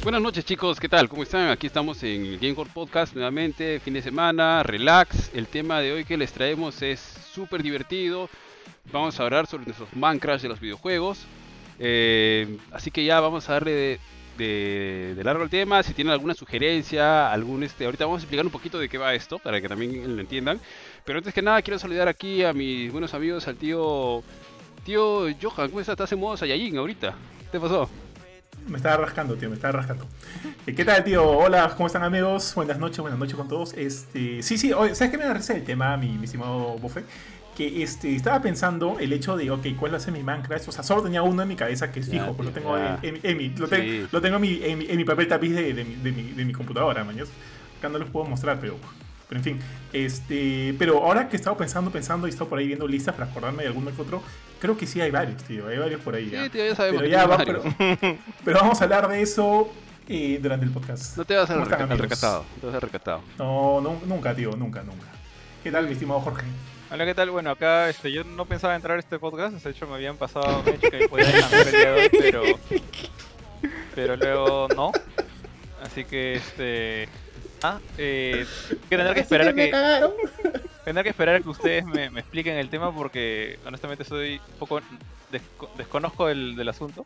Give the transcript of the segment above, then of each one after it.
Buenas noches chicos, ¿qué tal? ¿Cómo están? Aquí estamos en el Gamecore Podcast nuevamente, fin de semana, relax. El tema de hoy que les traemos es súper divertido. Vamos a hablar sobre nuestros Minecraft de los videojuegos. Así que ya vamos a darle de largo el tema. Si tienen alguna sugerencia, ahorita vamos a explicar un poquito de qué va esto, para que también lo entiendan. Pero antes que nada quiero saludar aquí a mis buenos amigos, al tío Johan. ¿Cómo estás? Estás en modo Saiyajin ahorita. ¿Qué te pasó? Me estaba rascando, tío, me estaba rascando. ¿Qué tal, tío? Hola, ¿cómo están, amigos? Buenas noches con todos. Sí, oye, ¿sabes qué me parece el tema, mi estimado Bofe? Que estaba pensando el hecho de, ok, ¿cuál va a ser mi Minecraft? O sea, solo tenía uno en mi cabeza que es fijo, pues lo tengo lo tengo en mi papel tapiz de mi computadora, mañana. Acá no los puedo mostrar, pero en fin. Pero ahora que he estado pensando y he estado por ahí viendo listas para acordarme de alguno que otro, creo que sí hay varios, tío. Hay varios por ahí. Sí, tío, ya sabemos pero que tienes varios. Pero vamos a hablar de eso durante el podcast. No te vas al ¿Cómo están, amigos? recatado. No te vas al recatado. No, nunca, tío, nunca. ¿Qué tal, mi estimado Jorge? Hola, ¿qué tal? Bueno, acá yo no pensaba entrar a este podcast, de hecho me habían pasado un hecho que me podía descansar el día de hoy, pero luego no. Así que tendré que esperar a que ustedes me expliquen el tema porque honestamente soy un poco desconozco del asunto.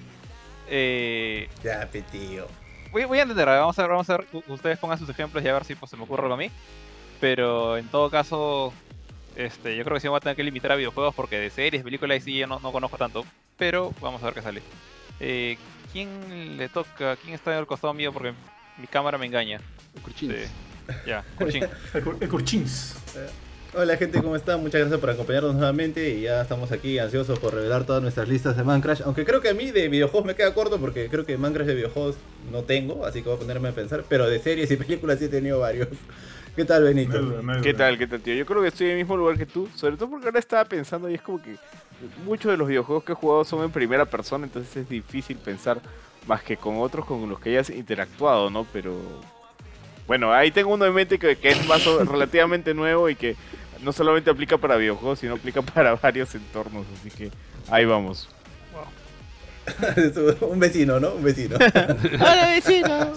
Ya, tío. Voy a entender, vamos a ver, ustedes pongan sus ejemplos y a ver si pues, se me ocurre algo a mí. Pero en todo caso, yo creo que sí me voy a tener que limitar a videojuegos porque de series, películas sí yo no conozco tanto. Pero vamos a ver qué sale. ¿Quién le toca? ¿Quién está al costado mío? Porque mi cámara me engaña. Curchins. Ya, Curchín. El Curchins. Hola, gente, ¿cómo están? Muchas gracias por acompañarnos nuevamente y ya estamos aquí ansiosos por revelar todas nuestras listas de Minecraft. Aunque creo que a mí de videojuegos me queda corto porque creo que Minecraft de videojuegos no tengo, así que voy a ponerme a pensar. Pero de series y películas sí he tenido varios. ¿Qué tal, Benito? ¿Qué tal, tío? Yo creo que estoy en el mismo lugar que tú, sobre todo porque ahora estaba pensando y es como que muchos de los videojuegos que he jugado son en primera persona, entonces es difícil pensar más que con otros con los que hayas interactuado, ¿no? Pero bueno, ahí tengo uno en mente que es más relativamente nuevo y que no solamente aplica para videojuegos, sino aplica para varios entornos, así que ahí vamos. Un vecino, ¿no? Un vecino. ¡Hola, vecino!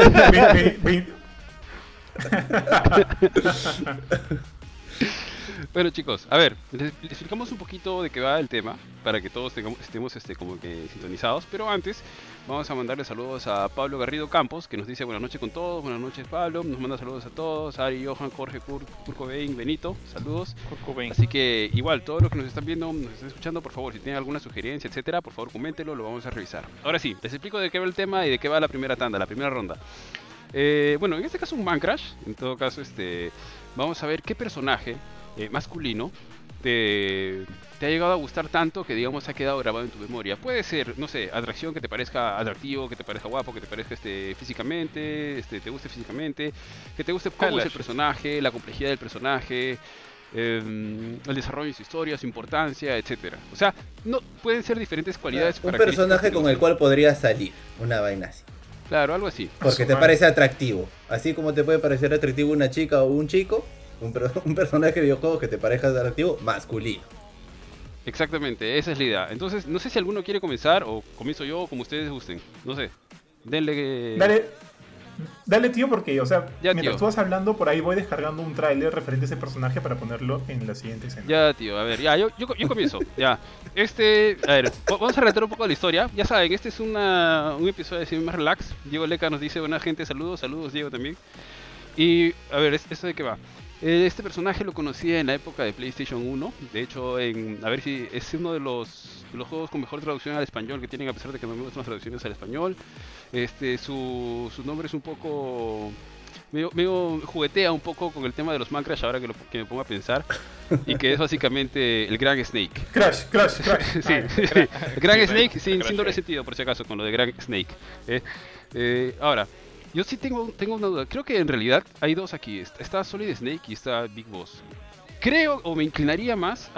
Bueno chicos, a ver, les explicamos un poquito de qué va el tema para que todos estemos como que sintonizados, pero antes vamos a mandarle saludos a Pablo Garrido Campos, que nos dice buenas noches con todos, buenas noches Pablo, nos manda saludos a todos, Ari, Johan, Jorge, Kurt Cobain, Benito, saludos. Así que igual, todos los que nos están viendo, nos están escuchando, por favor, si tienen alguna sugerencia, etcétera, por favor coméntenlo, lo vamos a revisar. Ahora sí, les explico de qué va el tema y de qué va la primera tanda, la primera ronda. Bueno, en este caso un Minecraft, en todo caso vamos a ver qué personaje masculino te ha llegado a gustar tanto que digamos ha quedado grabado en tu memoria. Puede ser, no sé, atracción que te parezca atractivo, que te parezca guapo, que te parezca físicamente, te guste físicamente, que te guste cómo es el personaje, la complejidad del personaje, el desarrollo de su historia, su importancia, etcétera. O sea, no pueden ser diferentes cualidades. Un personaje con el cual podrías salir, una vaina así. Claro, algo así. Porque te parece atractivo. Así como te puede parecer atractivo una chica o un chico, un personaje de videojuegos que te parezca atractivo, masculino. Exactamente, esa es la idea. Entonces, no sé si alguno quiere comenzar o comienzo yo, como ustedes gusten. No sé. Denle. Dale, tío, porque, o sea, ya, mientras tío. tú vas hablando, por ahí voy descargando un tráiler referente a ese personaje para ponerlo en la siguiente escena. Ya, tío, a ver, ya, yo comienzo. Ya. A ver, vamos a relatar un poco la historia. Ya saben, este es un episodio así más relax. Diego Leca nos dice, buena gente, saludos, Diego también. Y, a ver, ¿esto de qué va? Este personaje lo conocía en la época de PlayStation 1. De hecho, a ver si es uno de los juegos con mejor traducción al español que tienen, a pesar de que no me gustan las traducciones al español. Su nombre es un poco... medio juguetea un poco con el tema de los Minecraft ahora que me pongo a pensar. Y que es básicamente el Gran Snake. Crash. Sí. El Gran Snake sin doble sentido, por si acaso, con lo de Gran Snake. Ahora... Yo sí tengo una duda. Creo que en realidad hay dos aquí. Está Solid Snake y está Big Boss. Creo, o me inclinaría más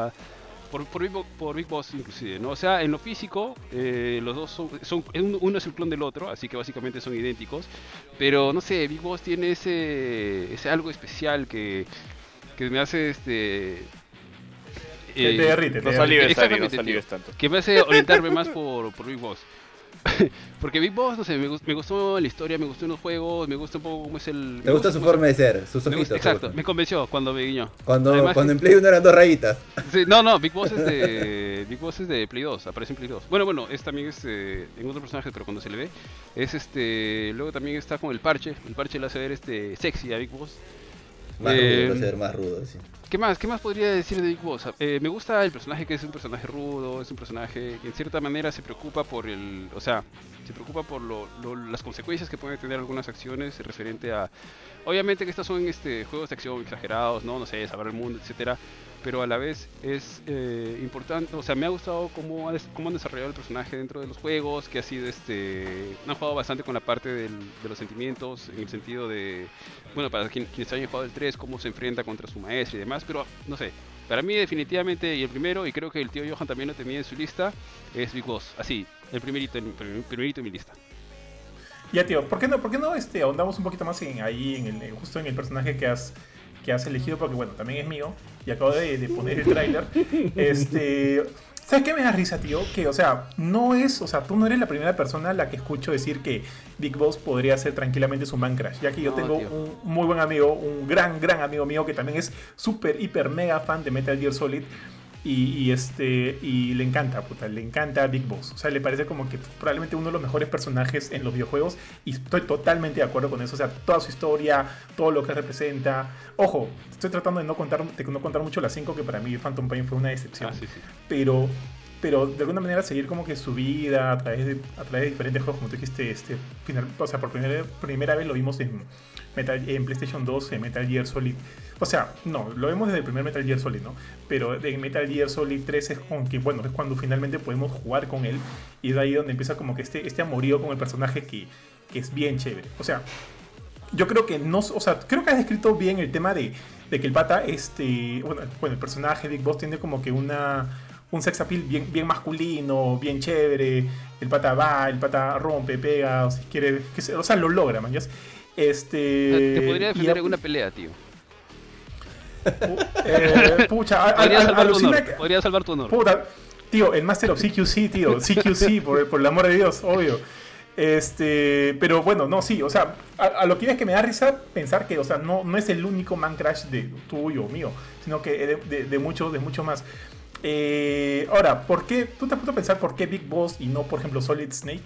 por Big Boss inclusive, ¿no? O sea, en lo físico, los dos uno es el clon del otro, así que básicamente son idénticos. Pero, no sé, Big Boss tiene ese algo especial que me hace, te derrite. No salives tanto. Que me hace orientarme más por Big Boss. Porque Big Boss, no sé, me gustó la historia, me gustó en los juegos, me gusta un poco cómo es el... Te gusta su forma de ser, sus me ojitos. gusta, te exacto, gustan. me convenció cuando me guiñó. Cuando Además en que- Play 1 eran 2 rayitas. Sí, no, Big Boss es de Big Boss es de Play 2, aparece en Play 2. Bueno, es también en otro personaje, pero cuando se le ve luego también está con el parche le hace ver sexy a Big Boss. Más Eh, rudo, ser más rudo, sí. ¿Qué más podría decir de Big Boss? Me gusta el personaje que es un personaje rudo, es un personaje que en cierta manera se preocupa por se preocupa por las consecuencias que pueden tener algunas acciones referente a... Obviamente que estos son juegos de acción exagerados, no sé, salvar el mundo, etcétera, pero a la vez es importante, o sea, me ha gustado cómo han desarrollado el personaje dentro de los juegos, que ha sido han jugado bastante con la parte de los sentimientos, en el sentido de, bueno, para quienes hayan jugado el 3, cómo se enfrenta contra su maestro y demás, pero no sé, para mí definitivamente, y el primero, y creo que el tío Johan también lo tenía en su lista, es Big Boss, así, el primerito en mi lista. Ya, tío, ¿por qué no ahondamos un poquito más justo en el personaje que has elegido? Porque, bueno, también es mío y acabo de poner el tráiler. ¿Sabes qué me da risa, tío? Que, o sea, tú no eres la primera persona a la que escucho decir que Big Boss podría ser tranquilamente su Man Crush, ya que yo No, tengo tío. un muy buen amigo, un gran amigo mío que también es súper, hiper, mega fan de Metal Gear Solid. Y le encanta Big Boss. O sea, le parece como que probablemente uno de los mejores personajes en los videojuegos. Y estoy totalmente de acuerdo con eso. O sea, toda su historia, todo lo que representa. Ojo, estoy tratando de no contar mucho las 5, que para mí Phantom Pain fue una decepción. Ah, sí, sí. Pero de alguna manera seguir como que su vida a través de diferentes juegos, como tú dijiste, o sea, por primera vez lo vimos en PlayStation 2, en Metal Gear Solid. O sea, no, lo vemos desde el primer Metal Gear Solid, ¿no? Pero en Metal Gear Solid 3 es es cuando finalmente podemos jugar con él. Y es ahí donde empieza como que este amorío con el personaje que es bien chévere. O sea, yo creo que creo que has descrito bien el tema de que el pata, el personaje de Big Boss tiene como que un sex appeal bien masculino, bien chévere. El pata rompe, pega, o si quiere, o sea, lo logra, man. Te podría defender en una pelea, tío. Pucha, Podría salvar tu honor. Puta, tío, el Master of CQC, tío. CQC, por el amor de Dios, obvio. Pero bueno, no, sí, o sea, a lo que iba es que me da risa pensar que, o sea, no es el único Man Crush de tuyo o mío, sino que de mucho más. Ahora, ¿por qué? ¿Tú te has puesto a pensar por qué Big Boss y no, por ejemplo, Solid Snake?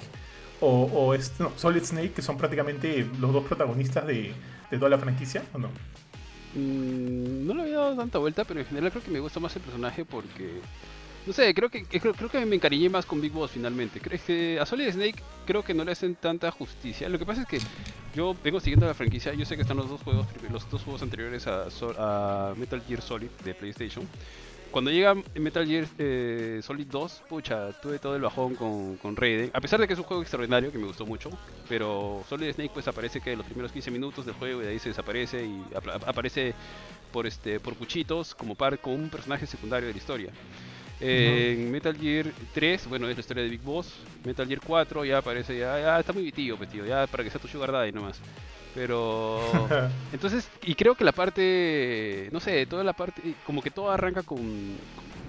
Solid Snake, que son prácticamente los dos protagonistas de toda la franquicia, ¿o no? No le había dado tanta vuelta, pero en general creo que me gusta más el personaje porque... No sé, creo que me encariñé más con Big Boss finalmente. Creo que a Solid Snake creo que no le hacen tanta justicia. Lo que pasa es que yo vengo siguiendo la franquicia. Yo sé que están los dos juegos anteriores a Metal Gear Solid de PlayStation. Cuando llega Metal Gear Solid 2, pucha, tuve todo el bajón con Raiden. A pesar de que es un juego extraordinario, que me gustó mucho. Pero Solid Snake pues aparece que los primeros 15 minutos del juego y de ahí se desaparece y aparece por cuchitos como con un personaje secundario de la historia. En Metal Gear 3, bueno, es la historia de Big Boss. Metal Gear 4 ya aparece, ya está muy vitío, pues, tío, ya para que sea tu sugar daddy nomás. Pero... Entonces, y creo que la parte, no sé, toda la parte, como que todo arranca con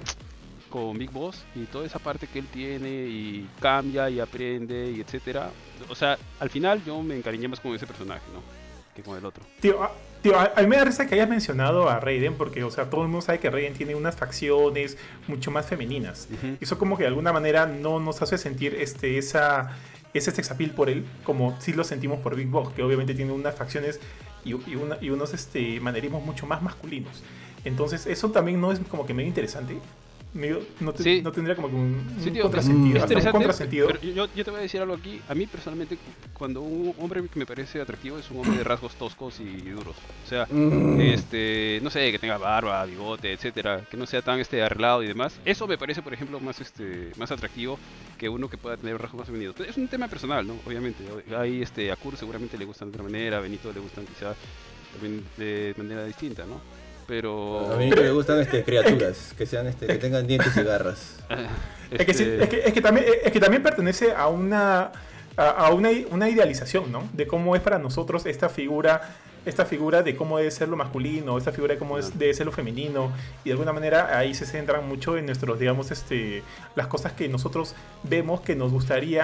Big Boss y toda esa parte que él tiene y cambia y aprende y etcétera. O sea, al final yo me encariñé más con ese personaje, ¿no? Que con el otro. Tío, a mí me da risa que hayas mencionado a Raiden porque, o sea, todo el mundo sabe que Raiden tiene unas facciones mucho más femeninas. Ujú. Y eso como que de alguna manera no nos hace sentir ese sex appeal por él, como sí lo sentimos por Big Boss, que obviamente tiene unas facciones y unos manerismos mucho más masculinos. Entonces eso también no es como que medio interesante. Sí. No tendría como que un Sí, tío, contrasentido. es Hasta un interesante, contrasentido. pero yo te voy a decir algo aquí. A mí personalmente, cuando un hombre que me parece atractivo es un hombre de rasgos toscos y duros. O sea, no sé, que tenga barba, bigote, etcétera, que no sea tan arreglado y demás. Eso me parece, por ejemplo, más atractivo que uno que pueda tener rasgos más femeninos. Pero es un tema personal, ¿no? Obviamente. Ahí a Kurt seguramente le gustan de otra manera, a Benito le gustan quizá también de manera distinta, ¿no? Pero... A mí me gustan criaturas, que sean que tengan dientes y garras. Es que también pertenece a una idealización, ¿no? De cómo es para nosotros esta figura de cómo debe ser lo masculino, esta figura de cómo debe ser lo femenino, y de alguna manera ahí se centran mucho en nuestros, digamos, las cosas que nosotros vemos que nos gustaría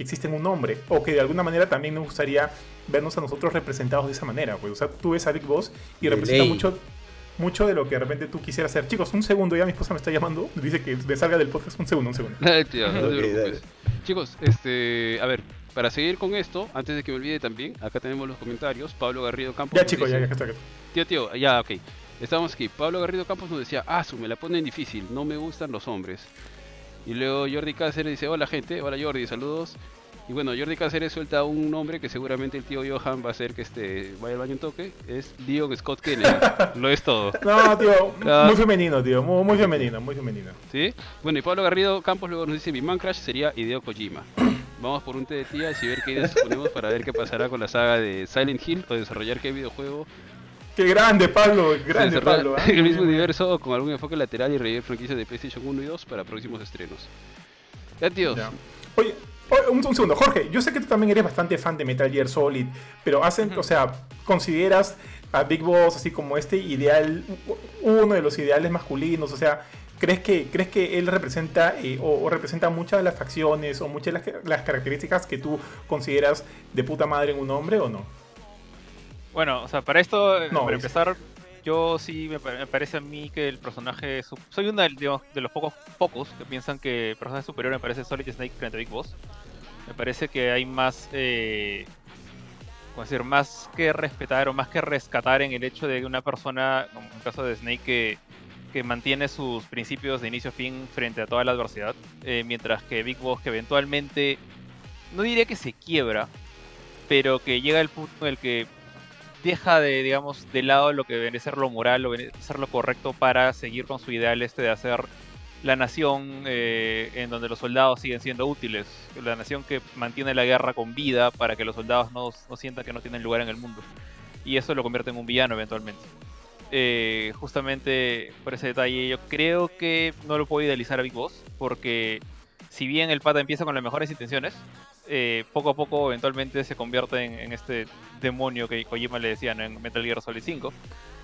que existe en un nombre, o que de alguna manera también nos gustaría vernos a nosotros representados de esa manera, pues. O sea, tú ves a Big Boss y De representa ley. mucho de lo que de repente tú quisieras hacer. Chicos, un segundo, ya mi esposa me está llamando, dice que me salga del podcast, un segundo. Dale, tío, no te Ok, preocupes. Chicos, a ver, para seguir con esto, antes de que me olvide también, acá tenemos los comentarios. Pablo Garrido Campos Ya nos chicos, ya, dice, ya está. Tío, ya, ok. Estamos aquí. Pablo Garrido Campos nos decía, me la ponen difícil, no me gustan los hombres. Y luego Jordi Cáceres dice, hola gente, hola Jordi, saludos. Y bueno, Jordi Cáceres suelta un nombre que seguramente el tío Johan va a hacer que vaya al baño un toque. Es Leon Scott Kennedy. Lo es todo. No, tío, Ah. muy femenino, tío, muy femenino, muy femenino. ¿Sí? Bueno, y Pablo Garrido Campos luego nos dice, mi man crush sería Hideo Kojima. Vamos por un té de tías y ver qué ideas ponemos para ver qué pasará con la saga de Silent Hill o desarrollar qué videojuego Qué grande, Pablo, se grande, desarrolla Pablo. en el mismo universo con algún enfoque lateral y revivir franquicias de PlayStation 1 y 2 para próximos estrenos. Ya, tíos. Ya. Oye, un segundo, Jorge, yo sé que tú también eres bastante fan de Metal Gear Solid, pero o sea, ¿consideras a Big Boss así como este ideal, uno de los ideales masculinos? O sea, ¿crees que él representa o representa muchas de las facciones o muchas de las características que tú consideras de puta madre en un hombre o no? Bueno, o sea, para esto, No, para es- empezar, yo sí me parece a mí que el personaje... Soy uno digamos, de los pocos que piensan que el personaje superior me parece Solid Snake frente a Big Boss. Me parece que hay más... ¿cómo decir? Más que respetar o más que rescatar en el hecho de que una persona, como en el caso de Snake, que mantiene sus principios de inicio a fin frente a toda la adversidad, mientras que Big Boss que eventualmente, no diría que se quiebra, pero que llega el punto en el que deja digamos, de lado lo que viene a ser lo moral, lo que viene a ser lo correcto para seguir con su ideal de hacer la nación en donde los soldados siguen siendo útiles, la nación que mantiene la guerra con vida para que los soldados no sientan que no tienen lugar en el mundo. Y eso lo convierte en un villano eventualmente. Justamente por ese detalle yo creo que no lo puedo idealizar a Big Boss, porque si bien el pata empieza con las mejores intenciones, poco a poco eventualmente se convierte en este demonio que Kojima le decía, ¿no?, en Metal Gear Solid 5.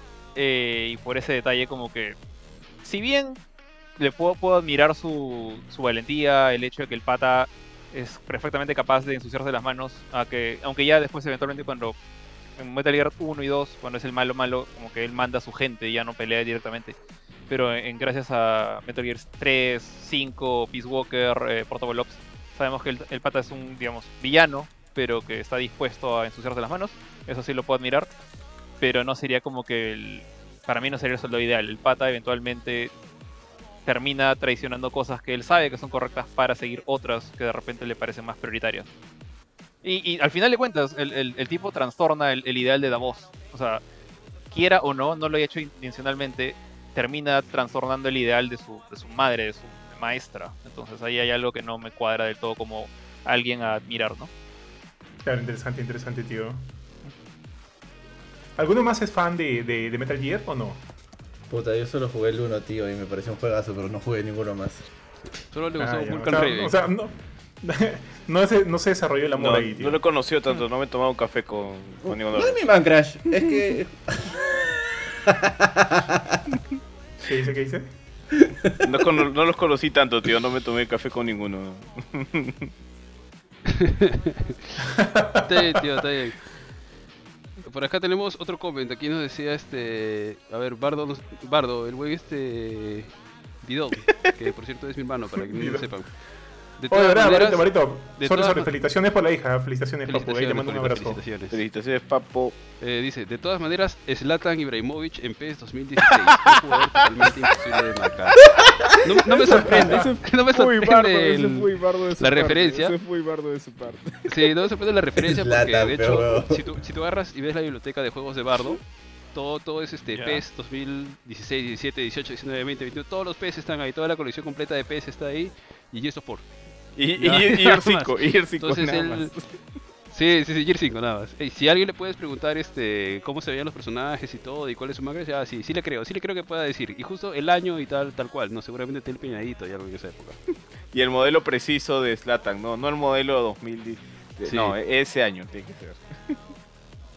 Y por ese detalle como que, si bien le puedo admirar su valentía, el hecho de que el pata es perfectamente capaz de ensuciarse las manos, aunque ya después eventualmente cuando en Metal Gear 1 y 2, cuando es el malo, como que él manda a su gente y ya no pelea directamente. Pero gracias a Metal Gear 3, 5, Peace Walker, Portable Ops, sabemos que el pata es un, digamos, villano, pero que está dispuesto a ensuciarse las manos. Eso sí lo puedo admirar, pero no sería como que para mí no sería el soldado ideal. El pata eventualmente termina traicionando cosas que él sabe que son correctas para seguir otras que de repente le parecen más prioritarias. Y al final de cuentas, el tipo trastorna el ideal de Davos. O sea, quiera o no lo haya hecho intencionalmente, termina trastornando el ideal de su madre, de su maestra. Entonces ahí hay algo que no me cuadra del todo como alguien a admirar, ¿no? Claro, interesante, tío. ¿Alguno más es fan de Metal Gear o no? Puta, yo solo jugué el 1, tío, y me pareció un juegazo, pero no jugué ninguno más. Solo le gustó Ah, ya. Vulcan O sea, Raven. o sea, no se desarrolló el amor No, ahí, tío. no lo conoció tanto, no me he tomado un café con ninguno No de es los mi man crash, es que... ¿Qué dice? ¿Qué dice? dos. No los conocí tanto, tío, no me tomé café con ninguno. Está bien, tío, está bien. Por acá tenemos otro comment. Aquí nos decía a ver, Bardo, el güey Bidón, que por cierto es mi hermano, para que no lo Bidón. sepan. De Oye, todas verdad, maneras, Marito. de Sorry, todas ma- felicitaciones por la hija. Felicitaciones, papu. Ahí te mando un abrazo. felicitaciones. Felicitaciones, papo. Dice, de todas maneras, Zlatan Ibrahimovic en PES 2016, un jugador totalmente imposible de marcar. No me sorprende, no me sorprende la referencia. Ese es muy bardo de su parte. Sí, no me sorprende la referencia porque Zlatan, de pero hecho, si tú agarras y ves la biblioteca de juegos de Bardo, todo es Ya. PES 2016, 17, 18, 19, 20, 21, todos los PES están ahí, toda la colección completa de PES está ahí y Gears of War. Y Ya, Gear nada 5, más. y Gear 5 Entonces nada él... más. Sí, Gear 5 nada más. Ey, si a alguien le puedes preguntar cómo se veían los personajes y todo y cuál es su manga, ya sí le creo que pueda decir. Y justo el año y tal cual, no, seguramente tiene el peñadito y algo en esa época. Y el modelo preciso de Zlatan, no el modelo 2010. Sí. No, ese año tiene que ser.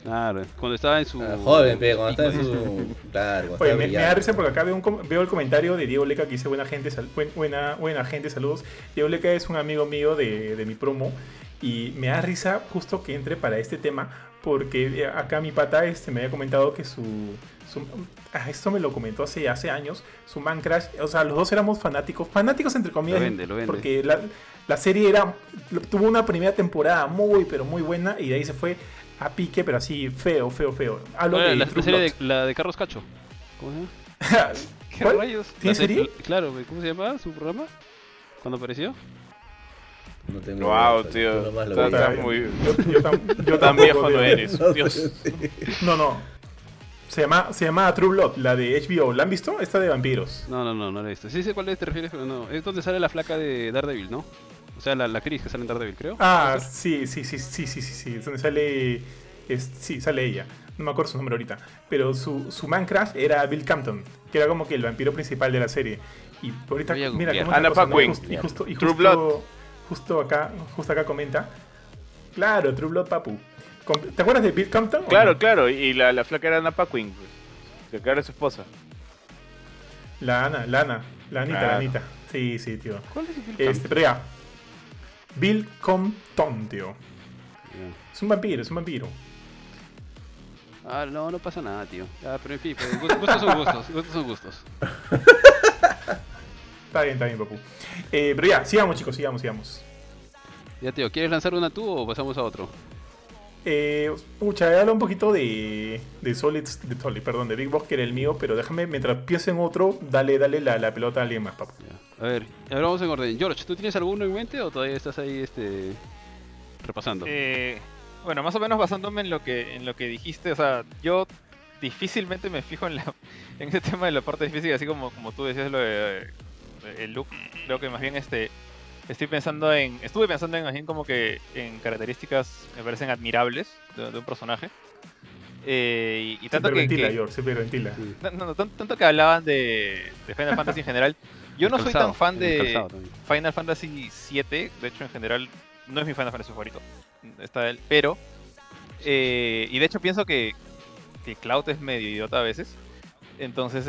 Claro, cuando estaba en su... Joven, pero cuando está en pico, su... Claro, cuando Oye, está me da brillante. risa porque acá veo el comentario de Diego Leca que dice buena gente, buena gente, saludos. Diego Leca es un amigo mío de mi promo y me da risa justo que entre para este tema porque acá mi pata me había comentado que esto me lo comentó hace años, su Man Crash, o sea, los dos éramos fanáticos entre comillas, Lo vende. porque la serie tuvo una primera temporada pero muy buena y de ahí se fue a pique, pero así feo. Hablo de La True serie Blood. la de Carlos Cacho. ¿Cómo se llama? ¿Qué ¿Cuál? rayos? ¿Tiene La serie? Claro, ¿cómo se llama su programa? ¿Cuándo apareció? No tengo Wow, idea, tío. tú nomás lo Está veías. muy... Yo Tan tampoco viejo no veo. eres, No Dios. sé, sí. No. Se llama True Blood, la de HBO. ¿La han visto? Esta de vampiros. No la he visto. Sí sé cuál te refieres, pero no. Es donde sale la flaca de Daredevil, ¿no? O sea, la actriz que sale en Daredevil, creo. Ah, ¿Puede ser? sí. Es donde sale. Sí, sale ella. No me acuerdo su nombre ahorita. Pero su man crush era Bill Campton, que era como que el vampiro principal de la serie. Y ahorita, Voy a mira googlear. cómo Anna está la cosa, ¿no? Paquin. Justo True Blood. Justo acá comenta. Claro, True Blood, papu. ¿Te acuerdas de Bill Campton? o Claro, no? claro. Y la flaca era Anna Paquin, pues. Que acá era su esposa. La Anita, Claro. la Anita. Sí, tío. ¿Cuál es el Bill Campton? Pero ya. Bill Compton, tío. Ya. Es un vampiro. Ah, no pasa nada, tío. Ah, pero en fin, pues, gustos son gustos. Está bien, papu. Pero ya, sigamos, chicos, sigamos. Ya, tío, ¿quieres lanzar una tú o pasamos a otro? Habla un poquito de Big Boss, que era el mío, pero déjame, mientras pienso en otro, dale la pelota a alguien más, papu. Ya. A ver, ahora vamos en orden. George, ¿tú tienes alguno en mente o todavía estás ahí repasando? Bueno, más o menos basándome en lo que dijiste, o sea, yo difícilmente me fijo en ese tema de la parte difícil, así como tú decías lo de el look. Creo que más bien estuve pensando en más bien como que en características me parecen admirables de un personaje. Y tanto Se hiperventila, que George, se hiperventila. Sí. tanto que hablaban de Final Fantasy en general. Yo no soy Calzado, tan fan el de calzado también. Final Fantasy 7, de hecho en general no es mi Final Fantasy favorito, está él, pero y de hecho pienso que Cloud es medio idiota a veces, entonces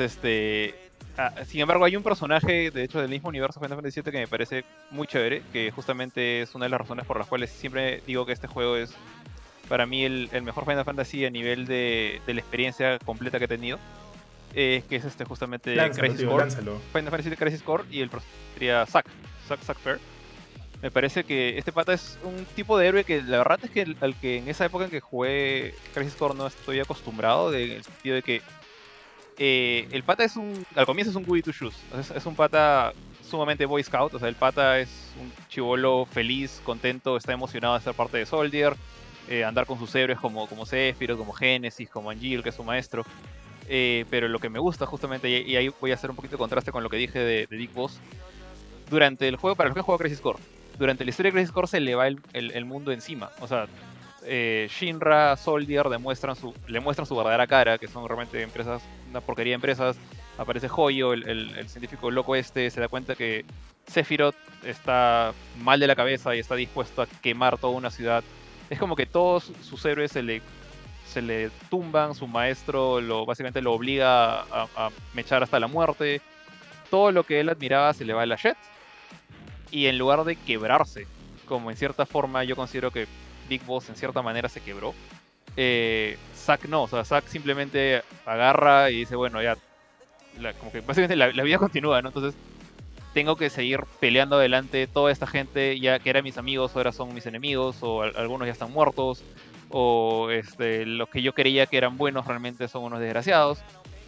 sin embargo hay un personaje de hecho del mismo universo Final Fantasy 7 que me parece muy chévere, que justamente es una de las razones por las cuales siempre digo que este juego es para mí el mejor Final Fantasy a nivel de la experiencia completa que he tenido. Que es justamente Lánzalo, Crisis tío, Core, lánzalo. Final Fantasy VII Crisis Core, y el sería Zack Fair. Me parece que este pata es un tipo de héroe que la verdad es que al que en esa época en que jugué Crisis Core no estoy acostumbrado, en el sentido de que el pata al comienzo es un goody two shoes, es un pata sumamente boy scout, o sea, el pata es un chivolo feliz, contento, está emocionado de ser parte de Soldier, andar con sus héroes como Sephiroth, como Genesis, como Angel, que es su maestro. Pero lo que me gusta justamente, y ahí voy a hacer un poquito de contraste con lo que dije de Big Boss, durante el juego, para los que han jugado Crisis Core, durante la historia de Crisis Core se le va el mundo encima. O sea, Shinra, Soldier le muestran su verdadera cara, que son realmente empresas, una porquería de empresas. Aparece Hoyo, el científico loco se da cuenta que Sephiroth está mal de la cabeza y está dispuesto a quemar toda una ciudad. Es como que todos sus héroes se le tumban, su maestro básicamente lo obliga a mechar hasta la muerte. Todo lo que él admiraba se le va a la shit. Y en lugar de quebrarse, como en cierta forma yo considero que Big Boss en cierta manera se quebró, Zack no, o sea, Zack simplemente agarra y dice, bueno, ya, como que básicamente la vida continúa, ¿no? Entonces tengo que seguir peleando adelante. Toda esta gente ya que eran mis amigos ahora son mis enemigos, o algunos ya están muertos, o los que yo creía que eran buenos realmente son unos desgraciados,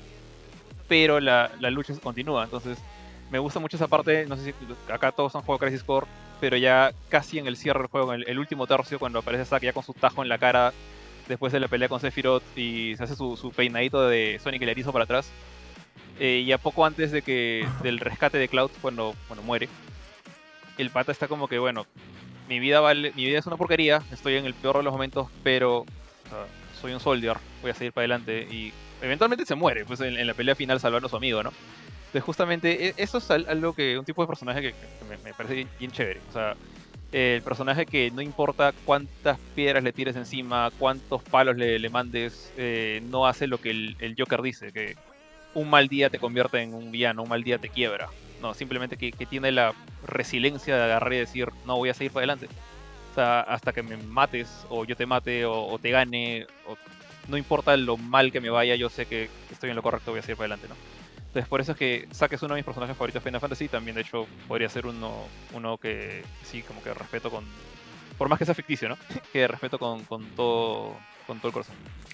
pero la lucha continúa. Entonces me gusta mucho esa parte. No sé si acá todos han jugado Crisis Core, pero ya casi en el cierre del juego, en el último tercio, cuando aparece Zack ya con su tajo en la cara después de la pelea con Sephiroth y se hace su peinadito de Sonic el erizo para atrás, ya poco antes del rescate de Cloud, cuando muere, el pata está como que, bueno, mi vida es una porquería, estoy en el peor de los momentos, pero soy un soldier, voy a seguir para adelante, y eventualmente se muere, pues en la pelea final salvando a su amigo, ¿no? Entonces justamente eso es algo un tipo de personaje que me parece bien chévere. O sea, el personaje que no importa cuántas piedras le tires encima, cuántos palos le mandes, no hace lo que el Joker dice, que un mal día te convierte en un villano, un mal día te quiebra. No, simplemente que tiene la resiliencia de agarrar y decir, no, voy a seguir para adelante. O sea, hasta que me mates, o yo te mate, o te gane, no importa lo mal que me vaya, yo sé que estoy en lo correcto, voy a seguir para adelante, ¿no? Entonces por eso es que Zack es uno de mis personajes favoritos de Final Fantasy, también de hecho podría ser uno que sí, como que respeto con... Por más que sea ficticio, ¿no? Que respeto con todo el corazón.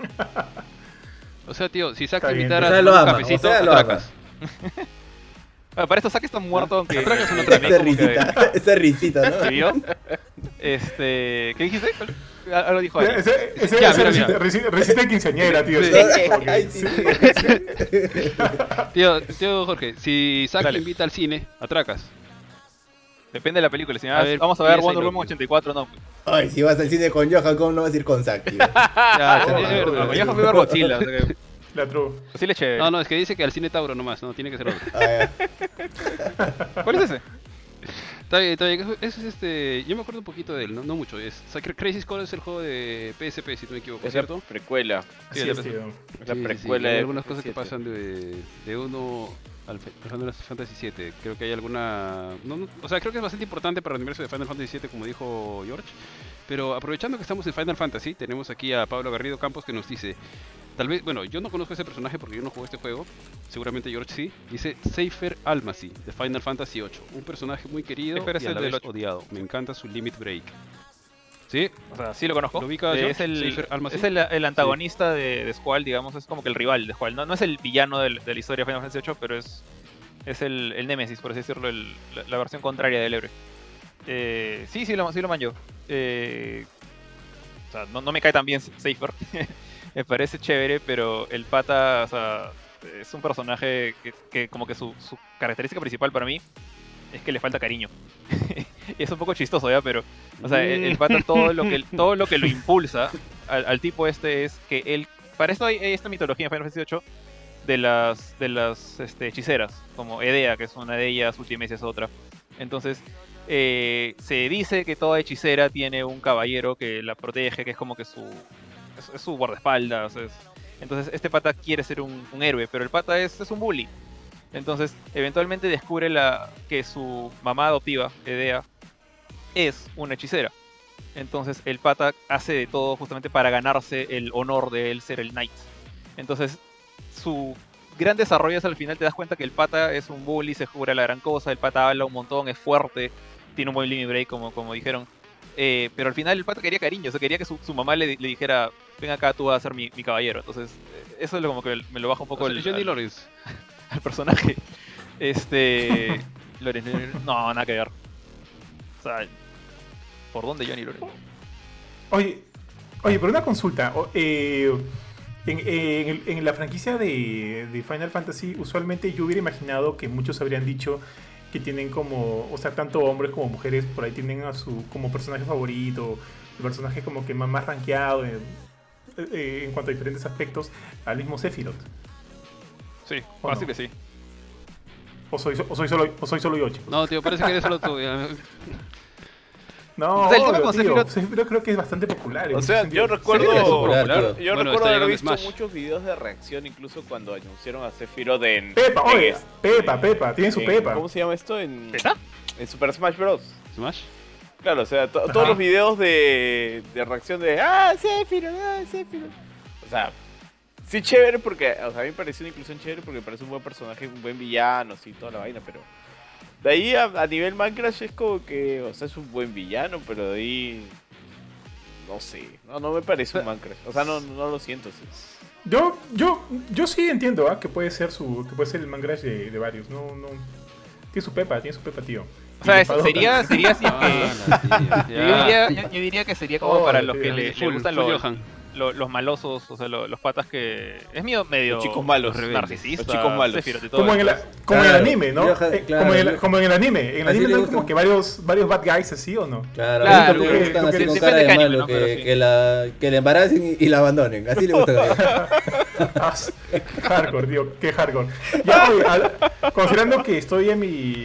O sea, tío, si Zack Está te bien, invitara o sea, a lo tomar un ama, cafecito, o sea, lo atracas. Para esto Zack está muerto, aunque... Atracas o no también Esa como que risita, esa risita, ¿no? escribió. ¿Qué dijiste? Algo dijo ahí. Ese Ya, mira. risita de quinceañera, tío. Sí. Porque- Ay, sí, Tío Jorge, si Zack te Dale. invita al cine, atracas. Depende de la película. Si me A vas- ver, vamos a ver piensa y Wonder lo Woman piensa. 84, no. Ay, si vas al cine con Johan, ¿cómo no vas a ir con Zack, tío? Ya, Oh, es verdad. Yo fui a ver Godzilla. O sea que La true. Godzilla es chévere. No, es que dice que al cine Tauro nomás, no, tiene que ser otro. Ah, ya. ¿Cuál es ese? Está bien, está bien. Es yo me acuerdo un poquito de él, no mucho. Crisis Core es el juego de PSP, si no me equivoco, Es ¿cierto? la precuela. Así Sí, es, la- tío. Es la Sí, sí, precuela hay de algunas cosas que F7. pasan de uno al Final Fantasy 7. Creo que hay alguna... o sea, creo que es bastante importante para el universo de Final Fantasy 7, como dijo George. Pero aprovechando que estamos en Final Fantasy, tenemos aquí a Pablo Garrido Campos que nos dice... Tal vez, bueno, yo no conozco ese personaje porque yo no jugué este juego. Seguramente George sí. Dice Seifer Almasi, de Final Fantasy 8. Un personaje muy querido Seifer es y a el la del vez 8. odiado. Me encanta su Limit Break. ¿Sí? O sea, sí lo conozco. ¿Lo ubicas, George? es el, Seifer Almasi. es el antagonista de Squall, digamos. Es como que el rival de Squall. No es el villano de la historia de Final Fantasy 8, pero es el Némesis, por así decirlo, la versión contraria del Ebre. Sí lo manjo. O sea, no me cae tan bien Seifer. Me parece chévere, pero el pata, o sea, es un personaje que como que su característica principal para mí es que le falta cariño. Y es un poco chistoso, ¿ya? Pero, o sea, el pata todo lo que lo impulsa al tipo es que él... Para esto hay esta mitología en Final Fantasy VIII de las hechiceras, como Edea, que es una de ellas, Ultimecia es otra. Entonces, se dice que toda hechicera tiene un caballero que la protege, que es como que es su guardaespaldas. Entonces este pata quiere ser un héroe, pero el pata es un bully. Entonces eventualmente descubre que su mamá adoptiva, Edea, es una hechicera. Entonces el pata hace de todo justamente para ganarse el honor de él ser el knight. Entonces su gran desarrollo es al final te das cuenta que el pata es un bully, se jura la gran cosa, el pata habla un montón, es fuerte, tiene un buen limit break como dijeron. Pero al final el pata quería cariño, o sea, quería que su mamá le dijera, ven acá, tú vas a ser mi caballero. Entonces, eso es como que me lo baja un poco O sea, Johnny Lawrence. al personaje. Lawrence, no, nada que ver. O sea, ¿por dónde Johnny Lawrence? Oye, pero una consulta. En la franquicia de Final Fantasy, usualmente yo hubiera imaginado que muchos habrían dicho que tienen como, o sea, tanto hombres como mujeres por ahí tienen a su como personaje favorito, el personaje como que más rankeado en cuanto a diferentes aspectos, al mismo Sephiroth. Sí, ¿O fácil no? que sí. O soy solo yo, chicos. No, tío, parece que eres solo tú. Ya. No, O sea, el tema obvio, con tío. Sephiroth- Sephiroth creo que es bastante popular. en O ese sea, sentido. yo recuerdo, Sí, es popular, tío. yo Bueno, recuerdo está haber llegando visto Smash. muchos videos de reacción, incluso cuando anunciaron a Sephiroth en... Pepa, en oye, este- Pepa, tiene su en- Pepa. ¿Cómo se llama esto? En ¿Peta? Super Smash Bros. ¿Smash? Claro, o sea, todos Ajá. los videos de reacción de Sephiroth. O sea, sí chévere porque, o sea, a mí me pareció una inclusión chévere porque me parece un buen personaje, un buen villano, sí, toda la vaina, pero de ahí a nivel Minecraft es como que, o sea, es un buen villano, pero de ahí no sé, no me parece un Minecraft, o sea, no lo siento así. Yo sí entiendo que puede ser el Mangrash de varios. No. Tiene su Pepa, tío. O sea, Y Padota. sería así que... Ah, Yo diría que sería como Oh, para los tío, que el le full gustan Johan. los malosos, o sea, los patas que... Es medio Los chicos malos, narcisistas, los chicos malos. Sephiroth y todo Como en, eso. como en el Claro, anime, ¿no? Johan, claro, como en el anime. En el así anime le no hay gusta. como que varios bad guys así, ¿o no? Claro, Claro, a mí me gustan tú así que- con depende cara de de qué anime, malo, ¿no? Pero sí. que la embaracen y la abandonen. Así le gusta a ella. Qué hardcore, tío, qué hardcore. Ya, oye, considerando que estoy en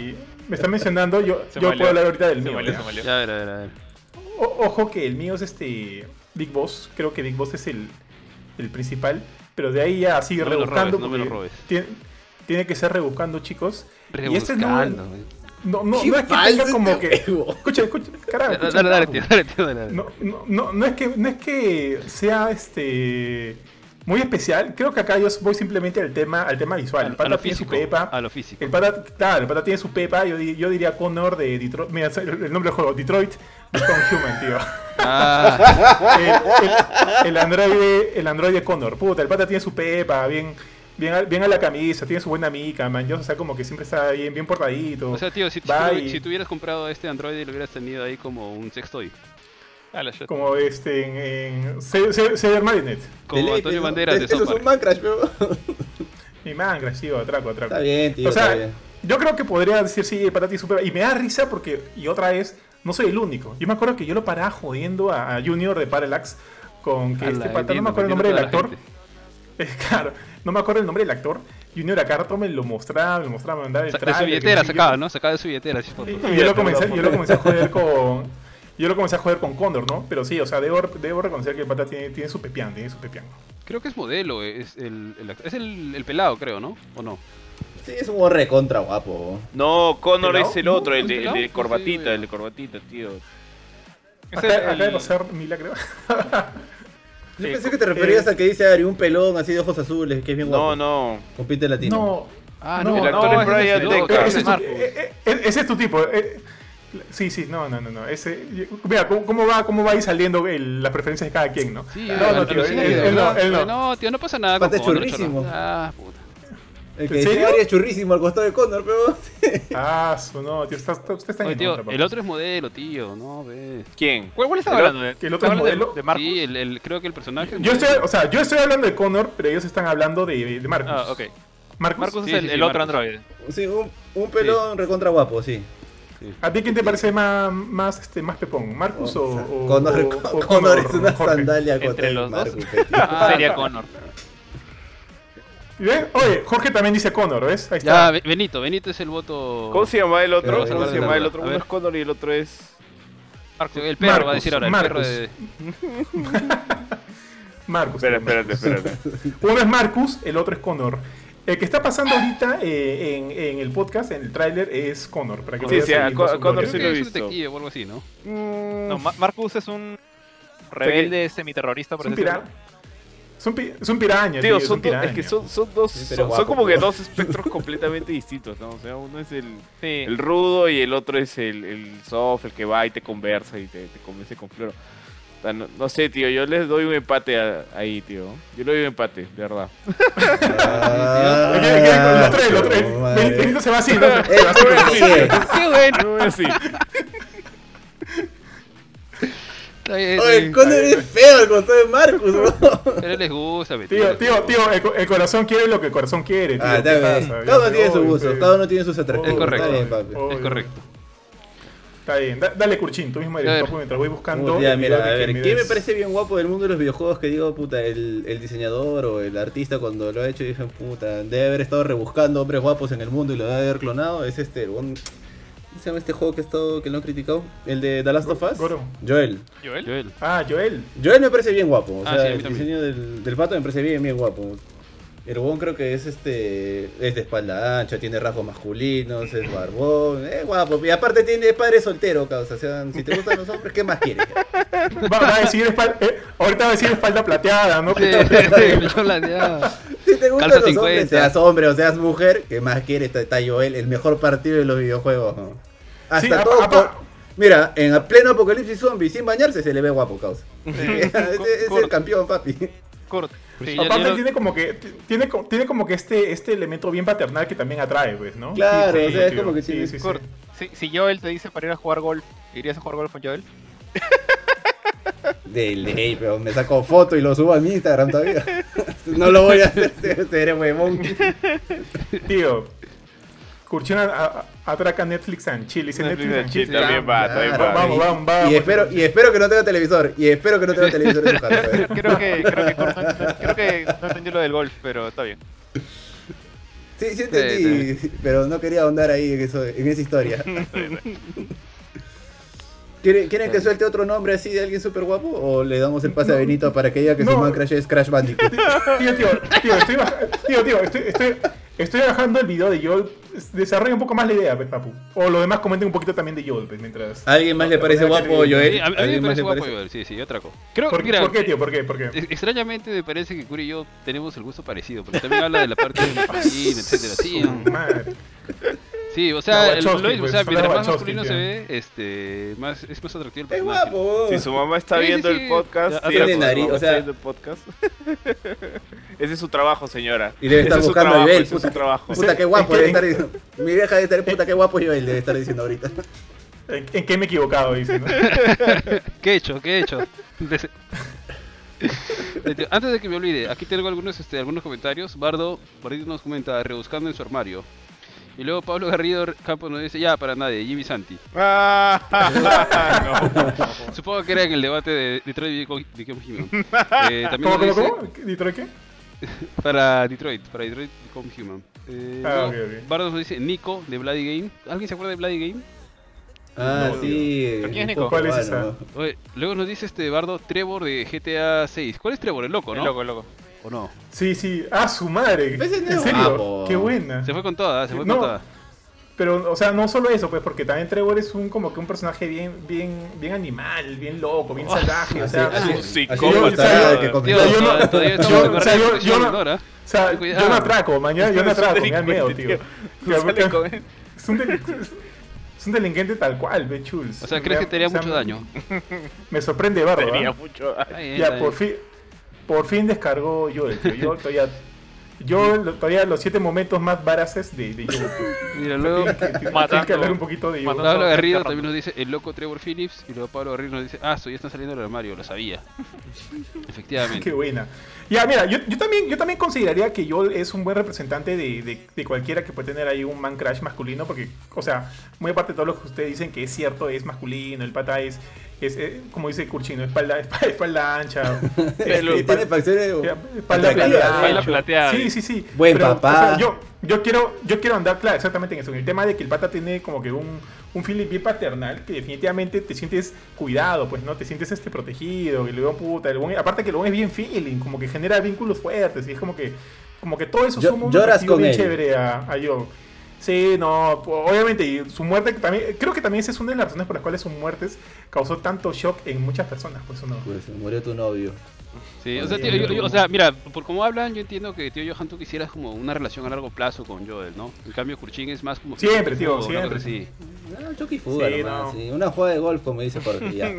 me están mencionando, yo Se puedo valió. hablar ahorita del Se mío. valió, ¿ya? se valió. Ya, a ver. Ojo que el mío es Big Boss. Creo que Big Boss es el principal. Pero de ahí ya así No me lo rebuscando. robes, no me lo porque robes. Tiene que ser rebuscando, chicos. Y este Rebuscando, no, güey. no es que tenga como que. Escucha, carajo. escucha, Dale, carajo. tío, dale, tío, dale. No es que sea muy especial. Creo que acá yo voy simplemente al tema visual. El A pata lo tiene su físico. pepa. A lo físico. Claro, el pata tiene su pepa. Yo diría Connor de Detroit. Mira, el nombre del juego, Detroit Become Human, tío. Ah, El androide Connor. Puta, el pata tiene su pepa, bien a la camisa, tiene su buena mica, man. O sea, como que siempre está bien portadito. o sea, tío, si Va tú y- hubieras comprado este Android, lo hubieras tenido ahí como un sextoy. Ah, la shit. Como en Cyber Marionette. Como De ley, Antonio pero Banderas de eso South es un Park. Minecraft, pero... Y man, tío, atraco. Está bien, tío, O sea, está bien. yo creo que podría decir sí, el pata tiene su pepa. Y me da risa porque, y otra vez, no soy el único. Yo me acuerdo que yo lo paraba jodiendo a Junior de Parallax con que este pata, no me acuerdo el nombre del actor. Claro, no me acuerdo el nombre del actor. Junior acá rato me lo mostraba, me mandaba el De su trailer, que billetera no sé qué. sacaba, ¿no? Sacaba de su billetera. Así, fotos. Y yo lo comencé a joder con. Yo lo comencé a joder con Condor, ¿no? Pero sí, o sea, debo reconocer que el pata tiene su pepián, Creo que es modelo, es el pelado, creo, ¿no? ¿O no? Sí, es un juego recontra guapo. No, Connor ¿Pelado? es el otro, No, el de ¿pelado? Sí, corbatita, sí, el de corbatita, tío. Es Acaba el- de pasar Mila, creo. Yo pensé que te referías al que dice Ari, un pelón así de ojos azules, que es bien guapo. No. Compite latino. No. Ah, No, no, el actor es ese Brian el otro, Decker. ese es Marcus. Ese es tu tipo. Sí, no. Mira, ¿cómo va ahí saliendo las preferencias de cada quien, ¿no? Sí, no, tío, alucina, él no. No, tío, no pasa nada Pata con Condor, churrísimo. chorro. Ah, puta. El que ¿En dice serio? Ari es churrísimo al costado de Connor, pero... No, tío, usted está Oye, en tío, contra, papá. el otro es modelo, tío, no ves. ¿Quién? ¿Cuál estaba El hablando? que el ¿Estaba otro es hablando modelo. de Marcus? Sí, creo que el personaje. es Yo modelo. estoy hablando de Connor, pero ellos están hablando de Marcus. Ah, ok. Marcus, Sí, es sí, el otro Marcus. androide. Sí, un pelón recontra guapo, sí. ¿a ti quién te parece más pepón? ¿Marcus o Connor es una Jorge? sandalia Entre contra los dos. Marcus, tío. Sería Connor. ¿Y ven? Oye, Jorge también dice Connor, ¿ves? Ahí Ya, está. Benito es el voto. ¿Cómo se llama el otro? Pero ¿Cómo vamos a se llama ver, el otro? a Uno ver. es Connor y el otro es... Sí, el perro va a decir ahora, el perro Marcus. de. Marcus. Espérate. Uno es Marcus, el otro es Connor. El que está pasando ahorita en el podcast, en el tráiler, es Connor. Para que Sí, vayas sí, a siguiendo su Connor gloria. sí Creo lo he que es un visto. detective o algo así, ¿no? No, Marcus es un rebelde semiterrorista, por Es un así decirlo. piraña. Es un piraña, Tío, es son un piraña. es que son dos, Sí, pero son guapo, como que pero- dos espectros completamente distintos, ¿no? O sea, uno es Sí. el rudo y el otro es el soft, el que va y te conversa y te convence con flor. O sea, no sé, tío, yo les doy un empate ahí, tío. Yo le doy un empate, de verdad. El otro, madre. Benito se va así, ¿no? Se va así. Sí, ¡Qué bueno! No voy así. Está bien, está Oye, bien. Connor es feo al costado de Marcus, bro. Pero les gusta, me Tío, el corazón quiere lo que el corazón quiere, tío. Ah, está ¿Qué bien. pasa? Cada uno tiene sus Obvio, gustos, sí. cada uno tiene sus atractivos. Es correcto. Está bien, papi. Obvio. Es correcto. Está bien, dale Curchín, tú mismo A eres ver. papu mientras voy buscando. Ya, el mira, video a de que ver, me ¿qué me des- parece bien guapo del mundo de los videojuegos? Que digo, puta, el diseñador o el artista cuando lo ha hecho, dije, puta, debe haber estado rebuscando hombres guapos en el mundo y lo debe haber clonado. Es ¿cómo se llama este juego que lo han criticado? El de The Last of Us. Goro. Joel. Joel. Ah, Joel. Joel me parece bien guapo. O Ah, sea, sí, a mí el también. diseño del pato me parece bien guapo. El huevón creo que es es de espalda ancha, tiene rasgos masculinos, es barbón, es guapo. Y aparte tiene padre soltero, causa. O sea, si te gustan los hombres, ¿qué más quieres? Va a decir ahorita va a decir espalda plateada, ¿no? Sí, yo la idea. Si te gustan Calza los 50. hombres, seas hombre o seas mujer, ¿qué más quieres? Está Joel, el mejor partido de los videojuegos. ¿no? Hasta Sí, todo apa- Mira, en pleno apocalipsis zombie, sin bañarse, se le ve guapo, causa. es el campeón, papi. Kurt. Sí, Aparte tiene como que este elemento bien paternal que también atrae, pues, ¿no? Claro, Sí, o sea, es tío. como que tiene- Kurt, si Joel te dice para ir a jugar golf, ¿irías a jugar golf con Joel? De ley, pero me saco foto y lo subo a mi Instagram todavía. No lo voy a hacer, seré huevón. Tío, Curchina atraca Netflix and chill. Dice Netflix and chill. También va, también va. Vamos. Y espero que no tenga televisor. Y espero que no tenga televisor en su casa. Creo que Kurt no entendió lo del golf, pero está bien. Sí entendí, pero no quería ahondar ahí en esa historia. ¿Quieren que suelte otro nombre así de alguien súper guapo? ¿O le damos el pase a Benito para que diga que su man Crash es Crash Bandicoot? Estoy bajando el video de Joel. Desarrolla un poco más la idea, pues, papu. O lo demás comenten un poquito también de Joel, pues, mientras... ¿A alguien más le parece guapo Joel? Sí, a mí me parece guapo Joel, sí, yo atraco. Creo, ¿Por qué, tío? ¿Por qué? Extrañamente me parece que Curi y yo tenemos el gusto parecido, porque también habla de la parte de masculina, etcétera, sí. Madre. Sí, o sea, Wachowski, o sea, pues, mientras más Wachowski, masculino tío. se ve, es más atractivo el Es personaje. guapo. Si su mamá está Sí, viendo sí, el podcast, ya, dígale, tiene su nariz, mamá o sea- está viendo el podcast. Ese es su trabajo, señora. Y debe estar Ese es su buscando a trabajo, Joel, ese es su puta. trabajo. Puta, qué guapo Es que- debe estar diciendo. Mi vieja debe estar, puta, qué guapo Joel debe estar diciendo ahorita. ¿En qué me he equivocado? Dice, ¿no? ¿Qué he hecho? Antes de que me olvide, aquí tengo algunos comentarios. Bardito nos comenta, rebuscando en su armario. Y luego Pablo Garrido Campos nos dice, ya, para nadie, Jimmy Santi. No. Supongo que era en el debate de Detroit Become Human. También nos dice, ¿Cómo? ¿Detroit qué? Para Detroit Become Human. Luego, Ok. Bardo nos dice, Nico, de Bloody Game. ¿Alguien se acuerda de Bloody Game? Ah, No, sí. ¿Pero quién es un Nico? poco ¿Cuál es bueno. esa? Oye, luego nos dice Bardo, Trevor de GTA 6. ¿Cuál es Trevor? El loco, ¿no? El loco. ¿O no? Sí. Ah, su madre. Ese no ¿En es serio? guapo. Qué buena. Se fue con toda, se fue No. con toda. Pero, o sea, no solo eso, pues, porque también Trevor es como que un personaje bien animal, bien loco, bien salvaje. O Así, sea, así, un así psicópata. como está que Tío, comentó. yo no- todavía estamos en barra de yo protección no- menor, ¿ah? O sea, Cuidado. yo no atraco, mañana yo no Es un atraco, me da miedo, delincuente, tío. No sale con- Es un delincuente tal cual, ve chuls. O sea, ¿crees que te haría O sea, mucho daño? Me sorprende barro, Tenía ¿ah? mucho. Está bien, Ya, está bien. por fin descargó Joel, tío. Todavía los 7 momentos más varaces de Joel. Mira, luego Tienes que hablar un poquito de Joel. Matando- Pablo Garrido Caramba. también nos dice el loco Trevor Phillips. Y luego Pablo Garrido nos dice, ya están saliendo del armario, lo sabía. Efectivamente. Qué buena. Ya, mira, yo también consideraría que Joel es un buen representante de cualquiera que puede tener ahí un man crush masculino, porque, o sea, muy aparte de todo lo que ustedes dicen que es cierto, es masculino, el pata es como dice Curchino, espalda ancha. Tiene facciones espalda atractivas. Espalda plateada. Sí. Buen Pero, papá. o sea, yo quiero andar, claro, exactamente en eso. En el tema de que el pata tiene como que un feeling bien paternal, que definitivamente te sientes cuidado, pues, ¿no? Te sientes protegido, que luego puta, aparte que luego es bien feeling, como que genera vínculos fuertes, y es como que todo eso suma un Lloras atractivo con bien él. chévere a Joel. Sí, no, obviamente, y su muerte también, creo que también esa es una de las razones por las cuales sus muertes causó tanto shock en muchas personas, pues, ¿o no? Pues murió tu novio. Sí, o sea, tío, o sea, mira, por cómo hablan, yo entiendo que tío Johan tú quisieras como una relación a largo plazo con Joel, ¿no? En cambio, Kurchin es más como... Siempre, tío, una siempre. cosa así. No, Chucky Fuga Sí, nomás, no. sí. Una jugada de golf, como dice Jorge, ya.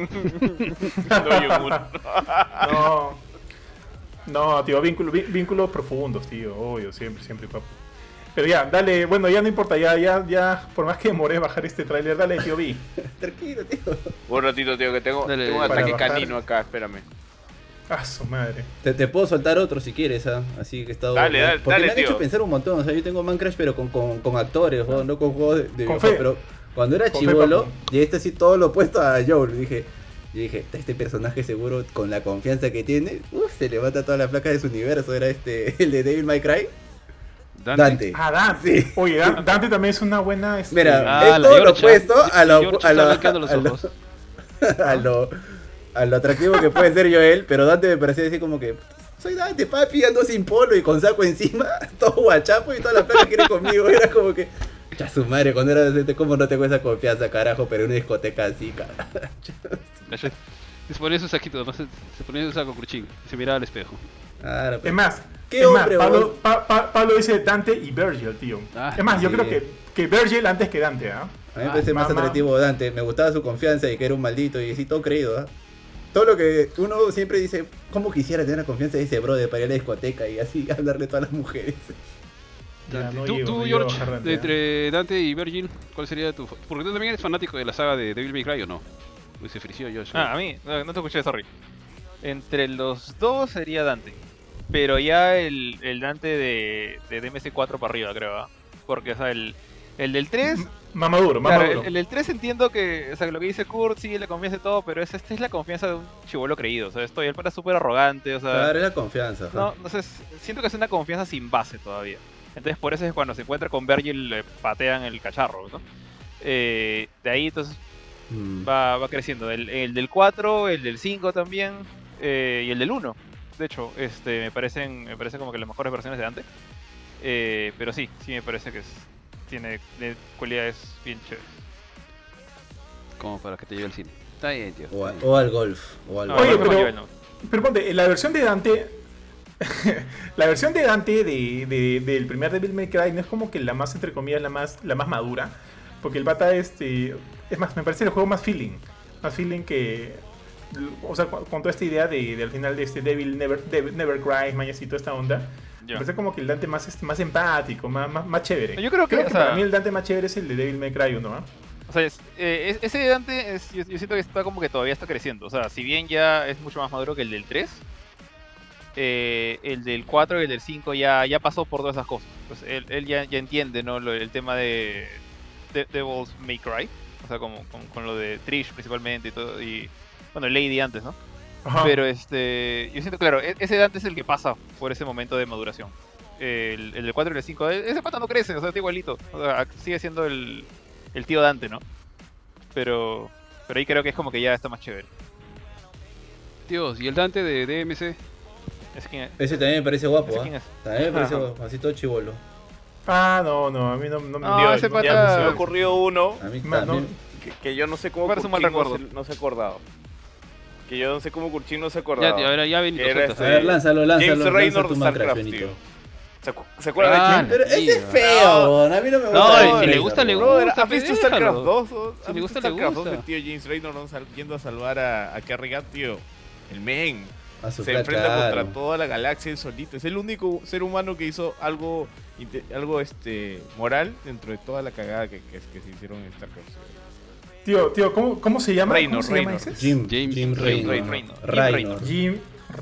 No, tío, vínculos profundos, tío, obvio, siempre, papu. Pero ya, dale, bueno, ya no importa, ya, por más que demoré bajar este tráiler, dale, tío B. Tranquilo, tío. Un ratito, tío, que tengo Dale, un para ataque bajar. canino acá, espérame. Ah, su madre. Te puedo soltar otro si quieres, ¿ah? Así que he estado. Dale, porque dale, me han tío. hecho pensar un montón. O sea, yo tengo Minecraft, pero con actores, no con juegos de Con videojuegos. fe. Pero cuando era Con fe, chivolo, papu. y este sí todo lo opuesto a Joel. Yo dije, este personaje seguro, con la confianza que tiene, se levanta toda la placa de su universo. Era el de Devil May Cry. Dante. Ah, Dante. Sí. Oye, Dante también es una buena... Mira, Ah, es la todo lo Yorcha. opuesto a lo, Yorcha a está lo, blanqueando los a lo- ojos. a lo atractivo que puede ser Joel, pero Dante me parecía decir como que soy Dante, papi, ando sin polo y con saco encima, todo guachapo y toda la placa quiere conmigo. Era como que, ya su madre, cuando era adolescente, ¿cómo no tengo esa confianza, carajo? Pero en una discoteca así, carajo. Se ponía su saquito, no se ponía su saco Kurchin y se miraba al espejo. Claro, Es pero- más, ¿Qué hombre, Pablo, Pablo dice Dante y Virgil, tío. Ah, es más, yo sí. creo que Virgil antes que Dante, ¿ah? A mí me parece más mamá. atractivo Dante, me gustaba su confianza y que era un maldito y así todo creído, ¿ah? Todo lo que uno siempre dice, ¿cómo quisiera tener la confianza de ese brother para ir a la discoteca y así hablarle a todas las mujeres? Ya, no Tú, llego, tú, no llego a George, bajar Dante, de ¿ah? entre Dante y Virgil, ¿cuál sería tu...? Porque tú también eres fanático de la saga de Devil May Cry, ¿o no? Pues se frició George. Ah, a mí, no te escuché, sorry. Entre los dos sería Dante. Pero ya el Dante de DMC4 para arriba, creo. ¿Ah? Porque, o sea, el del 3. Más maduro, más Claro, maduro. el del 3 entiendo que, o sea, lo que dice Kurt, sí, la confianza y todo, pero esta es la confianza de un chibolo creído. O sea, esto, y él para súper arrogante, o sea. Claro, es la confianza. ajá. No sé, siento que es una confianza sin base todavía. Entonces por eso es cuando se encuentra con Virgil le patean el cacharro, ¿no? De ahí entonces va creciendo. El del 4, el del 5 también, y el del 1. De hecho, me parecen como que las mejores versiones de Dante. Pero sí me parece que tiene cualidades bien chéveres. Como para que te lleve al cine. Está bien, tío. O al golf. O al No, golf. Oye, el otro nivel no. pero ponte, la versión de Dante. La versión de Dante del primer Devil May Cry no es como que la más, entre comillas, la más madura. Porque el pata, es más, me parece el juego más feeling. Más feeling que. O sea, con toda esta idea de al final de este Devil Never Cry, Mayas y toda esta onda. Me parece como que el Dante más empático, más chévere. Yo creo que, o sea, para mí el Dante más chévere es el de Devil May Cry 1, ¿no? O sea, ese de Dante yo siento que está como que todavía está creciendo. O sea, si bien ya es mucho más maduro que el del 3, el del 4 y el del 5 ya pasó por todas esas cosas. Pues él ya entiende, ¿no? El tema de Devil's May Cry. O sea, como con lo de Trish principalmente y todo. Y bueno, Lady antes, ¿no? Ajá. Pero yo siento, claro, ese Dante es el que pasa por ese momento de maduración. El del 4 y el 5, ese pata no crece, o sea, está igualito. O sea, sigue siendo el tío Dante, ¿no? Pero ahí creo que es como que ya está más chévere. Tíos, ¿y el Dante de DMC? Ese también me parece guapo, ¿Ese ¿ah? quién es? También me parece Ajá. guapo, así todo chivolo. No, a mí no me No, dio. ese ya pata- Me me- ocurrió uno A mí Ma- no, también. que yo no sé cómo Parece un mal Kurchin recuerdo. no se ha acordado. Que yo no sé cómo Kurchin no se ha Ya, acordado. tío, ahora ya Benito, Que era suelta. A ver, lánzalo, James lanza Raynor tu de Minecraft, StarCraft, Benito. tío. ¿Se acuerdan Ah, de James? Pero ese es Tío. feo, a mí no me gusta. No, James si le Raynor, gusta, le bro. gusta. Brother, ¿has visto déjalo. StarCraft 2? Si ¿Has le visto gusta, le StarCraft 2 gusta. del tío James Raynor yendo a salvar a Kerrigan, tío? El men. A su Se flaca, enfrenta claro. contra toda la galaxia él solito. Es el único ser humano que hizo algo moral dentro de toda la cagada que se hicieron en StarCraft. Tío, ¿cómo se llama? Raynor, ¿Cómo se llama Raynor. ese? Jim Raynor. Raynor. Jim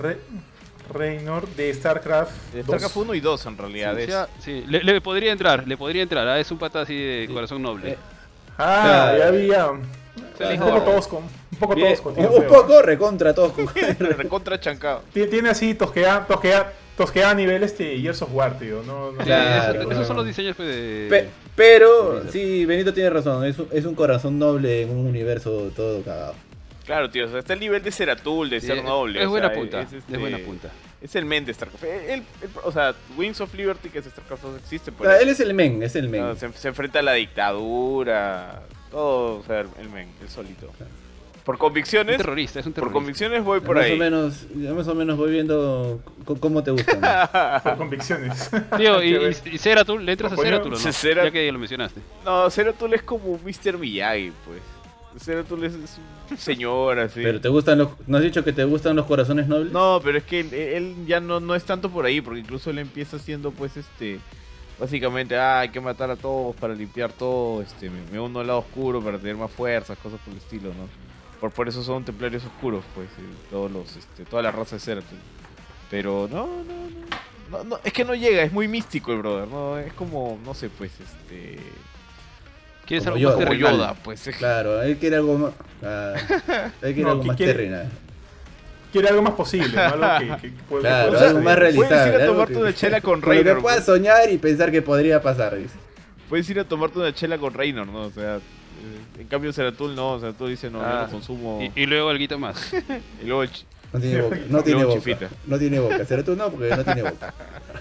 Raynor de StarCraft. De 2. StarCraft 1 y 2 en realidad. Sí, es- o sea, sí, le podría entrar, es un pata así de corazón noble. Ya había. Se Un dijo poco gordo. tosco. Un poco Bien, tosco, tío. un feo. poco recontra todos. Recontra chancado. Tiene así, tosquea a nivel Gears of War, tío. No, Claro, Esos son los diseños pues, de... Pero, sí, Benito tiene razón. Es un corazón noble en un universo todo cagado. Claro, tío. O sea, está el nivel de Seratul, de Sí, ser noble. es o buena sea, punta, es es buena punta. Es el men de StarCraft. O sea, Wings of Liberty, que es StarCraft 2, existe por Ah, eso. él es el men, es el men. No, se enfrenta a la dictadura. Todo, o sea, el men, el solito. Por Es convicciones, un terrorista, es un por terrorista. convicciones voy por más ahí. o menos voy viendo cómo te gustan. Por convicciones. Tío, Qué bueno. y Seratul, ¿le entras a Coño, Seratul o no? Seratul- Ya que lo mencionaste. No, Seratul es como Mr. Miyagi, pues. Seratul es un señor así. Pero te gustan los... ¿No has dicho que te gustan los corazones nobles? No, pero es que él ya no es tanto por ahí, porque incluso él empieza siendo pues básicamente, hay que matar a todos para limpiar todo, me uno al lado oscuro para tener más fuerzas, cosas por el estilo, ¿no? Por eso son templarios oscuros, pues, toda la raza de Seratul. Pero no, es que no llega, es muy místico el brother, no, es como, no sé, pues, ¿Quieres Como algo más Yoda. como terrenal? Yoda, pues. Claro, él quiere algo más... él quiere No, algo que más quiere- terrenal. Quiere algo más posible, ¿no? Algo que puede Claro, puede algo más ser. realizable. Puedes ir a algo tomarte que- una chela con lo que Raynor, puedas pues. soñar y pensar que podría pasar, dice. Puedes ir a tomarte una chela con Raynor, ¿no? O sea, en cambio Seratul no, Seratul dice, no, yo Ah, no consumo. Y luego algo más. Y luego No tiene boca. No tiene Luego boca. chifita. No tiene boca. Será tú no, porque no tiene boca.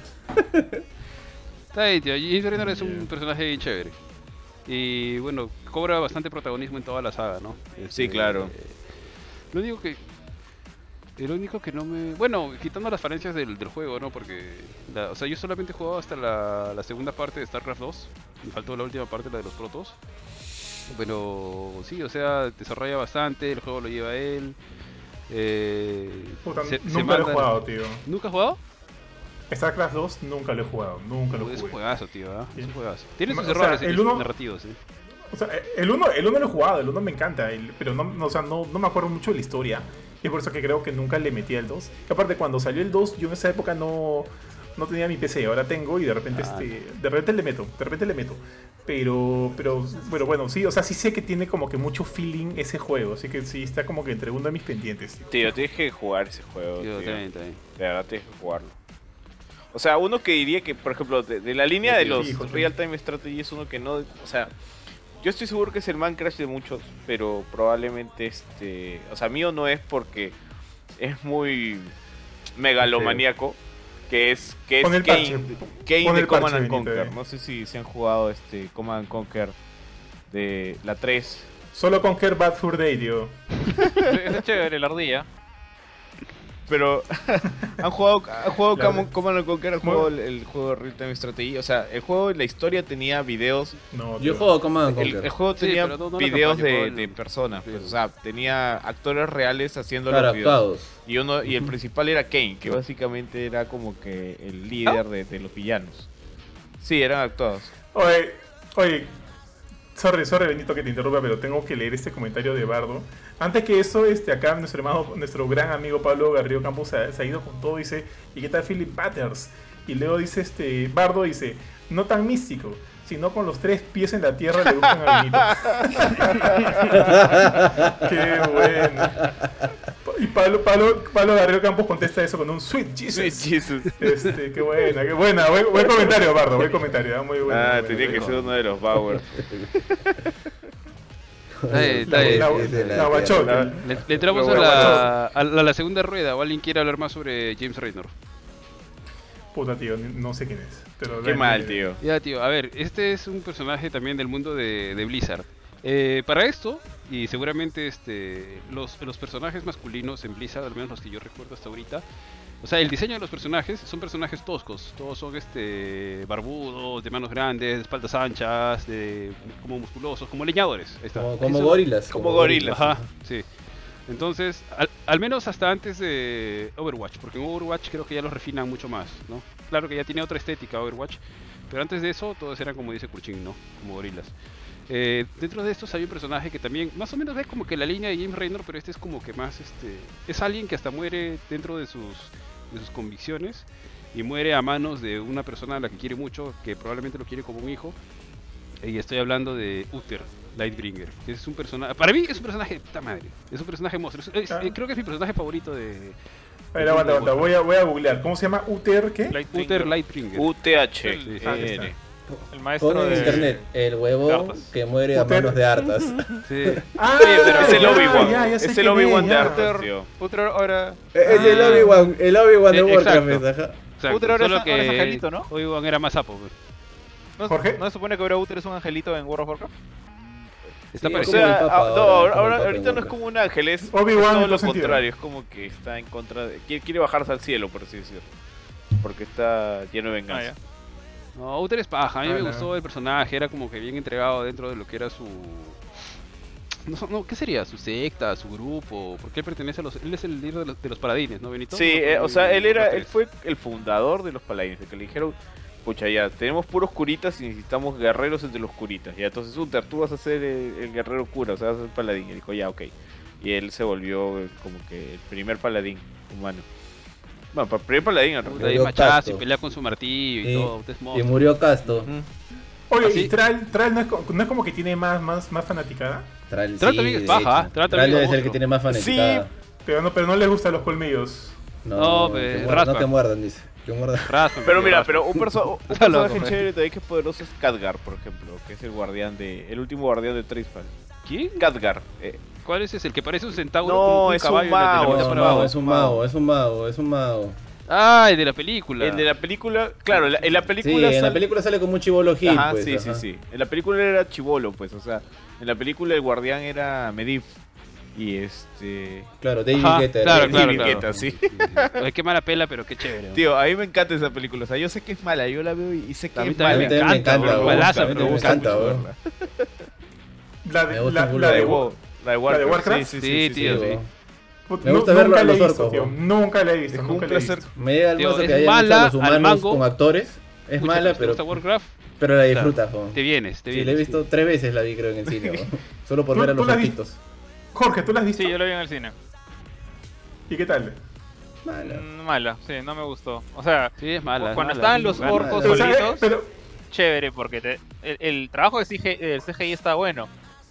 Está ahí, tío. James Raynor es un personaje bien chévere. Y bueno, cobra bastante protagonismo en toda la saga, ¿no? Sí, claro. Lo único que... El único que no me... Bueno, quitando las falencias del juego, ¿no? Porque... o sea, yo solamente he jugado hasta la segunda parte de StarCraft 2. Me faltó la última parte, la de los protos. Pero sí, o sea, desarrolla bastante, el juego lo lleva él. Puta, se nunca lo manda- he jugado, tío. ¿Nunca has jugado? StarCraft 2 nunca lo he jugado, nunca lo Es un jugué. juegazo, tío, ¿ah? Es un Sí. juegazo. Tiene sus O sea, errores el y sus uno- narrativos, ¿eh? O sea, el 1 lo he jugado, el 1 me encanta, pero o sea, no me acuerdo mucho de la historia. Y es por eso que creo que nunca le metí al 2. Que aparte, cuando salió el 2, yo en esa época no tenía mi PC, ahora tengo y de repente, de repente le meto. Pero bueno, sí, o sea, sí sé que tiene como que mucho feeling ese juego, así que sí está como que entre uno de mis pendientes. Tío, tienes que jugar ese juego, Tío, tío. también. De verdad tienes que jugarlo. O sea, uno que diría que, por ejemplo, de la línea de los Hijo, Real Time Strategy es uno que no, o sea, yo estoy seguro que es el Man Crush de muchos, pero probablemente o sea, mío no es porque es muy megalomaníaco, que es Pon el parche. Kane Pon de el Command parche, and Benito, Conquer. No sé si se han jugado Command and Conquer de la 3. Solo Conquer Bad Fur Day, tío. Es chévere la ardilla. Pero han jugado La Command and Conquer, han jugado el juego de Real Time Strategy. O sea, el juego, la historia tenía videos. No, Yo tío. juego Command El Conquer. juego Sí, tenía pero no la videos campaña, de, todo de el- personas, pues, sí. o sea, tenía actores reales haciendo Claro, los videos. actuados. Y el principal era Kane, que básicamente era como que el líder de los villanos. Sí, eran actuados. Oye, sorry Benito que te interrumpa, pero tengo que leer este comentario de Bardo. Antes que eso, acá nuestro gran amigo Pablo Garrido Campos se ha ido con todo, dice, ¿y qué tal Philip Butters? Y luego dice Bardo dice, no tan místico, sino con los 3 pies en la tierra le gustan a Benito. Qué bueno. Y Pablo Garrido Campos contesta eso con un sweet Jesus. Sweet Jesus. Qué buena. Buen comentario, Bardo, buen comentario. Muy bueno. Ah, muy tenía bueno. que ser uno de los Bauer. Está bien. La guachota. Le entramos Pero a la segunda rueda. ¿O alguien quiere hablar más sobre James Raynor? Puta, tío, no sé quién es. Pero Qué mal, tío. Ya, tío, a ver, este es un personaje también del mundo de Blizzard. Para esto, y seguramente los personajes masculinos en Blizzard, al menos los que yo recuerdo hasta ahorita, o sea, el diseño de los personajes son personajes toscos. Todos son barbudos, de manos grandes, de espaldas anchas, como musculosos, como leñadores. Ahí está. Como Eso- gorilas. Como gorilas. Ajá, sí. Entonces, al menos hasta antes de Overwatch, porque en Overwatch creo que ya los refinan mucho más, ¿no? Claro que ya tiene otra estética Overwatch, pero antes de eso todos eran como dice Kurchin, ¿no? Como gorilas. Dentro de estos hay un personaje que también más o menos ve como que la línea de James Raynor, pero este es como que más, es alguien que hasta muere dentro de sus convicciones y muere a manos de una persona a la que quiere mucho, que probablemente lo quiere como un hijo. Y estoy hablando de Uther Lightbringer, que es un personaje, para mí es un personaje de puta madre, es un personaje monstruo, creo que es mi personaje favorito de... A ver, aguanta. Voy a googlear. ¿Cómo se llama? ¿Uther qué? Uther Lightbringer. UTH. Ah, está. El maestro Pon en de internet el huevón Cartas. que muere a Uther. manos de hartas. Sí. Ah, Oye, pero es el ya, Obi-Wan. ya sé Es el quién Obi-Wan es, de ya. Arthur, tío. Uther ahora. Es el Obi-Wan de Warcraft. exacto. ajá. Exacto, Uther ahora solo es que angelito, ¿no? Obi-Wan era más sapo, pues. ¿No, ¿Jorge? ¿No se supone que ahora Uther es un angelito en World of Warcraft? Está Sí, O es parecido. como el sea, Papa no, ahora, como el Papa ahorita en no es Warcraft. como un ángel, es Obi-Wan todo en lo todo sentido. contrario, es como que está en contra de... Quiere bajarse al cielo, por así decirlo. Porque está lleno de venganza. No, Uther es paja, a mí Ah, me no. gustó el personaje, era como que bien entregado dentro de lo que era su... No, ¿qué sería? Su secta, su grupo, porque él pertenece a él es el líder de los paladines, ¿no, Benito? Sí, No, o sea, él Warcraft. fue el fundador de los paladines, el que le dijeron, pucha, ya, tenemos puros curitas y necesitamos guerreros entre los curitas. Ya, entonces, Uther, tú vas a ser el guerrero cura, o sea, vas a ser paladín. Y dijo, ya, ok. Y él se volvió como que el primer paladín humano. Bueno, el primer paladín en Puta, realidad. ahí Murió machazo y Casto. pelea con su martillo y Y- todo, es Y monstruo. murió Casto. Ujú. Oye, ¿Ah, sí? ¿y Tral no es como que tiene más fanaticada? Tral Tral también es de paja, hecho. Tral también Tral es debe ser el monstruo. que tiene más fanaticada. Pero no les gustan los colmillos. No, que pues, muerdan- raspa. no que muerdan, dice. Que muerdan. Raspa, Pero mira, raspa. pero un Está personaje loco, chévere también que es poderoso es Khadgar, por ejemplo, que es el último guardián de Trisfal. ¿Quién? Khadgar. ¿Cuál es ese? ¿El que parece un centauro? No, con un es un caballo en la- de la mago, mitad Es un para abajo? mago, es un mago, es un mago, es un mago. Ah, el de la película. El de la película, claro, en la Sí, película en la sale- película sale como un chibolo gil, Ajá, pues. sí, ajá. sí. En la película era chivolo, pues, o sea, en la película el guardián era Medivh y Claro, David Ajá, Guetta. claro, David claro, Guetta, claro. sí. Ay, qué mala pela, pero qué chévere. Tío, a mí me encanta esa película, o sea, yo sé que es mala, yo la veo y sé que A mí es también mala. me encanta, bro, bro. malaza, A mí pero me gusta encanta, mucho bro. verla. La Me de, gusta la, full la de, la Wa- La de Warcraft. Warcraft? Sí, tío, sí. Me gusta verlo nunca a la he los visto, orcos, tío. ¿no? Nunca la he visto, Es nunca un la he placer. visto. Me llega el Tío, mazo es que hayan hecho mala a los al humanos mango. con actores. Es Escucha, mala, ¿te pero, gusta Warcraft? pero la disfrutas, jo. Te vienes, te Sí, vienes. la he visto 3 veces, la vi creo en el cine, jo. Solo por ¿Tú- ver a tú los la has orquitos. Jorge, ¿tú la has visto? Sí, yo lo vi en el cine. ¿Y qué tal? Mala. Mala, sí, no me gustó. O sea, Sí, es mala. es cuando mala, estaban es los mala. orcos Pero, o sea, solitos, pero chévere, porque el trabajo de el CGI está bueno.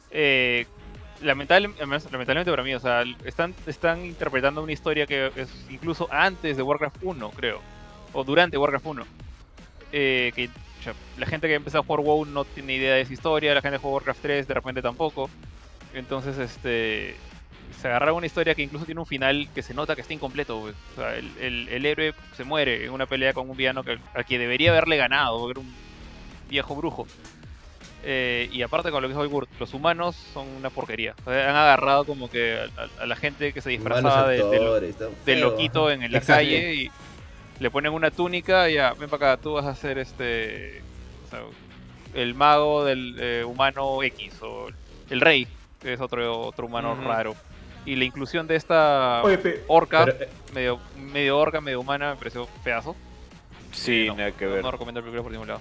Lamentablemente para mí, o sea, están interpretando una historia que es incluso antes de Warcraft 1, creo. o durante Warcraft 1. Que la gente que ha empezado a jugar WoW no tiene idea de esa historia, la gente que juega Warcraft 3 de repente tampoco. Entonces, se agarra una historia que incluso tiene un final que se nota que está incompleto, güey. O sea, el héroe se muere en una pelea con un villano al que debería haberle ganado, porque era un viejo brujo. Y aparte con lo que dijo Burt, los humanos son una porquería. O sea, han agarrado como que a la gente que se disfrazaba de loquito en la calle y le ponen una túnica y ya, ven para acá, tú vas a ser o sea, el mago del humano X o el rey, que es otro humano raro. Y la inclusión de esta orca, medio orca, medio humana, me pareció pedazo. Sí, nada que ver. No recomiendo el película por ningún lado.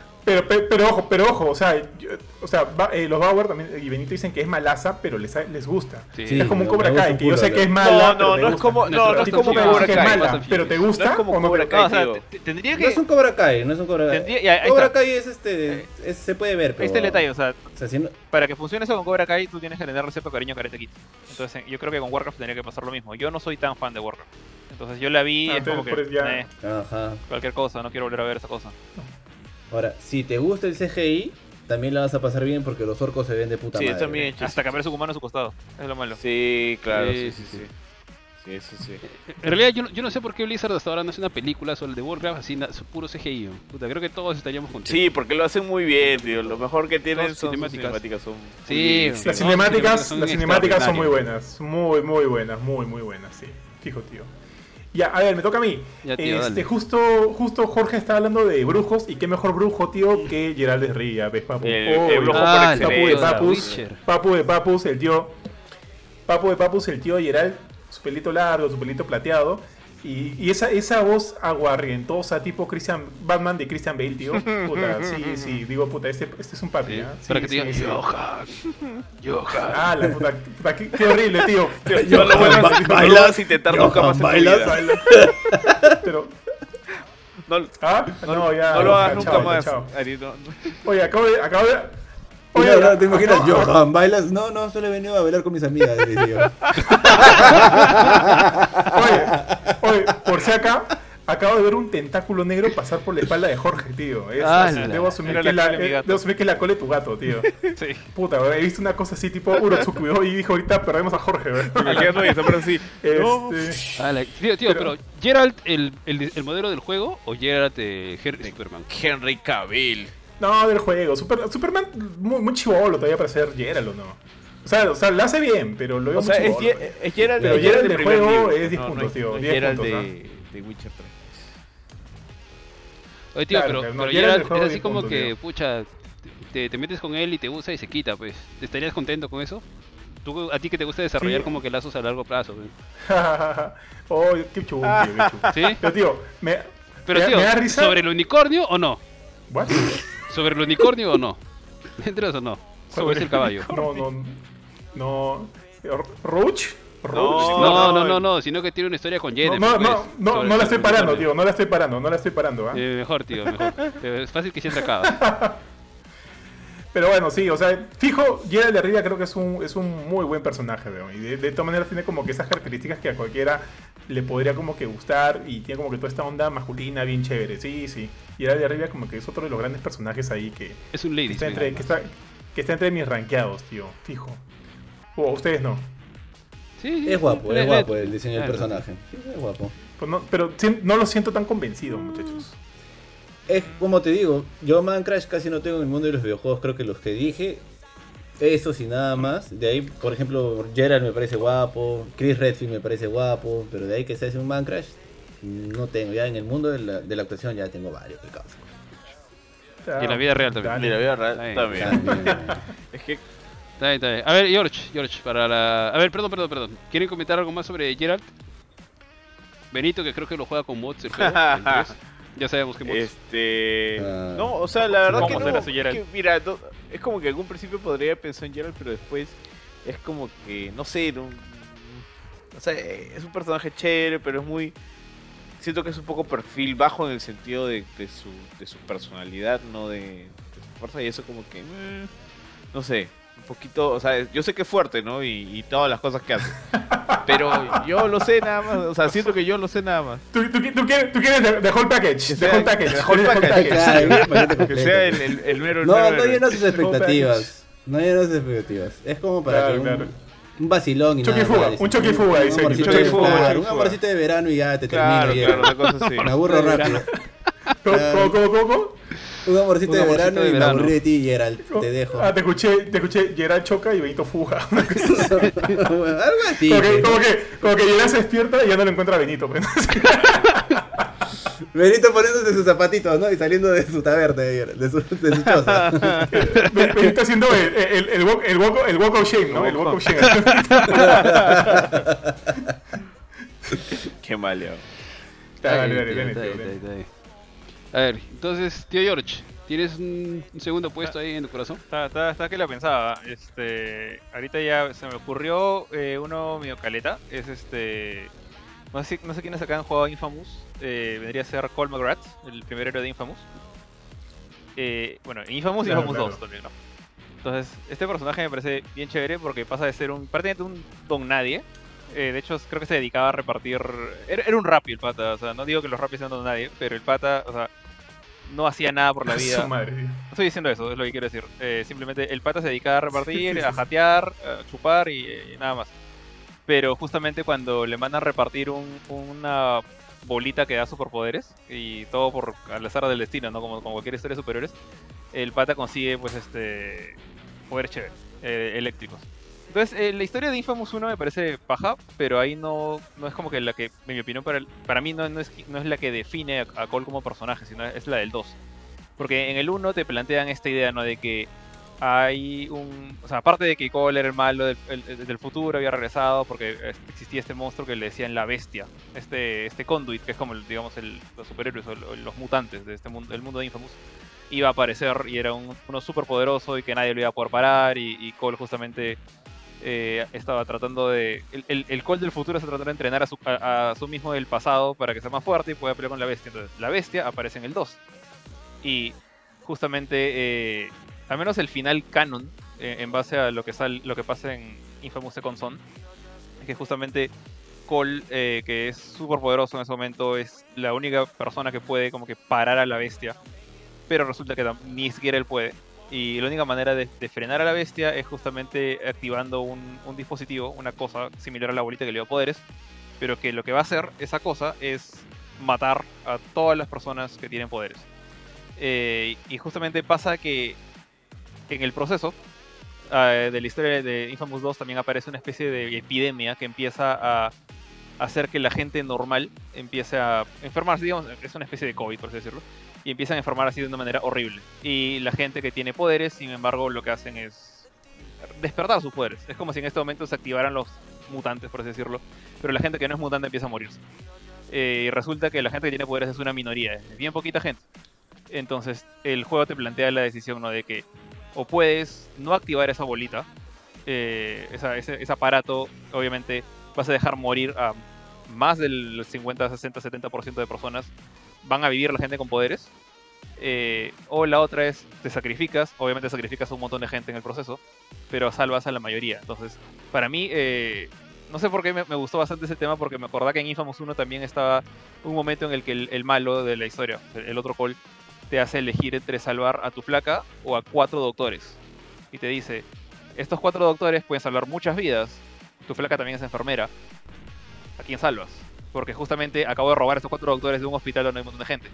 Pero ojo, o sea, los Bauer también y Benito dicen que es malaza, pero les gusta. Sí. Es como un Cobra Kai, que yo sé que es mala. No es como Cobra Kai. Pero ¿te gusta? No es como o no Cobra te Kai, gusta? O sea, tío. tendría No que... es un Cobra Kai, no es un Cobra Kai. ahí Cobra está. Kai se puede ver, pero... Ahí está el detalle, o sea, si no- para que funcione eso con Cobra Kai, tú tienes que tenerle cierto cariño a Karate Kid. Entonces, yo creo que con Warcraft tendría que pasar lo mismo. Yo no soy tan fan de Warcraft. Entonces, yo la vi y es como que... Ajá. cualquier cosa, no quiero volver a ver esa cosa. Ahora, si te gusta el CGI, también la vas a pasar bien porque los orcos se ven de puta Sí, madre. está bien hecho. Hasta que aparece un humano a su costado. Es lo malo. Sí, claro. Sí, Sí, sí, sí. Eso sí. En realidad yo no sé por qué Blizzard hasta ahora no hace una película sobre el de Warcraft así, puro CGI. Puta, creo que todos estaríamos contentos. Sí, porque lo hacen muy bien, tío. Lo mejor que tienen Todas son sus cinemáticas. cinemáticas. Son Sí, muy- Las cinemáticas son muy extraordinarias. buenas. Muy buenas, muy buenas, sí. Fijo, tío. Ya, a ver, me toca a mí. Ya, tío, dale. Justo Jorge está hablando de brujos, y qué mejor brujo, tío, que Geralt de Rivia, ¿ves, papu? El brujo por Ah, excelencia. Papu de Papus, el tío. Papu de Papus, el tío Geralt, su pelito largo, su pelito plateado. Y esa voz aguarrientosa, tipo Batman de Christian Bale, tío. Puta, sí, digo, puta, este es un papi, Sí, ¿ah? para que te Sí, digan, sí. Johan. Ah, la puta, qué horrible, tío. No lo vuelvas a intentar nunca más en tu vida. Pero, No, no, ya. no lo hagas ya, nunca chao, más. chao. Ari, no. Oye, acabo de. Oye, no, te imaginas, acabo- Johan, ¿bailas? No, solo he venido a bailar con mis amigas. Dice yo. Oye, por si acabo de ver un tentáculo negro pasar por la espalda de Jorge, tío. ¡Hala! Debo asumir Era que la cola de mi gato. debo asumir que es la cola de tu gato, tío. Sí. Puta, he visto una cosa así tipo Urotsukuyo y dijo ahorita perdemos a Jorge, ¿verdad? Aquí ando y está por así. No. Tío, pero ¿Geralt el modelo del juego o Geralt Superman? Henry Cavill. No, del juego. Superman muy chivolo todavía para ser Geralt, ¿o no? O sea, lo hace bien, pero lo veo O sea, muy es chibolo. Geralt Pero es Geralt del del primer juego libro. es 10 No, puntos, no, tío. no, 10 Geralt puntos, de Witcher 3. Oye, tío, Claro, pero no, Geralt Geralt del es juego así 10 como puntos, que, tío. pucha, te metes con él y te usa y se quita, pues. ¿Estarías contento con eso? ¿A ti que te gusta desarrollar Sí. como que lazos a largo plazo? Pues? Oh, qué chulo, tío, qué chulo. ¿Sí? Pero, tío, Pero, me tío, da risa. ¿sobre el unicornio o no? ¿What? ¿Sobre el unicornio o no? ¿Entras o no? ¿O es el caballo? No. ¿Roach? No, sino que tiene una historia con Jennifer. No pues, la estoy parando, unicornio. tío. No la estoy parando, ¿ah? Mejor, tío, mejor. Es fácil que sienta acaba. Pero bueno, sí, o sea, fijo, Geralt de Rivia creo que es un muy buen personaje, veo. Y de todas maneras tiene como que esas características que a cualquiera le podría como que gustar. Y tiene como que toda esta onda masculina bien chévere. Sí. Geralt de Rivia como que es otro de los grandes personajes ahí que Es un lady. está entre mis rankeados, tío. Fijo. O ustedes no. Sí, Es guapo el diseño del personaje. Sí, es guapo. Pues no, pero no lo siento tan convencido, muchachos. Es como te digo, yo Minecraft casi no tengo en el mundo de los videojuegos, creo que los que dije, esos y nada más. De ahí, por ejemplo, Geralt me parece guapo, Chris Redfield me parece guapo, pero de ahí que se hace un Minecraft, no tengo. Ya en el mundo de la actuación ya tengo varios que causan. Y en la vida real también. Dale. De la vida real Ahí. también. Es que Está bien. A ver, George, para la... A ver, perdón. ¿Quieren comentar algo más sobre Geralt? Benito, que creo que lo juega con mods el juego. el 3. Ya sabemos que mods. no, o sea, la verdad que ¿Cómo no, será es su Geralt? que, mira, es como que en algún principio podría pensar en Geralt, pero después es como que, no sé, o sea, es un personaje chévere, pero es muy... Siento que es un poco perfil bajo en el sentido de su personalidad, no de su fuerza, y eso como que... no sé. un poquito, o sea, yo sé que es fuerte, ¿no? Y todas las cosas que hace. Pero yo lo sé nada más, o sea, siento que yo lo sé nada más. Tú quieres the whole package. Que sea- The whole package. the whole quieres the package. Claro, un paquete Que completo. sea el mero No, mero no héroe. llena sus expectativas. No llena sus expectativas. Es como para Claro, que claro. un vacilón y Choque y nada fuga, más. un choque y fuga, dice. amorcito Choque y de- fuga, claro, choque y un fuga. amorcito de verano y ya te Claro, termino. claro, ya. una cosa así. Me aburro rápido. ¿Cómo? Un amorcito Un de amorcito verano de y me verano. aburrí de ti, Gerald. Te dejo. Ah, te escuché, Gerard choca y Benito fuga. Una cosa así. Algo así. Como que Gerard se despierta y ya no lo encuentra a Benito. Pues. Benito poniéndose sus zapatitos, ¿no? Y saliendo de su taberna, de su choza. Benito haciendo el walk of shame, ¿no? El walk of shame. Qué mal, ya. Dale, Está bien. A ver, entonces, tío George, ¿tienes un segundo puesto ahí en tu corazón? Está que la pensaba. Ahorita ya se me ocurrió uno medio caleta. Es no sé quiénes acá han jugado a Infamous. Vendría a ser Cole McGrath, el primer héroe de Infamous. Bueno, Infamous y Claro, Infamous claro. 2 también, ¿no? Entonces, este personaje me parece bien chévere porque pasa de ser prácticamente un don nadie. De hecho, creo que se dedicaba a repartir. Era un rapi el pata, o sea, no digo que los rapis sean don nadie, pero el pata, o sea, no hacía nada por la vida. Su madre. No estoy diciendo eso, es lo que quiero decir. Simplemente el pata se dedicaba a repartir, Sí, sí, a sí. jatear, a chupar y nada más. Pero justamente cuando le mandan repartir una bolita que da superpoderes, y todo por al azar del destino, ¿no? Como cualquier historia de superhéroes, el pata consigue, pues, poderes chéveres, eléctricos. Entonces, la historia de Infamous 1 me parece paja, pero ahí no es como que la que, en mi opinión, para mí no es la que define a Cole como personaje, sino es la del 2. Porque en el 1 te plantean esta idea, ¿no? De que hay o sea, aparte de que Cole era el malo del futuro, había regresado porque existía este monstruo que le decían la bestia. Este Conduit, que es como, digamos, los superhéroes o los mutantes de este mundo, el mundo de Infamous. Iba a aparecer y era uno súper poderoso y que nadie lo iba a poder parar y Cole justamente estaba tratando de... El Cole del futuro está tratando de entrenar a su mismo del pasado para que sea más fuerte y pueda pelear con la bestia. Entonces, la bestia aparece en el 2. Y justamente, al menos el final canon, en base a lo que pasa en Infamous Second Son, es que justamente Cole, que es súper poderoso en ese momento, es la única persona que puede como que parar a la bestia. Pero resulta que ni siquiera él puede. Y la única manera de frenar a la bestia es justamente activando un dispositivo, una cosa similar a la bolita que le dio poderes, pero que lo que va a hacer esa cosa es matar a todas las personas que tienen poderes. Y justamente pasa que en el proceso de la historia de Infamous 2 también aparece una especie de epidemia que empieza a hacer que la gente normal empiece a enfermarse, digamos, es una especie de COVID, por así decirlo, y empiezan a enfermar así de una manera horrible. Y la gente que tiene poderes, sin embargo, lo que hacen es despertar sus poderes. Es como si en este momento se activaran los mutantes, por así decirlo, pero la gente que no es mutante empieza a morirse. Y resulta que la gente que tiene poderes es una minoría, es bien poquita gente. Entonces el juego te plantea la decisión, ¿no? De que o puedes no activar esa bolita, ese aparato, obviamente vas a dejar morir a más del 50, 60, 70% de personas, van a vivir la gente con poderes, o la otra es, te sacrificas, obviamente sacrificas a un montón de gente en el proceso, pero salvas a la mayoría. Entonces, para mí, no sé por qué me gustó bastante ese tema, porque me acordaba que en Infamous 1 también estaba un momento en el que el malo de la historia, el otro Cole, te hace elegir entre salvar a tu flaca o a 4 doctores. Y te dice, estos 4 doctores pueden salvar muchas vidas, tu flaca también es enfermera, ¿a quién salvas? Porque justamente acabo de robar a estos 4 doctores de un hospital donde hay un montón de gente.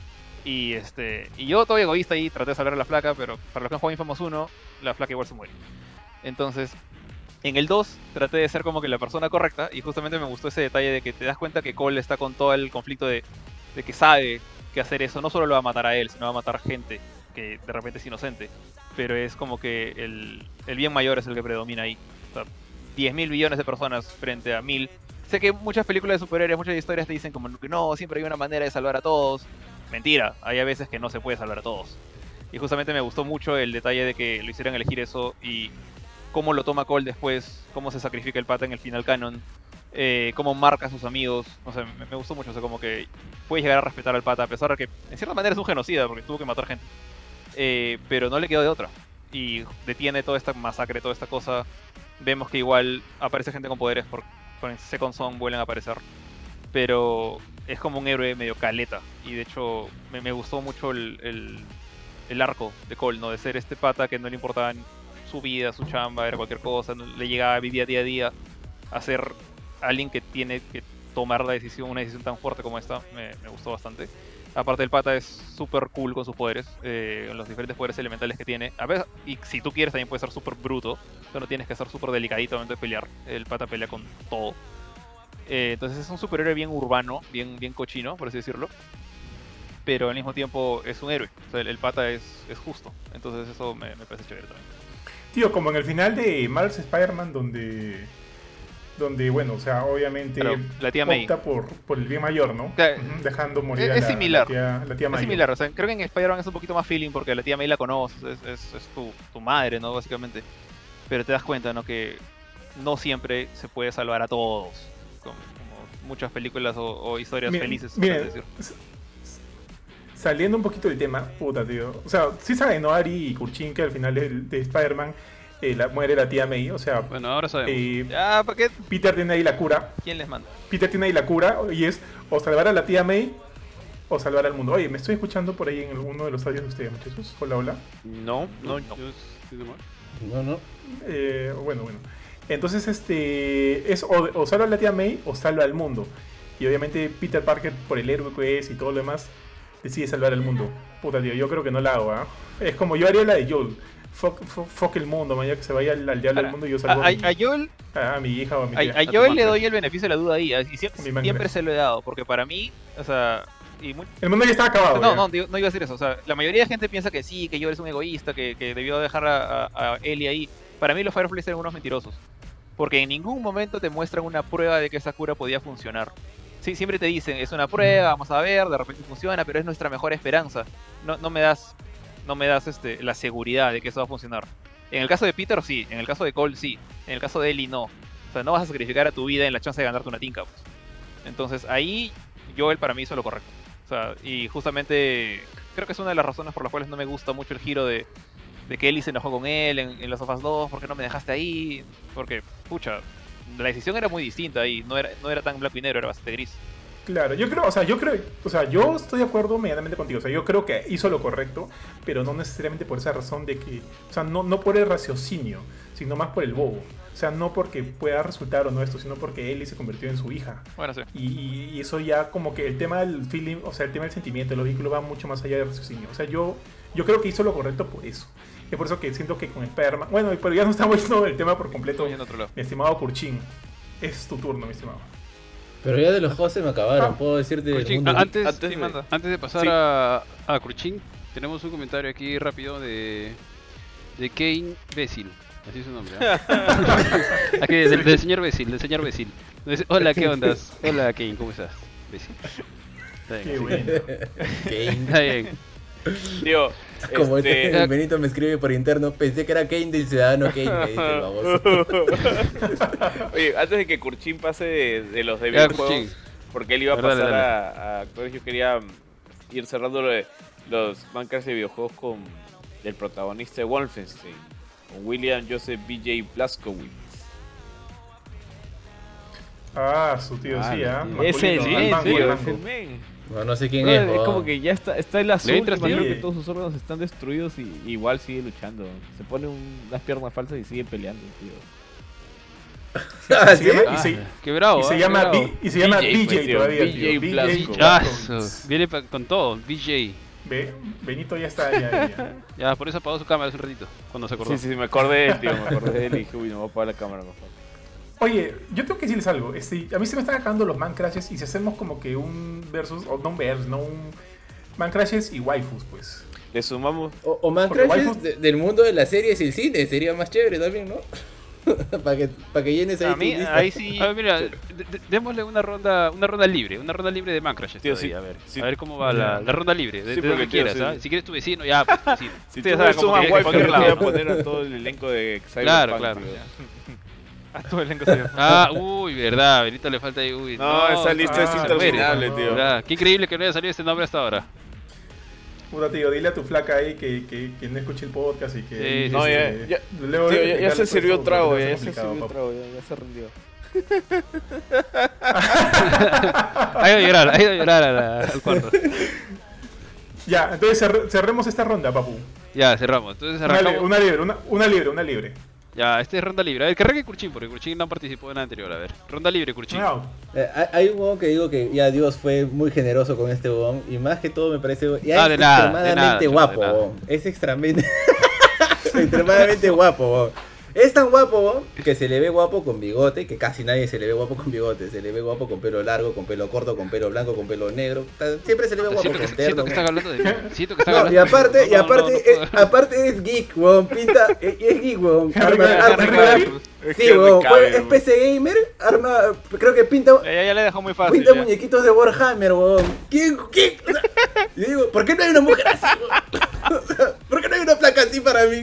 Y yo todo egoísta ahí traté de salvar a la flaca, pero para los que han jugado Infamous 1, la flaca igual se muere. Entonces, en el 2 traté de ser como que la persona correcta, y justamente me gustó ese detalle de que te das cuenta que Cole está con todo el conflicto de que sabe que hacer eso no solo lo va a matar a él, sino va a matar gente que de repente es inocente. Pero es como que el bien mayor es el que predomina ahí. O sea, 10.000 millones de personas frente a 1.000. Sé que muchas películas de superhéroes, muchas historias te dicen como que no, siempre hay una manera de salvar a todos. Mentira, hay a veces que no se puede salvar a todos. Y justamente me gustó mucho el detalle de que lo hicieran elegir eso y cómo lo toma Cole después, cómo se sacrifica el pata en el final canon, cómo marca a sus amigos. O sea, me gustó mucho, o sea, como que puedes llegar a respetar al pata, a pesar de que en cierta manera es un genocida porque tuvo que matar gente. Pero no le quedó de otra. y detiene toda esta masacre, toda esta cosa, vemos que igual aparece gente con poderes, por Second Son vuelven a aparecer, pero es como un héroe medio caleta, y de hecho me gustó mucho el arco de Cole, ¿no? De ser este pata que no le importaba su vida, su chamba, era cualquier cosa, no, le llegaba, vivía día a día, a ser alguien que tiene que tomar una decisión tan fuerte como esta, me gustó bastante. Aparte el pata es súper cool con sus poderes, los diferentes poderes elementales que tiene. A veces, y si tú quieres también puede ser súper bruto, pero no tienes que ser súper delicadito al momento de pelear. El pata pelea con todo. Entonces es un superhéroe bien urbano, bien cochino, por así decirlo. Pero al mismo tiempo es un héroe. O sea, el pata es justo. Entonces eso me parece chévere también. Tío, como en el final de Marvel's Spider-Man, donde bueno, o sea, obviamente Claro, la tía May opta por el bien mayor, ¿no? Claro, Dejando morir es a similar. la tía Es May. similar, o sea, creo que en Spider-Man es un poquito más feeling porque la tía May la conoces, es tu madre, ¿no? Básicamente. Pero te das cuenta, ¿no? Que no siempre se puede salvar a todos. Como muchas películas o historias felices, por Miren, así decir. saliendo un poquito del tema, puta, tío. O sea, sí saben, ¿no? Ari y Kurchin que al final de Spider-Man muere la tía May. O sea, Bueno, ahora sabemos. Ya, ¿para qué? Peter tiene ahí la cura. ¿Quién les manda? Peter tiene ahí la cura y es o salvar a la tía May o salvar al mundo. Oye, me estoy escuchando por ahí en uno de los audios de ustedes, muchachos. Hola, hola. No. Yo estoy de mal. No. Bueno. Entonces, es o salva a la tía May o salva al mundo. Y obviamente Peter Parker, por el héroe que es y todo lo demás, decide salvar al mundo. Puta, tío, yo creo que no la hago, ¿ah? Es como yo haría la de Joel. Fuck el mundo, man, ya que se vaya al diablo del mundo y yo salvo a mi hija o a mi tía. A Joel le doy el beneficio de la duda ahí, y siempre Minecraft. se lo he dado, porque para mí, o sea... El mundo ya está acabado. ya. No iba a decir eso, o sea, la mayoría de gente piensa que sí, que Joel es un egoísta, que debió dejar a Ellie ahí. Para mí los Fireflies eran unos mentirosos, porque en ningún momento te muestran una prueba de que esa cura podía funcionar. Sí, siempre te dicen, es una prueba, vamos a ver, de repente funciona, pero es nuestra mejor esperanza. No me das la seguridad de que eso va a funcionar. En el caso de Peter sí, en el caso de Cole sí, en el caso de Ellie no. O sea, no vas a sacrificar a tu vida en la chance de ganarte una tinca, pues. Entonces ahí Joel para mí hizo lo correcto. O sea, y justamente creo que es una de las razones por las cuales no me gusta mucho el giro de que Ellie se enojó con él en Last of Us 2, ¿por qué no me dejaste ahí? Porque, pucha, la decisión era muy distinta ahí, no era tan blanco y negro, era bastante gris. Claro, yo estoy de acuerdo medianamente contigo. O sea, yo creo que hizo lo correcto, pero no necesariamente por esa razón de que, o sea, no por el raciocinio, sino más por el bobo. O sea, no porque pueda resultar o no esto, sino porque Ellie se convirtió en su hija. Bueno, sí. Y eso ya como que el tema del feeling, o sea, el tema del sentimiento, el vehículo va mucho más allá del raciocinio. O sea, yo creo que hizo lo correcto por eso. Es por eso que siento que con Spider-Man... Bueno, pero ya no estamos yendo el tema por completo. Estoy en otro lado. Mi estimado Kurchin, es tu turno, mi estimado. Pero ya de los juegos se me acabaron, puedo decirte del Kurchin, mundo. antes de pasar Sí. a Kurchin, tenemos un comentario aquí rápido de Kane Bécil. Así es su nombre. Aquí, del señor Bécil, Dice, hola, ¿qué ondas? Hola, Kane, ¿cómo estás? Bécil. Está bien, Qué así. bueno. Kane. Está bien. Tío, Como el Benito me escribe por interno, pensé que era Kane del Ciudadano Kane, me dice el baboso. Oye, antes de que Kurchin pase de los de Ya, videojuegos, Kurchin. porque él iba a Dale, pasar dale. a actores, yo quería ir cerrando los bancas de videojuegos con el protagonista de Wolfenstein, con William Joseph B.J. Blazkowicz. Ah, su tío, sí, ¿ah? tío. Es el Masculino, al men, mango, tío, al es mango. el men. No sé quién Bro, es, es weón. como que ya está el azul, ¿Le entras, imagino tío? que todos sus órganos están destruidos y igual sigue luchando. Se pone unas piernas falsas y sigue peleando, tío. Ah, Se ¿sí? llama- Ah, y se- qué bravo. y se qué llama bravo. BJ pues, tío, todavía, BJ tío. Blazkowicz. Ah, Blazkowicz. viene con todo, BJ. Benito ya está ya. Ya, por eso apagó su cámara hace un ratito, cuando se acordó. Sí, me acordé de él, tío, me acordé de él y dije, uy, no voy a apagar la cámara mejor. Oye, yo tengo que decirles algo. A mí se me están acabando los man crashes y si hacemos como que un versus, o no un versus, no un man crashes y waifus, pues. Le sumamos, O más Porque crashes waifu- del mundo de las series y el cine, sería más chévere también, ¿no? Para que llenes ahí A tu mí, lista. ahí sí... A ver, mira, démosle una ronda libre de Minecraft. Tío, Todavía, sí, a ver, sí. a ver cómo va la ronda libre, de Sí, lo que porque, tío, quieras, sí. ¿ah? Si quieres tu vecino, ya, pues, vecino. si Sí, tú o sea, me como sumas que wifi, cualquier te voy a lado. poner a todo el elenco de Cyberpunk, Claro, claro. tío. A todo el elenco se- Ah, uy, verdad, Benito le falta ahí, uy. No, esa lista es ah, interminable, no, tío. ¿Verdad? Qué increíble que no haya salido este nombre hasta ahora. Puta, tío, dile a tu flaca ahí que no escuche el podcast y que... Sí, No, este, ya luego tío, ya explicarle se todo sirvió esto, trago, porque ya es se complicado, sirvió papu. trago, ya se rindió. Ha ido a llorar al cuarto. Ya, entonces cerremos esta ronda, papu. Ya, cerramos. Entonces Una, arrancamos. una libre. Ya, este es ronda libre. A ver, que arranque Kurchin, porque Kurchin no participó en la anterior. A ver, ronda libre, Kurchin. No, Hay un huevón que digo que ya Dios fue muy generoso con este huevón. Y más que todo me parece. Ah, Es de nada, extremadamente de guapo, nada. huevón. Es extremadamente guapo, huevón. Es tan guapo, huevón, que se le ve guapo con bigote, que casi nadie se le ve guapo con bigote. Se le ve guapo con pelo largo, con pelo corto, con pelo blanco, con pelo negro. Siempre se le ve guapo Siento que, con siento terno. que estás hablando de mí. Siento que estás No, hablando y aparte, de mí. No puedo. aparte es geek, weón, pinta, es geek, weón. Henry Henry Cavill. Sí, weón, es PC Gamer, arma, creo que pinta Ya le dejó muy fácil. pinta ya. muñequitos de Warhammer, weón. ¿Quién? O sea, y digo, ¿por qué no hay una mujer así, weón? ¿Por qué no hay una placa así para mí?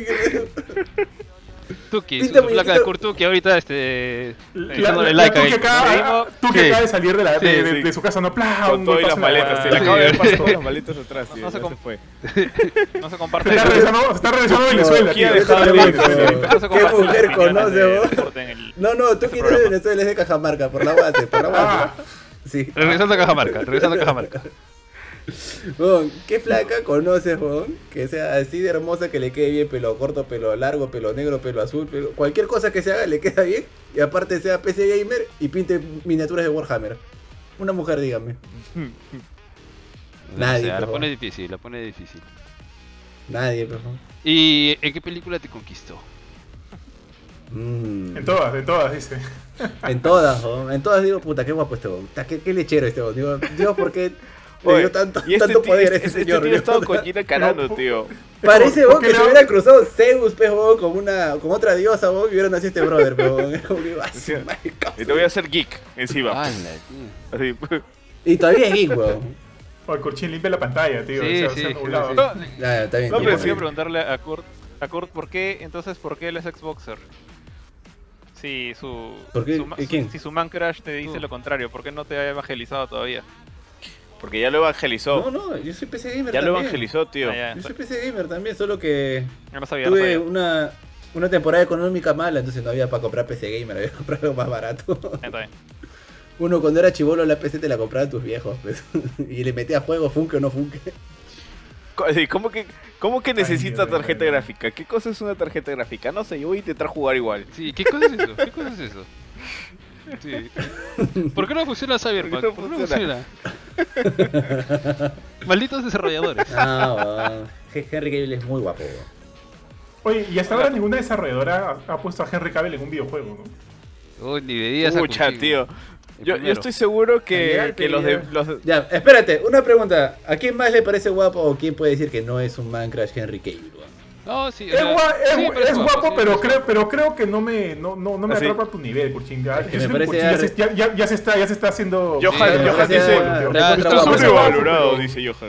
Tuki, Pinta su placa de muñequito. Kurt Tuki ahorita echándole like tú ahí. tú que Sí. acaba de salir de, Sí, de su casa, no, pla, Con un todo y golpazo las en la maletas, guada. tío. Le Sí. acabo de ver todas las maletas atrás, tío. No se ya com- se fue. No se comparte. Se está regresando a Venezuela, tío. ¿Quién Está dejaba de regresando. ver? No se ¿Qué comparte mujer las opiniones conoce, de vos? deporte en el- No, tú quieres de programa. Venezuela, es de Cajamarca, por la base, por la base. Ah. Sí. Regresando a Cajamarca. Weón, ¿qué flaca conoces, weón? Que sea así de hermosa, que le quede bien pelo corto, pelo largo, pelo negro, pelo azul, cualquier cosa que se haga le queda bien. Y aparte sea PC Gamer y pinte miniaturas de Warhammer. Una mujer, dígame. Nadie, La por pone favor. difícil, la pone difícil. Nadie, por favor. ¿Y en qué película te conquistó? En todas, dice. En todas, weón. En todas digo, puta, qué guapo este weón. Puta, qué lechero este weón. Digo, Dios, ¿por qué le Oye, dio tanto, y tanto tío- poder a este este señor? tío ha estado Puta. con Gina Carano, tío. Parece, ¿Por weón, qué que se no? hubiera cruzado Zeus, pues, weón, con otra diosa, weón, y hubiera nacido este brother, weón. Es como que, ah, su madre, Y te voy a hacer geek encima. ¡Hala, tío! Así. Y todavía es geek, weón. O el Kurchin limpia la pantalla, tío. Sí, o sea, sí, se ha sí, nublado. sí. Ya, está bien. No, tío. pero sí, preguntarle a Kurt por qué, entonces, ¿por qué él es Xboxer? Si ¿Por qué? ¿Y quién? si su man crush te dice Tú. lo contrario, ¿por qué no te ha evangelizado todavía? Porque ya lo evangelizó. No, yo soy PC Gamer Ya lo también. evangelizó, tío. Ah, ya. Yo soy PC Gamer también, solo que Ya no sabía, no tuve sabía. una temporada económica mala, entonces no había para comprar PC Gamer, había que comprar algo más barato. Ya está bien. Uno cuando era chivolo la PC te la compraban tus viejos, pues. Y le metías juego, funke o no funke. Sí, ¿Cómo que necesita Dios, tarjeta Dios. gráfica? ¿Qué cosa es una tarjeta gráfica? No sé, yo voy a intentar jugar igual. Sí, ¿qué cosa es eso? ¿Qué cosa es eso? Sí. ¿Por qué no funciona Cyberpunk? ¿Por ¿Por qué qué no no funciona? Malditos desarrolladores. No, Henry Cavill es muy guapo, weón. Oye, y hasta ahora ninguna desarrolladora ha puesto a Henry Cavill en un videojuego, ¿no? Uy, ni me digas a Pucha, Kurchin. tío. El Yo primero. estoy seguro que Genial, los de... tío. Los, Ya, espérate, una pregunta. ¿A quién más le parece guapo o quién puede decir que no es un man crush Henry Cavill, weón? No, sí. o Es, sea, sí, pero es guapo, sí, pero, es pero creo que no me Así. atrapa a tu nivel, Kurchin. Ya, Es que yo me sé que parece Kurchin ya ya se está haciendo... Johan, Sí, Johan me dice... parece tío. recontra Esto Está es guapo. sobrevalorado, pero- dice Johan.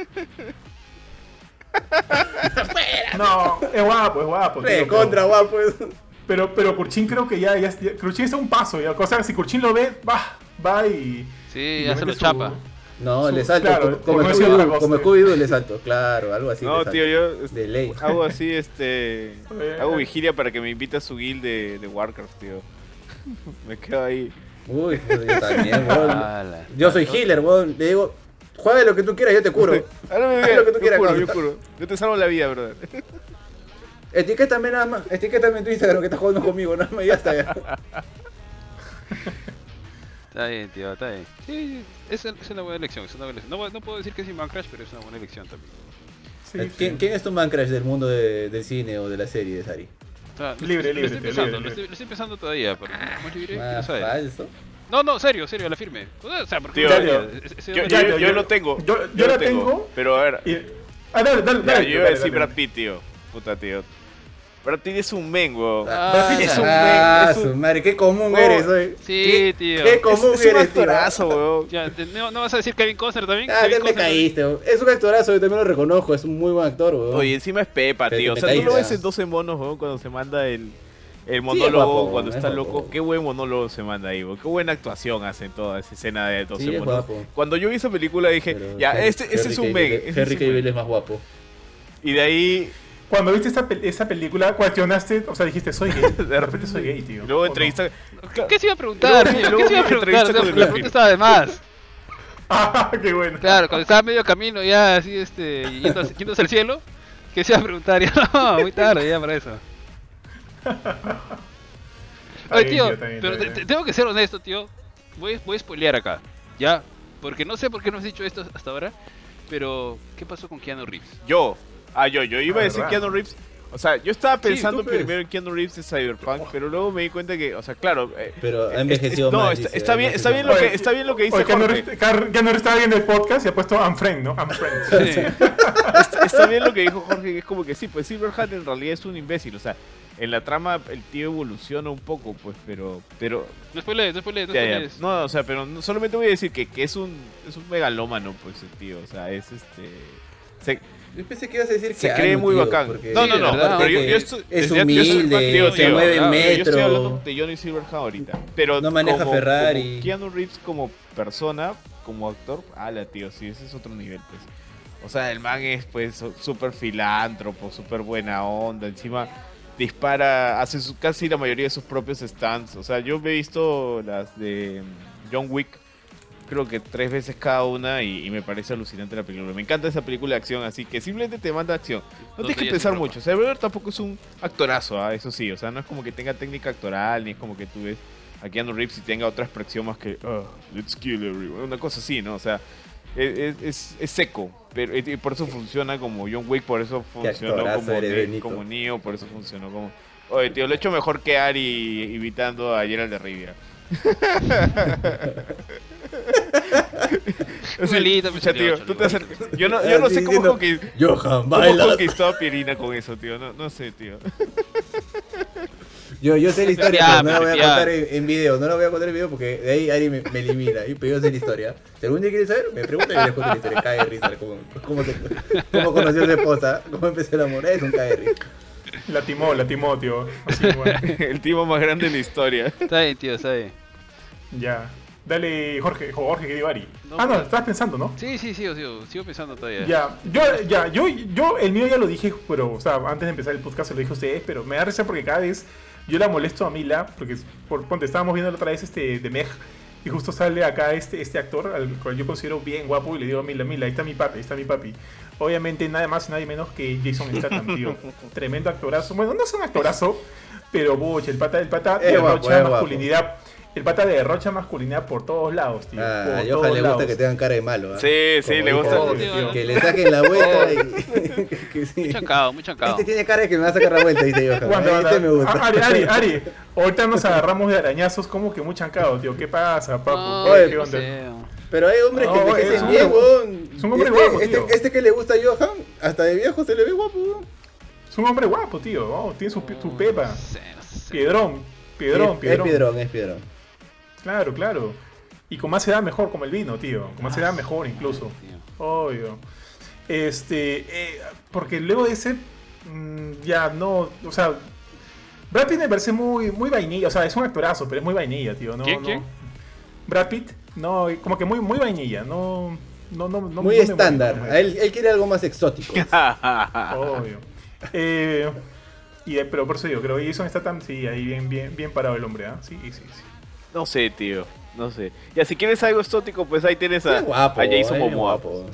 No, es guapo. tío, Recontra guapo. Pero Kurchin creo que ya Kurchin está a un paso. Ya. O sea, si Kurchin lo ve, va y... Sí, y ya le se mete lo su- chapa. No, Su- le salto, claro, como como decía Dragos, Como sí. Scooby-Doo le salto, claro, algo así. le No, salto. tío, yo De ley. hago así, hago vigilia para que me invite a su guild de Warcraft, tío. Me quedo ahí. Uy, pues yo también, weón. Ala. Yo soy healer, weón. Le digo, juega de lo que tú quieras, yo te curo. Háblame Haz bien, lo que tú yo quieras, juro, cosa. yo juro. Yo te salvo la vida, brother. Etiquétame nada más, etiquétame en tu Instagram que estás jugando conmigo, nada más, y ya está. Ya. Está bien, tío, está bien. Sí, es una buena elección. Es una buena elección. No puedo decir que es mi man crush, pero es una buena elección también. Sí, ¿Quién es tu man crush del mundo del cine o de la serie, Sari? O sea, Libre, lo libre, estoy tío, empezando, libre. lo estoy empezando todavía, pero mucho libre, Más quiero saber. falso. No, serio, a la firme. O sea, porque Tío, yo- yo lo tengo. yo lo la tengo. Pero a ver, Dale, ya, yo iba a decir Brad Pitt, tío. Puta, tío. Brad Pitt es un men, weón. Ah, es un Ah, men, es un- su madre, qué común Oh, eres, oye. sí, tío. Qué común es un eres, tío. actorazo, weón. Ya, ¿no vas a decir Kevin Costner también? Ah, Kevin ya me Costner caíste, weón. Es un actorazo, yo también lo reconozco, es un muy buen actor, weón. Oye, encima es Pepa, Pero tío. O te sea, tú lo caíste. ves en 12 monos, weón, cuando se manda el El monólogo guapo, cuando es está guapo. loco, qué buen monólogo se manda ahí, qué buena actuación hace en toda esa escena de 12 Sí, es monólogos. guapo. Cuando yo vi esa película dije, Pero ya, Henry- este es un Henry men. Cavill- este es Henry un men. Cavill es más guapo. Y de ahí, Cuando viste esa película, cuestionaste, o sea, dijiste, soy gay. De repente soy gay, tío. y luego ¿O no? entrevista... ¿Qué se iba a preguntar, Luego- tío? luego ¿Qué se iba a vi preguntar? entrevista con La el pregunta Luffy. estaba de más. Ah, qué bueno. Claro, cuando estaba a medio camino ya así, yéndose al cielo, ¿qué se iba a preguntar? Ya no, muy tarde ya para eso. Está Oye, bien, tío, está bien, pero está bien. tengo que ser honesto, tío. Voy a spoilear acá, ¿ya? Porque no sé por qué no has dicho esto hasta ahora, pero ¿qué pasó con Keanu Reeves? Yo iba a decir ¿verdad? Keanu Reeves. O sea, yo estaba pensando tú, pues. primero en Keanu Reeves de Cyberpunk, pero luego me di cuenta que, o sea, claro, Pero ha envejecido no, mal. está, dice, está bien, está bien lo Oye, que está bien lo que dice Oye, Keanu Jorge. Reeves estaba viendo el podcast y ha puesto unfriend, ¿no? Unfriend. Sí. Está bien lo que dijo Jorge, que es como que sí, pues Silverhat en realidad es un imbécil, o sea, en la trama el tío evoluciona un poco, pues, pero No spoilees, no spoilees, no ya, ya. spoilees. No, o sea, pero solamente voy a decir que es un megalómano, pues, el tío, o sea, es Yo pensé que ibas a decir que se cree muy bacán. porque- No, no, Sí, no, de verdad, pero que yo estoy, es yo estoy- humilde, tío, se mueve en yo estoy metro. hablando de Johnny Silverhand ahorita, pero No maneja como, Ferrari. como Keanu Reeves como persona, como actor, ala, tío, sí, ese es otro nivel, pues. O sea, el man es, pues, súper filántropo, súper buena onda, encima dispara, hace casi la mayoría de sus propios stunts. O sea, yo he visto las de John Wick, creo que 3 veces cada una y me parece alucinante la película. Me encanta esa película de acción, así que simplemente te manda acción. No tienes que días pensar sin ropa. mucho. O sea, Brother tampoco es un actorazo, eso sí. O sea, no es como que tenga técnica actoral, ni es como que tú ves a Keanu Reeves y tenga otra expresión más que let's kill everyone. Una cosa así, ¿no? O sea, es seco. Pero, y por eso funciona como John Wick, por eso funcionó actorazo como, eres, Benito. como Neo, por eso funcionó como... Oye, tío, lo he hecho mejor que Ari evitando a Geralt de Rivia. Melita, Escucha, tío, Cholo. tú te haces... Yo no sé cómo Johan, cómo baila. conquistó a Pirina con eso, tío. No sé, tío. Yo sé la historia, Ya, pero no la voy a ya. contar en video. No la voy a contar en video porque de ahí Ari me elimina. Pero yo sé la historia. Si algún día quieres saber, me pregunta y les cuento la historia. Cae de risa. Cómo conoció a su esposa, cómo empezó el amor. Es un cae de risa. La timó, tío. Así, bueno. El tipo más grande de la historia. Está bien, tío, está bien. Ya. Dale, Jorge, que digo Ari. No, No, pero- estabas pensando, ¿no? Sí, sigo pensando todavía. Yo, el mío ya lo dije, pero, o sea, antes de empezar el podcast se lo dije a ustedes, pero me da risa porque cada vez yo la molesto a Mila, porque, ponte, estábamos viendo la otra vez de Meg, y justo sale acá este actor, al cual yo considero bien guapo, y le digo a Mila, ahí está mi papi. Obviamente nada más y nadie menos que Jason Statham, tío. Tremendo actorazo. Bueno, no es un actorazo, pero buch, el pata Es guapo, derrocha es guapo. masculinidad. El pata derrocha masculinidad por todos lados, tío. A por Johan todos le gusta lados. que tengan cara de malo. ¿ah? Sí, Como le dijo gusta. Jorge, Tío, que le saquen la vuelta y. que sí. Muy chancado, muy chancado. Este tiene cara de que me va a sacar la vuelta, dice Johan. Cuando Este me gusta. Ari, ahorita nos agarramos de arañazos como que muy chancado, tío. ¿Qué pasa, papu? No, ¿Qué, Oye, qué no onda? sé. Pero hay hombres que No, es envejecen un bien, hombre- weón. es un hombre Este- guapo, tío. este que le gusta a Johan, hasta de viejo se le ve guapo, weón. Es un hombre guapo, tío. Oh, tiene su pepa. No sé. Piedrón. Es piedrón. Claro. Y con más edad mejor, como el vino, tío. Con más edad mejor incluso. Tío. Obvio. Porque luego de ese, ya no, o sea, Brad Pitt me parece muy vainilla, o sea, es un actorazo, pero es muy vainilla, tío. ¿Quién? Brad Pitt, no, como que muy vainilla, no Muy no me estándar. mueve. A él quiere algo más exótico. Obvio. Pero por eso digo, creo que Jason está tan, sí, ahí bien parado el hombre, ¿ah? Sí. No sé, tío. No sé. Ya, si quieres algo exótico, pues ahí tienes a, Es guapo. a Jason es Momoa. guapo.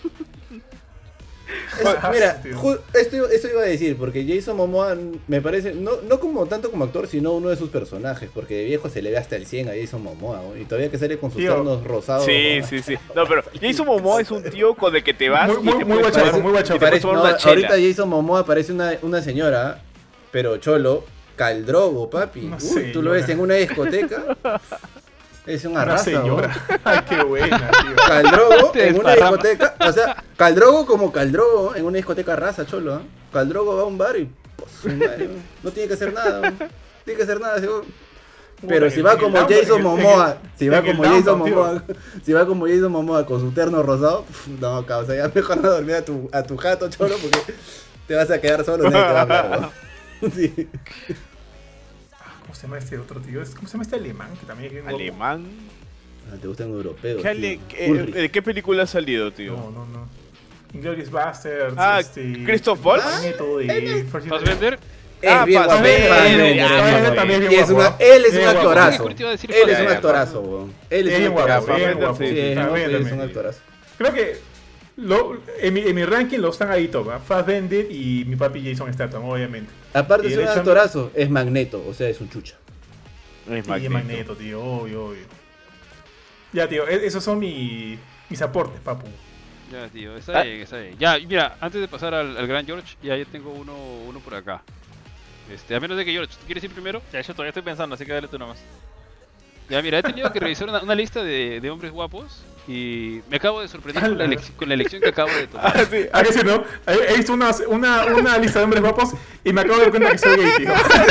Ah, Mira, tío. esto iba a decir, porque Jason Momoa me parece, no como tanto como actor, sino uno de sus personajes, porque de viejo se le ve hasta el 100 a Jason Momoa, ¿no? Y todavía que sale con sus Tío. tonos rosados. Sí. No, pero Jason Momoa es un tío con el que te vas Muy- y te muy puedes guachaco, tomar- muy guachaco. y te puedes tomar No, una chela. ahorita Jason Momoa parece una señora, pero cholo, caldrogo, papi. Una Uy, tú lo ves señora. en una discoteca. Es una Una raza, señora. ¿no? Ay, qué buena, tío. Caldrogo Te en una desparrama. discoteca, o sea, Caldrogo como Caldrogo en una discoteca raza, cholo, ¿ah? Caldrogo va a un bar y pues, su madre, no tiene que hacer nada, no tiene que hacer nada, ese huevón. Pero si va como Jason Momoa, si va como Jason Momoa, si va como Jason Momoa con su terno rosado, no, causa, ya mejor no dormir a tu jato, cholo, porque te vas a quedar solo, nadie te va a hablar, ¿no? Sí. se llama este otro tío? ¿Cómo se llama este alemán? Que también es bien gordo. Alemán. Ah, te gustan europeos. ¿Qué ¿De qué película ha salido, tío? No. Inglourious Basterds. Ah, Christoph Waltz. Magneto de ¿Fassbender? Es bien guapo. Fassbender también es bien guapo. Él es un Bien guapo. actorazo. Curti iba a decir Él es un Fassbender. actorazo, weón. Él es Bien un guapo, actorazo. bien guapo. Sí, es un también. actorazo. Creo que en mi ranking lo están ahí top, ¿eh? Fassbender y mi papi Jason Statham, obviamente. Aparte Y de de ser un hecho- actorazo, es Magneto, o sea, es un chucha. Es Y es Magneto, tío, obvio. Ya, tío, esos son mis aportes, papu. Ya, tío, está bien, está bien. Ya, y mira, antes de pasar al gran George, ya yo tengo uno por acá. A menos de que George, ¿tú quieres ir primero? Ya, yo todavía estoy pensando, así que dale tú nomás. Ya, mira, he tenido que revisar una lista de hombres guapos y me acabo de sorprender con la elección que acabo de tomar. Sí, ¿a que sí, no? He visto una lista de hombres guapos y me acabo de dar cuenta que soy gay, tío.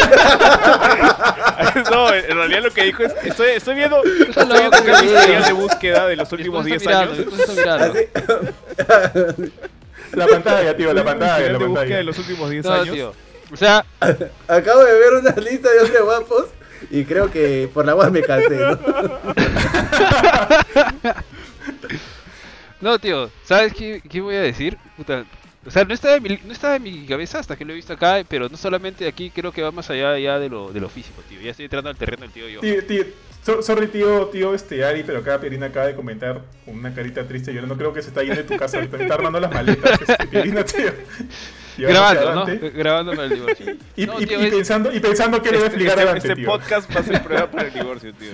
No, en realidad lo que dijo es, estoy viendo loco, una tío. historial de búsqueda de los últimos 10 años. La pantalla, tío, la pantalla, Historial la de búsqueda pantalla. de los últimos 10 No, años. tío. O sea, Acabo de ver una lista de hombres guapos y creo que por la guay me cansé, ¿no? no, tío, ¿sabes qué voy a decir? Puta, o sea, no estaba en mi cabeza hasta que lo he visto acá, pero no solamente aquí, creo que va más allá ya de lo físico, tío. Ya estoy entrando al terreno del tío yo. Sorry, tío, Ari, pero acá Pierina acaba de comentar con una carita triste. Yo no creo que se está yendo de tu casa ahorita, está armando las maletas. Pierina, tío. Grabando, ¿no? Grabando para el divorcio. Y, No, y- tío, y pensando que le va a explicar adelante, Este tío. podcast va a ser prueba para el divorcio, tío.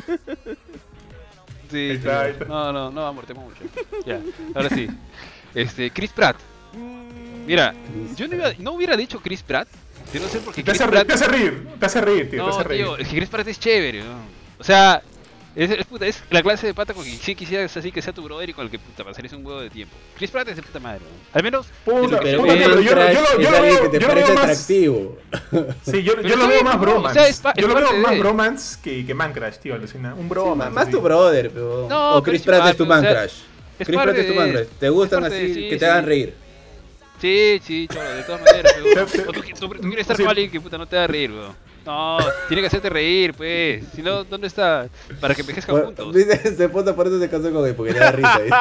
Sí, Ahí está, ahí está. No, amortemos mucho. Ya, ahora sí. Chris Pratt. Mira, yo no hubiera dicho Chris Pratt, de no ser porque Te Chris hace, Pratt... te hace reír, tío, te No, hace reír. tío, es que Chris Pratt es chévere, ¿no? O sea, es la clase de pata con quien sí quisieras así que sea tu brother y con el que puta pasarías un huevo de tiempo. Chris Pratt es de puta madre, ¿no? Al menos... Puta, Pero puta, pero yo Crash lo es alguien que te yo lo parece veo más... atractivo. Sí, yo Pero lo sí, veo más no, bromance. o sea, es Yo lo veo parte más de- bromance que Man Crash, tío, alucina. Un bromance. Más así. tu brother, pero... No, o pero Chris es Pratt igual, es tu o man sea, crush. es Chris Pratt parte es tu man de- crush. ¿Te gustan es parte así de- que sí, te hagan sí. reír? Sí, cholo, de todas maneras, weón. Te- O tú quieres estar sí. con alguien que puta no te da reír, weón. No, tiene que hacerte reír, pues. Si no, ¿dónde está? Para que envejezcan Bueno, juntos. dice, su esposa por eso se casó con él, porque le da risa. ¿eh?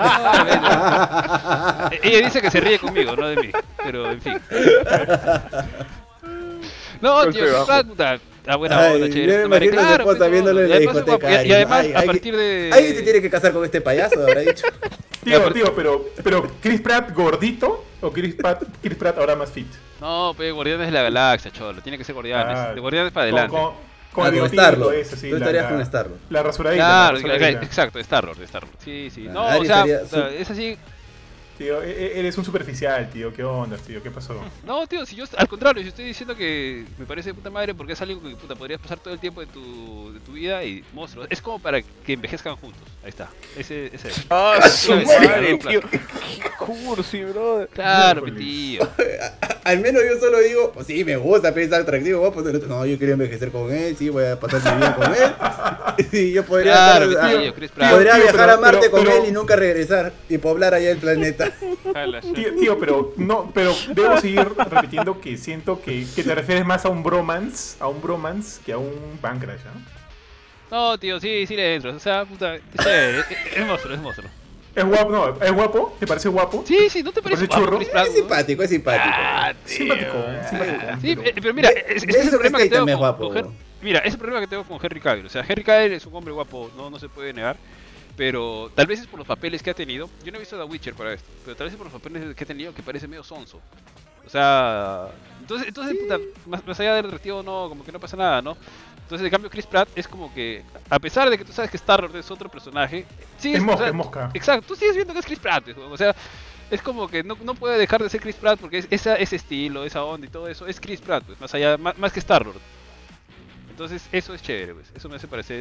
No, ella dice que se ríe conmigo, no de mí. Pero, en fin. No, Golpe tío, Chris bajo. Pratt, puta. Buena Ay, onda, yo chévere. me puta madre, imagino a su claro, esposa pues, viéndolo en y la además es discoteca, guapo, y además, ay, a ay, partir de... Ahí se tiene que casar con este payaso, habrá dicho. Tío, pero Chris Pratt gordito o Chris Pratt ahora más fit. No, pues Guardianes de la Galaxia, cholo. Tiene que ser Guardianes. Ah, De Guardianes para adelante. Con Ah, el con bigotito Star-Lord. ese, sí, Tú estarías con Star-Lord. La rasuradita. Claro, la rasuradita. exacto, Star-Lord. Sí, sí. No, Ari o sea, sería es así. Tío, eres un superficial, tío. ¿Qué onda, tío? ¿Qué pasó? No, tío, si yo, al contrario, yo estoy diciendo que me parece de puta madre porque es algo que puta podrías pasar todo el tiempo de tu vida y monstruos. Es como para que envejezcan juntos. Ahí está. Ese. ¡Ah, su Sí, madre, sí, tío! ¡Qué cursi, brother! Claro, mi Miércoles. tío. Al menos yo solo digo, oh, sí, me gusta, pensar atractivo, guapo. No, yo quiero envejecer con él, sí, voy a pasar mi vida con él. Sí, yo podría, Claro, mi estar- tío, Chris Pratt. podría Tío, viajar a Marte con pero- él y nunca regresar y poblar allá el planeta. Jala, shit. Tío, pero debo seguir repitiendo que siento que te refieres más a un bromance que a un Bancrash, ¿no? No, tío, sí le entro. O sea, puta, es monstruo. ¿Es guapo? No, ¿es guapo? ¿Te parece guapo? Sí, ¿no te parece ¿Parece guapo, churro? Chris Pratt, Es no? simpático, es simpático. Simpático. Sí, pero mira, ese es el problema que Statham tengo es con, guapo. con Mira, ese es el problema que tengo con Henry Cavill. O sea, Henry Cavill es un hombre guapo, no se puede negar. Pero tal vez es por los papeles que ha tenido. Yo no he visto The Witcher para esto, pero tal vez es por los papeles que ha tenido que parece medio sonso. O sea, entonces puta, más allá del atractivo, no, como que no pasa nada, ¿no? Entonces, en cambio, Chris Pratt es como que, a pesar de que tú sabes que Star-Lord es otro personaje, sigues, Es mosca, o sea, es mosca. Exacto, tú sigues viendo que es Chris Pratt, o sea, es como que no puede dejar de ser Chris Pratt porque ese estilo, esa onda y todo eso es Chris Pratt, pues, más allá, más que Star-Lord. Entonces, eso es chévere, pues, eso me hace parecer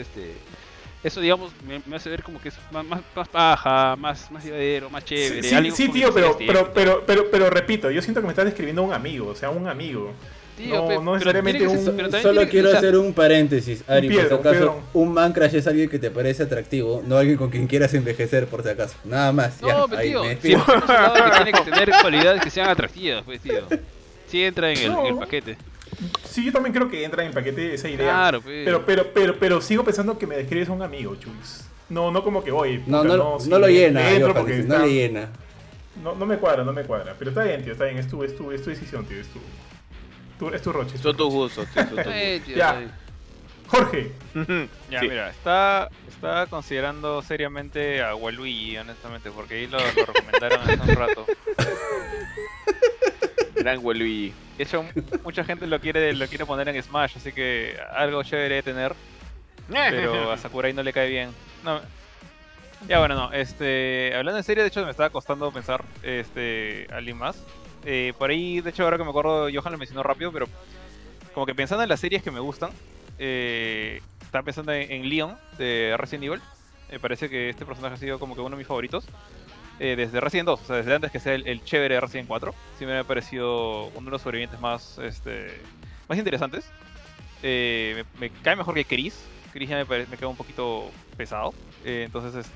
eso, digamos, me hace ver como que es más paja, más llevadero, más chévere. alguien Sí, con tío, quien se divierta. pero repito, yo siento que me estás describiendo a un amigo, o sea, un amigo. Tío, no, pero no necesariamente tiene que un... ser- pero también Solo tiene que- quiero o sea, hacer un paréntesis, Ari, por si Pedro, acaso. Pedro. Un man crush es alguien que te parece atractivo, no alguien con quien quieras envejecer, por si acaso. Nada más. ya, No, pero ahí tío, me si despido. hemos hablado de que tiene que tener cualidades que sean atractivas, pues, tío. Sí entra en el paquete. Sí, yo también creo que entra en el paquete esa idea. Claro, pues. Pero sigo pensando que me describes a un amigo, Chuis. No como que, oye, No, puta, no, sí, no lo llena, le entro Johan, porque no está- le llena. No me cuadra. Pero está bien, tío, está bien. Es tu decisión, tío. Es tu roche. es tu Son tus roche. gustos, tío, son tus Tío, Ya. está bien. Jorge, gustos. Ya, Sí. mira, está considerando seriamente a Waluigi, honestamente, porque ahí lo recomendaron hace un rato. Gran Waluigi. De hecho, mucha gente lo quiere poner en Smash, así que algo chévere de tener, pero a Sakurai no le cae bien. No, ya bueno, no, hablando en serio, de hecho me estaba costando pensar alguien más. Por ahí, de hecho, ahora que me acuerdo, Johan lo mencionó rápido, pero como que pensando en las series que me gustan, estaba pensando en Leon de Resident Evil. Me parece que este personaje ha sido como que uno de mis favoritos. Desde Resident 2, o sea, desde antes que sea el chévere de Resident 4, sí me ha parecido uno de los sobrevivientes más interesantes. Me cae mejor que Chris. Chris ya me queda un poquito pesado. Entonces,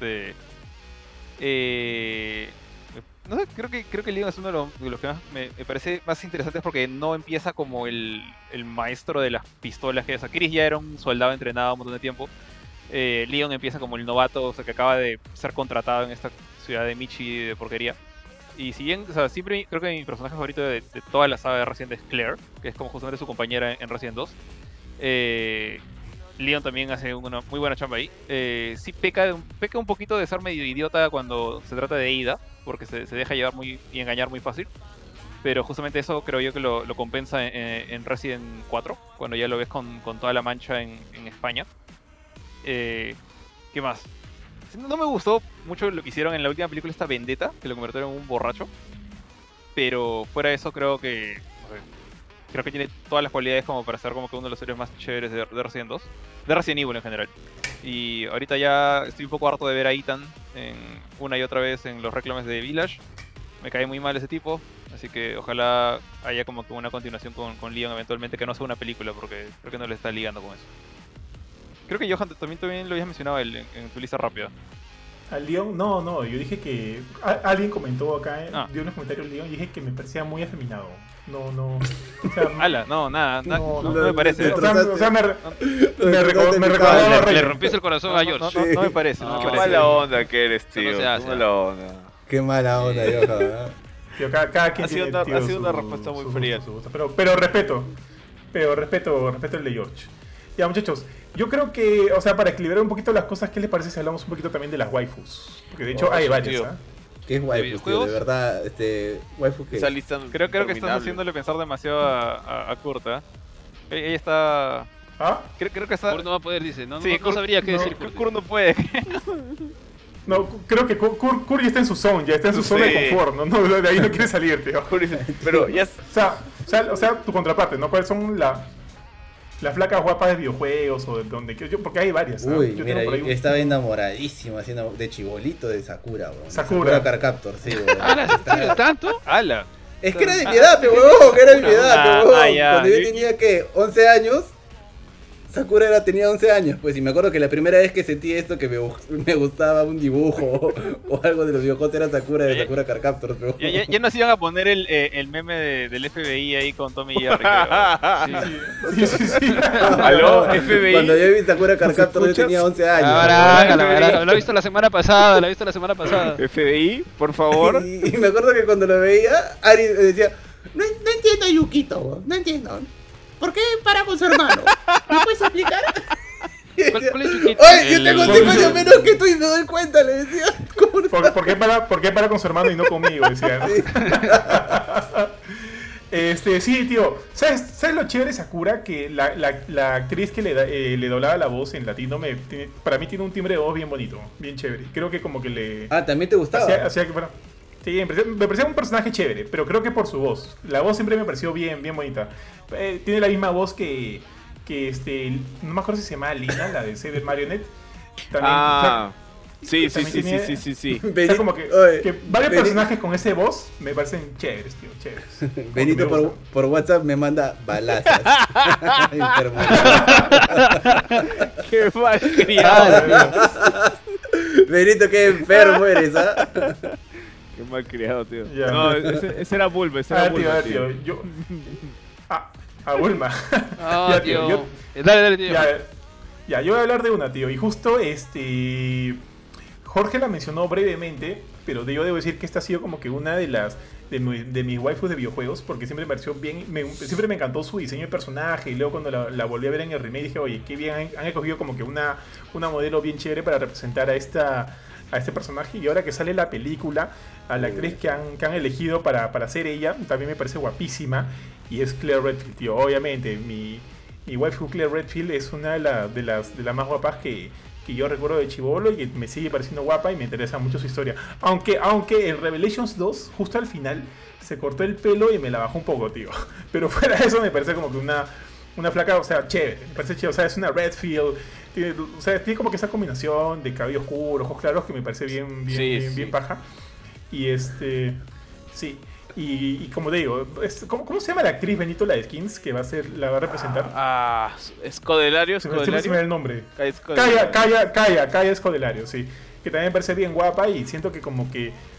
no sé, creo que Leon es uno de los que más me parece más interesantes porque no empieza como el maestro de las pistolas que es. Chris ya era un soldado entrenado un montón de tiempo. Leon empieza como el novato, o sea, que acaba de ser contratado en esta ciudad de Michi de porquería. Y si bien, o sea, siempre creo que mi personaje favorito de toda la saga de Resident es Claire, que es como justamente su compañera en Resident 2. Leon también hace una muy buena chamba ahí. Sí peca un poquito de ser medio idiota cuando se trata de Ada, porque se deja llevar y engañar muy fácil. Pero justamente eso creo yo que lo compensa en Resident 4, cuando ya lo ves con toda la mancha en España. ¿Qué más? No me gustó mucho lo que hicieron en la última película, esta Vendetta, que lo convirtieron en un borracho. Pero fuera de eso creo que tiene todas las cualidades como para ser como que uno de los héroes más chéveres de Resident 2. De Resident Evil en general. Y ahorita ya estoy un poco harto de ver a Ethan una y otra vez en los reclames de Village. Me cae muy mal ese tipo. Así que ojalá haya como que una continuación con Leon eventualmente, que no sea una película, porque creo que no le está ligando con eso. Creo que Johan también lo habías mencionado en tu lista rápida. al Leon, no, yo dije que. Alguien comentó acá, dio unos comentarios Leon y dije que me parecía muy afeminado. No. O sea, Ala, nada, No, no me parece. o sea, me recordaba a Le Rey. rompiste el corazón a George. No me parece, No, me Qué parece. parece. mala onda que eres, Eso no tío. se hace. Qué mala onda. Qué mala onda, Johan, ¿no? Tío, cada quien Ha sido tiene, una- tío, ha sido una respuesta muy fría. su gusto. Pero respeto el de George. Ya, muchachos, yo creo que, o sea, para equilibrar un poquito las cosas, ¿qué les parece si hablamos un poquito también de las waifus? Porque de hecho Oh, hay sí, varias, tío. ¿ah? ¿Qué es waifu, tío? videojuegos? De verdad, waifu que... Esa lista Creo que están interminable. haciéndole pensar demasiado a Kurt, ¿eh? Ella está... ¿Ah? Creo que está... Kurt no va a poder, dice. No Sí, sabría qué no, decir. Kurt no puede. No, creo que Kur ya está en su zone, ya está en su zona de Sí. confort, ¿no? De ahí no quiere salir, tío. Pero ya O sea, tu contraparte, ¿no? ¿Cuáles son las flacas guapas de videojuegos o de donde quiero yo? Porque hay varias, ¿ah? Uy, Yo mira, tengo por ahí yo estaba enamoradísimo haciendo de chibolito de Sakura, weón. Sakura. Carcaptor, sí, weón. ¿Tío, tanto? Ala. Es que era de mi edad, pe huevón, que era de mi edad, pe huevón. ya. Cuando yo tenía, ¿qué? 11 años, Sakura tenía 11 años, pues, y me acuerdo que la primera vez que sentí esto, que me gustaba un dibujo o algo de los videojuegos, era Sakura de Sakura Carcaptor, pe huevón. Ya nos iban a poner el meme del FBI ahí con Tommy y Jerry, creo. Sí. Sí. Aló, FBI. Cuando yo vi Sakura Carcaptor yo escuchas? tenía 11 años. Baraja, lo he visto la semana pasada, FBI, por favor. Y me acuerdo que cuando lo veía, Ari me decía, no entiendo a Yukito, weón, no entiendo. ¿Por qué para con su hermano? ¿Me puedes explicar? ¿Cuál es Yukito? Oye, yo tengo 5 años menos que tú y me doy cuenta, le decía. ¿Cómo no? ¿Por qué para con su hermano y no conmigo? Decía, ¿no? Sí, tío. ¿Sabes lo chévere de Sakura? Que la actriz que le doblaba la voz en latino, para mí tiene un timbre de voz bien bonito, bien chévere. Creo que como que le... Ah, ¿también te gustaba? hacía que fuera... Sí, me parecía un personaje chévere, pero creo que por su voz. La voz siempre me pareció bien bonita. Tiene la misma voz que no me acuerdo si se llama Lina, la de Saber Marionette. También, Sí. o sea, como que varios personajes con ese voz me parecen chéveres, tío, chéveres. Benito Como que me gusta. por WhatsApp me manda balazas. Enfermo. Qué mal criado. Benito, qué enfermo eres, ¿ah? Qué mal criado, tío. Ya. No, ese era Bulba, ese A era ver, Bulba, tío, tío. yo... A Bulma. Ah, Ya, tío. tío, yo- Dale, tío. Ya, yo voy a hablar de una, tío. Y justo Jorge la mencionó brevemente, pero yo debo decir que esta ha sido como que una de mis waifus de videojuegos, porque siempre me pareció bien, siempre me encantó su diseño de personaje, y luego cuando la volví a ver en el remake dije, oye, qué bien, han escogido como que una modelo bien chévere para representar a este personaje, y ahora que sale la película, a la actriz que han elegido para ser ella, también me parece guapísima, y es Claire Redfield, tío. Obviamente, mi waifu Claire Redfield es una de las más guapas que yo recuerdo de chibolo, y que me sigue pareciendo guapa y me interesa mucho su historia. Aunque en Revelations 2, justo al final, se cortó el pelo y me la bajó un poco, tío. Pero fuera de eso me parece como que una flaca, o sea, chévere. Me parece chévere, o sea, es una Redfield. O sea, tiene como que esa combinación de cabello oscuro, ojos claros, que me parece bien paja. Y sí. Y como te digo, ¿cómo se llama la actriz Benito la de Skins que la va a representar? Escodelario, Siempre se me da el nombre. Escodelario. Calla Escodelario, sí. Que también me parece bien guapa y siento que como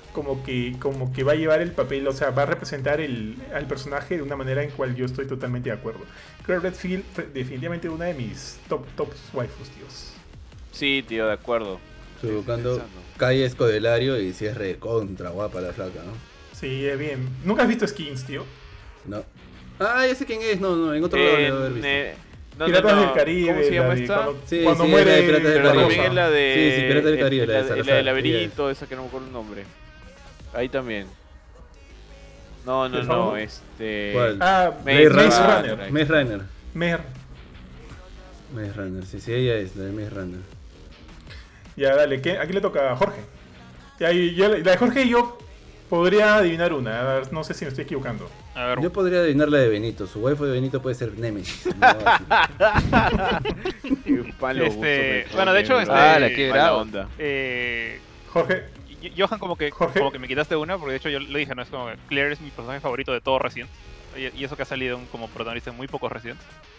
que va a llevar el papel, o sea, va a representar al personaje de una manera en cual yo estoy totalmente de acuerdo. Claire Redfield, definitivamente una de mis top waifus, tíos. Sí, tío, de acuerdo. Estoy buscando Pensando. Calle Escodelario y si es recontra guapa la flaca, ¿no? Sí, es bien. ¿Nunca has visto Skins, tío? No. Ah, ya sé quién es. No, en otro lado le debo haber visto. Piratas del Caribe. ¿Cómo se llama la de esta? Cuando Sí, muere la de Piratas del Pero Caribe. también es la de. Sí, Piratas del Caribe, la de Salazar. La del laberinto, esa que no me acuerdo el nombre. Ahí también. No, ¿El fauno? ¿Cuál? Maze Runner. Runner. Maze Runner. Mer. Maze Runner, sí, ella es la de Maze Runner. Ya, dale, aquí le toca a Jorge. La de Jorge yo podría adivinar una. A ver, no sé si me estoy equivocando. A ver, Yo podría adivinar la de Benito. Su waifu de Benito puede ser Nemesis. ¿No? Así. bueno, de hecho, qué bravo. onda. Jorge, Johan como que me quitaste una, porque de hecho yo lo dije, ¿no? Es como que Claire es mi personaje favorito de todo Resident. Y eso que ha salido como protagonista en muy pocos Resident.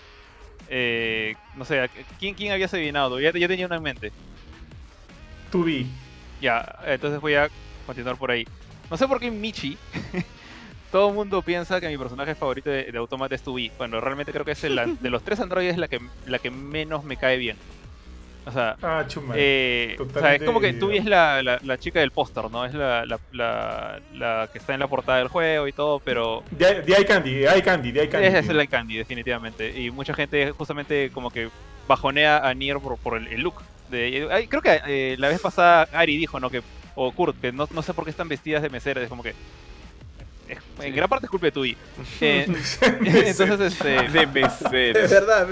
No sé, ¿quién habías adivinado? Ya tenía una en mente. 2B. Ya, entonces voy a continuar por ahí. No sé por qué Michi, todo el mundo piensa que mi personaje favorito de Automata es 2B, cuando realmente creo que es de los tres androides la que menos me cae bien. O sea, Chuma. o sea, es como que 2B es la chica del póster, ¿no? Es la que está en la portada del juego y todo, pero... De Eye Candy. Esa es la Candy, definitivamente. Y mucha gente justamente como que bajonea a Nier por el look. Creo que la vez pasada Ari dijo, ¿no? O Kurt, que no sé por qué están vestidas de meseras. Es como que... En gran parte es culpa de Tui. Entonces, De mesero. Es verdad,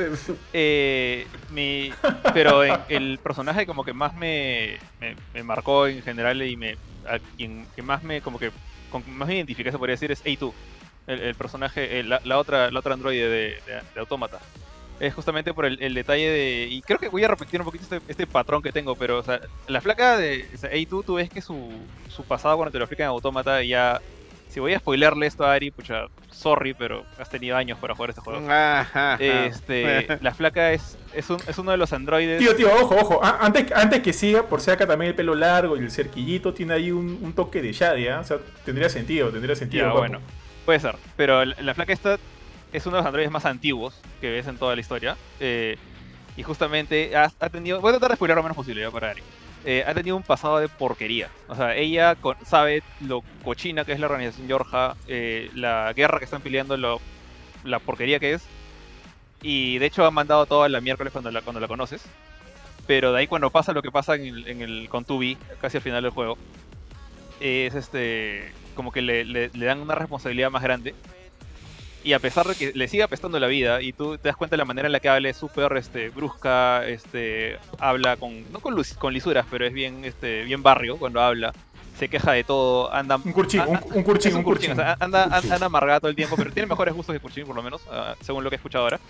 pero el personaje como que más me marcó en general y a quien que más me más me identifiqué, se podría decir, es A2. El personaje, la otra androide de Autómata. Es justamente por el detalle y creo que voy a repetir un poquito este patrón que tengo, pero o sea, la flaca de A2, tú ves que su pasado cuando te lo explican en Autómata ya... Si voy a spoilerle esto a Ari, pucha, sorry, pero has tenido años para jugar este juego. La flaca es uno de los androides. Tío, ojo. Antes que siga, por si acá también el pelo largo y el cerquillito tiene ahí un toque de Shade, ¿ah? O sea, tendría sentido. Ya, guapo. bueno, puede ser. Pero la flaca esta es uno de los androides más antiguos que ves en toda la historia. Y justamente ha tenido... Voy a tratar de spoiler lo menos posible ya para Ari. Ha tenido un pasado de porquería. O sea, ella sabe lo cochina que es la organización Yorja, la guerra que están peleando, la porquería que es. Y de hecho ha mandado todo a la miércoles cuando la conoces. Pero de ahí cuando pasa lo que pasa con Tubi, casi al final del juego, es como que le dan una responsabilidad más grande. Y a pesar de que le sigue apestando la vida, y tú te das cuenta de la manera en la que habla, es súper brusca, habla con lisuras, pero es bien barrio cuando habla, se queja de todo, anda... Un curchín. O sea, anda amargada todo el tiempo, pero tiene mejores gustos que Curchín, por lo menos, según lo que he escuchado ahora.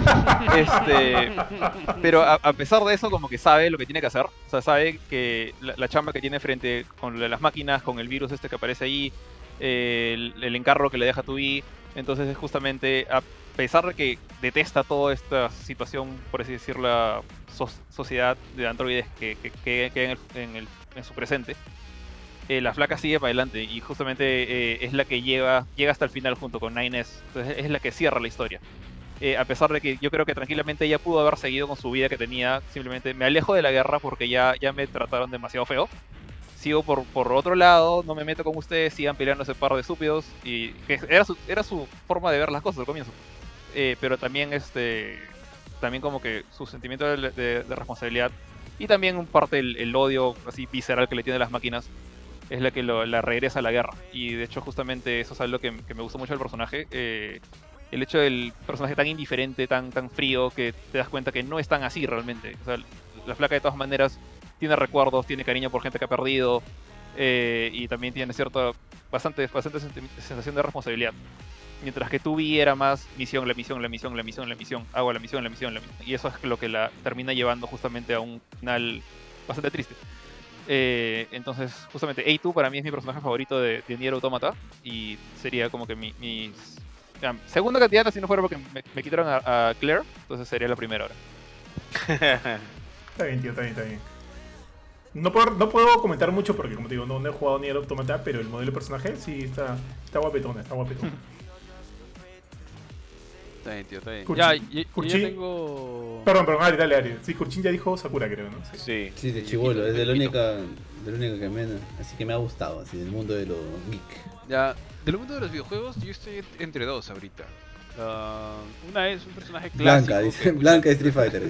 Pero a pesar de eso, como que sabe lo que tiene que hacer, o sea, sabe que la chamba que tiene frente con las máquinas, con el virus que aparece ahí, el encargo que le deja Tui. Entonces es justamente, a pesar de que detesta toda esta situación, por así decirlo, la sociedad de androides que queda en su presente, la flaca sigue para adelante y justamente es la que llega hasta el final junto con Nines. Entonces es la que cierra la historia. A pesar de que yo creo que tranquilamente ella pudo haber seguido con su vida que tenía, simplemente me alejo de la guerra porque ya me trataron demasiado feo. Sigo por otro lado, no me meto con ustedes, sigan peleando ese par de estúpidos. Y que era su forma de ver las cosas al comienzo. Pero también también como que su sentimiento de responsabilidad y también un parte el odio así visceral que le tiene a las máquinas es la que la regresa a la guerra. Y de hecho justamente eso es algo que me gustó mucho del personaje. El hecho del personaje tan indiferente, tan frío, que te das cuenta que no es tan así realmente. O sea, la flaca de todas maneras tiene recuerdos, tiene cariño por gente que ha perdido, y también tiene bastante sensación de responsabilidad. Mientras que tu Vi era más misión, la misión, hago la misión. Y eso es lo que la termina llevando justamente a un final bastante triste. Entonces, justamente, A2 para mí es mi personaje favorito de Nier Automata. Y sería como que mi segunda candidata si no fuera porque me quitaron a Claire. Entonces sería la primera ahora. Está bien, tío, está bien. No puedo comentar mucho porque, como te digo, no he jugado Nier Automata, pero el modelo de personaje sí está guapetón. Está bien, tío, está bien. Kurchin. Ya tengo... Perdón, Ari. Sí, Kurchin ya dijo Sakura, creo, ¿no? Sí. Sí, de chibolo, es de la única que menos. Así que me ha gustado, así, del mundo de los geek. Ya, del mundo de los videojuegos, yo estoy entre dos ahorita. Una es un personaje clásico. Blanca, dice. Blanca de Street Fighter.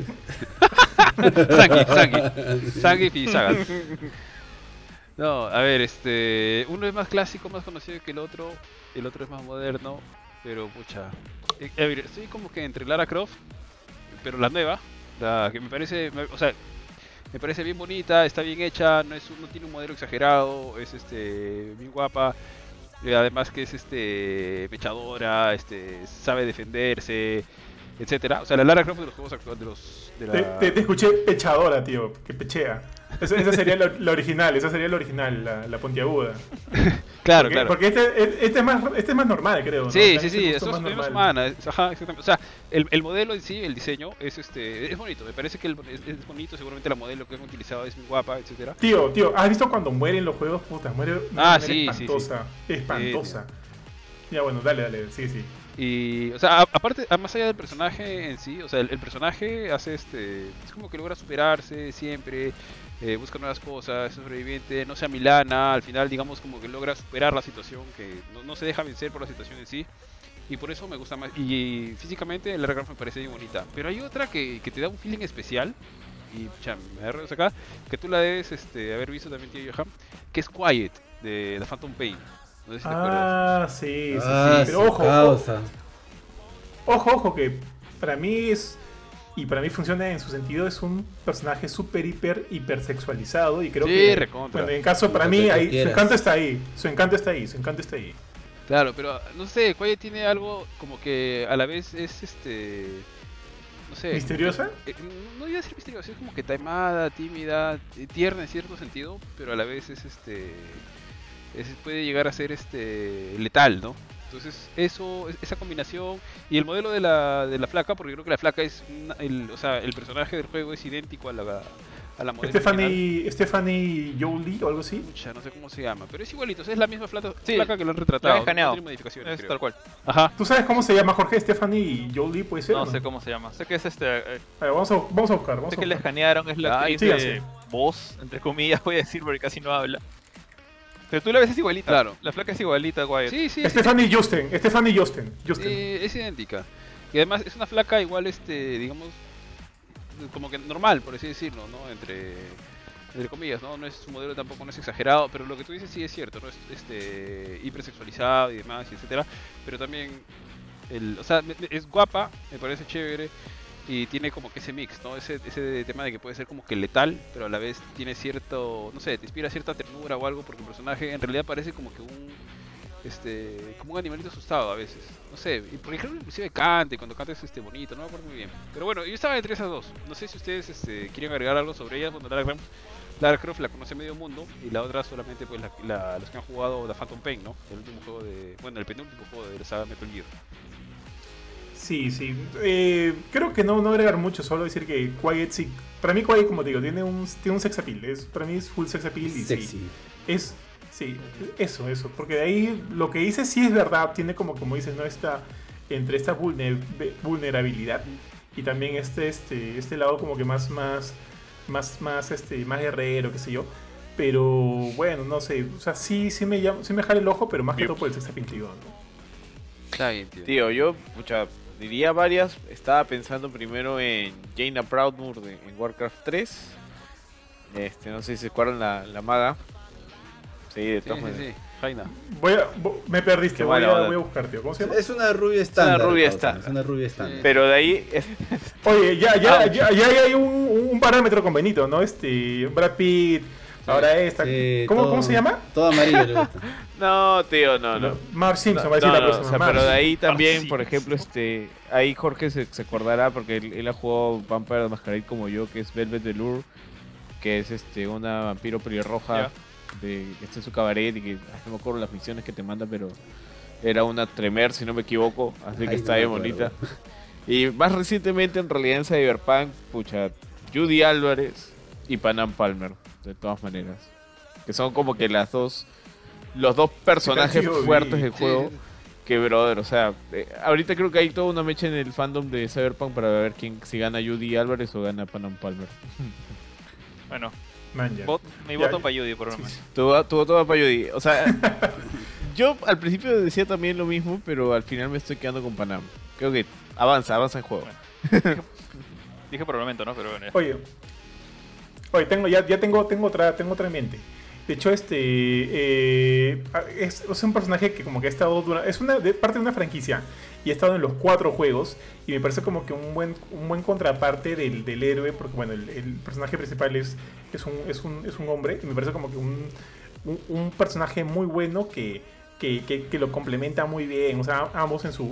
Zangief y Sagat. No, a ver, uno es más clásico, más conocido que el otro es más moderno, pero pucha. A ver, estoy como que entre Lara Croft, pero la nueva, la que me parece bien bonita, está bien hecha, no tiene un modelo exagerado, es bien guapa. Además que es pechadora, sabe defenderse, etcétera. O sea, la Lara Croft de los juegos actuales Te escuché pechadora, tío, que pechea. Esa sería la original, la puntiaguda. Claro. Porque este es más normal, creo, ¿no? Sí, eso es más humana. Ajá, exactamente. O sea, el modelo en sí, el diseño, es bonito. Me parece que es bonito, seguramente la modelo que han utilizado es muy guapa, etcétera. Tío, ¿has visto cuando mueren los juegos? Puta, muere de una manera espantosa. Sí. Espantosa. Ya, bueno, dale, sí. Y, o sea, aparte, más allá del personaje en sí, o sea, el personaje hace es como que logra superarse siempre, busca nuevas cosas, es sobreviviente, no sea Milana, al final, digamos, como que logra superar la situación, que no se deja vencer por la situación en sí, y por eso me gusta más. Y físicamente, la Lara me parece bien bonita, pero hay otra que te da un feeling especial, y pucha, me agarro acá, que tú la debes haber visto también, tío Johan, que es Quiet, de The Phantom Pain. No sé si te acuerdas. Sí. Pero ojo, que para mí funciona en su sentido, es un personaje súper, hiper sexualizado y creo que, recontra. Bueno, en caso, para mí, su encanto está ahí. Claro, pero no sé, Quiet tiene algo como que a la vez es no sé. ¿Misteriosa? No iba a ser misteriosa, es como que taimada, tímida, tierna en cierto sentido, pero a la vez puede llegar a ser letal, ¿no? Entonces esa combinación y el modelo de la flaca, porque creo que la flaca es el personaje del juego es idéntico a la modelo Stephanie Jolie o algo así. Pucha, no sé cómo se llama, pero es igualito, es la misma flaca que lo han La retratado. han escaneado. No tiene modificaciones, Es creo. tal cual. Ajá. ¿Tú sabes cómo se llama, Jorge? Stephanie Jolie, ¿puede ser? No sé cómo se llama. Sé que es A ver, vamos a buscar. sé que le escanearon, es la actriz sí, de voz, entre comillas, voy a decir porque casi no habla. Pero tú la ves es igualita. Claro. La flaca es igualita, guay. Sí. Stephanie Justin. Es idéntica. Y además es una flaca igual, digamos, como que normal, por así decirlo, ¿no? Entre comillas, ¿no? No es su modelo tampoco, no es exagerado, pero lo que tú dices sí es cierto, ¿no? Es hipersexualizado y demás, etcétera. Pero también, es guapa, me parece chévere. Y tiene como que ese mix, ¿no? Ese tema de que puede ser como que letal, pero a la vez tiene cierto, no sé, te inspira cierta ternura o algo, porque el personaje en realidad parece como que como un animalito asustado a veces. No sé, y por ejemplo inclusive cante, cuando canta es bonito, no me acuerdo muy bien. Pero bueno, yo estaba entre esas dos. No sé si ustedes quieren agregar algo sobre ellas. Bueno, Lara Croft la conoce medio mundo y la otra solamente pues los que han jugado The Phantom Pain, ¿no? El último juego el penúltimo juego de la saga Metal Gear. Sí. Creo que no agregar mucho, solo decir que Quiet sí. Para mí Quiet, como te digo, tiene un sex appeal. Para mí es full sex appeal y sexy. Sí, eso. Porque de ahí lo que dice sí es verdad. Tiene como dices, ¿no? entre esta vulnerabilidad y también este lado como que más guerrero, qué sé yo. Pero bueno, no sé, o sea, sí me jala el ojo, pero más que todo por el sex appeal, ¿no? Está bien, tío. Tío, yo, pucha, diría varias. Estaba pensando primero en Jaina Proudmoore en Warcraft 3. No sé si se acuerdan la maga. Sí, de Sí, todas sí, maneras. sí. Jaina. Me perdiste, Qué voy mala onda. a buscar, tío. ¿Cómo se llama? Es una rubia estándar. rubia Pausa, estándar. Es una rubia estándar. Pero de ahí, Oye, ya hay un parámetro con Benito, ¿no? Brad Pitt, ahora esta. Sí, ¿Cómo se llama? Todo amarillo le gusta. no, tío, no. Mark Simpson, va a No, decir la no, próxima. o sea, Mark. pero de ahí también, sí. por ejemplo, ahí Jorge se acordará porque él ha jugado Vampire the Masquerade como yo, que es Velvet Velour, que es una vampiro pelirroja que está en su cabaret y que no me acuerdo las misiones que te manda, pero era una Tremer, si no me equivoco, así que Ay, está no bien me acuerdo. bonita. Y más recientemente en realidad en Cyberpunk, pucha, Judy Álvarez y Panam Palmer, de todas maneras, que son como que los dos personajes Judy. fuertes del Sí, juego. sí, sí. Que brother, o sea, ahorita creo que hay toda una mecha en el fandom de Cyberpunk para ver si gana Judy Álvarez o gana Panam Palmer. Bueno, Man, ya. mi Ya, voto ya. para Judy por lo menos. Tuvo todo para Judy. O sea, yo al principio decía también lo mismo, pero al final me estoy quedando con Panam. Creo que avanza el juego. Dije por el momento, ¿no? Pero bueno. Oye, tengo otra en mente. De hecho, es un personaje que como que ha estado parte de una franquicia y ha estado en los 4 juegos y me parece como que un buen contraparte del héroe, porque bueno, el personaje principal es un hombre y me parece como que un personaje muy bueno que lo complementa muy bien, o sea, ambos en su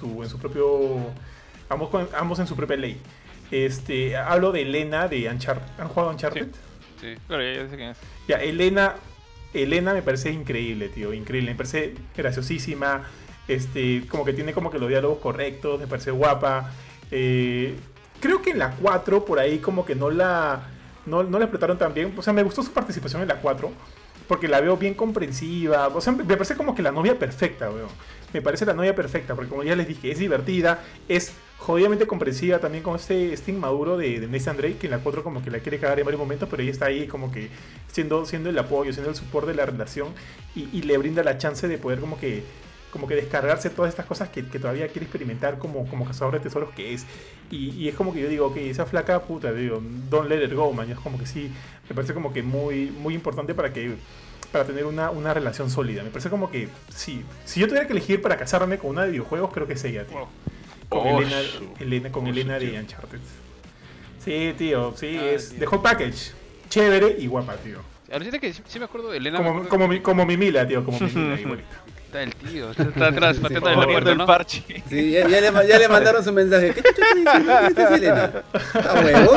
propia ley. Hablo de Elena de Uncharted. ¿Han jugado Uncharted? Sí, claro, ya sé quién es. Ya, Elena me parece increíble, tío, increíble, me parece graciosísima, como que tiene como que los diálogos correctos, me parece guapa. Creo que en la 4 por ahí como que no la explotaron tan bien, o sea, me gustó su participación en la 4, porque la veo bien comprensiva, o sea, me parece como que la novia perfecta, weón. Me parece la novia perfecta, porque como ya les dije, es divertida, es jodidamente comprensiva también con este inmaduro de Nathan Drake, que en la 4 como que la quiere cagar en varios momentos, pero ella está ahí como que siendo el apoyo, siendo el support de la relación y le brinda la chance de poder como que descargarse todas estas cosas que todavía quiere experimentar como cazador de tesoros que es. Y es como que yo digo, ok, esa flaca puta, digo, don't let it go, man. Es como que sí, me parece como que muy, muy importante para tener una relación sólida. Me parece como que sí, si yo tuviera que elegir para casarme con una de videojuegos, creo que es ella, tío. Wow. Con Oh, Elena de Uncharted. Sí, tío, sí, es tío. The Whole Package. Chévere y guapa, tío. Ahorita que sí me acuerdo de Elena. me acuerdo Como mi Mila, tío, como mi Mila, igualita. Está el tío, está atrás, Sí, pateando sí, en la sí. puerta, ¿no? parche. Sí, ya le mandaron su mensaje. ¿Qué chucha te dice? ¿Qué te dice Elena? ¿Está huevo?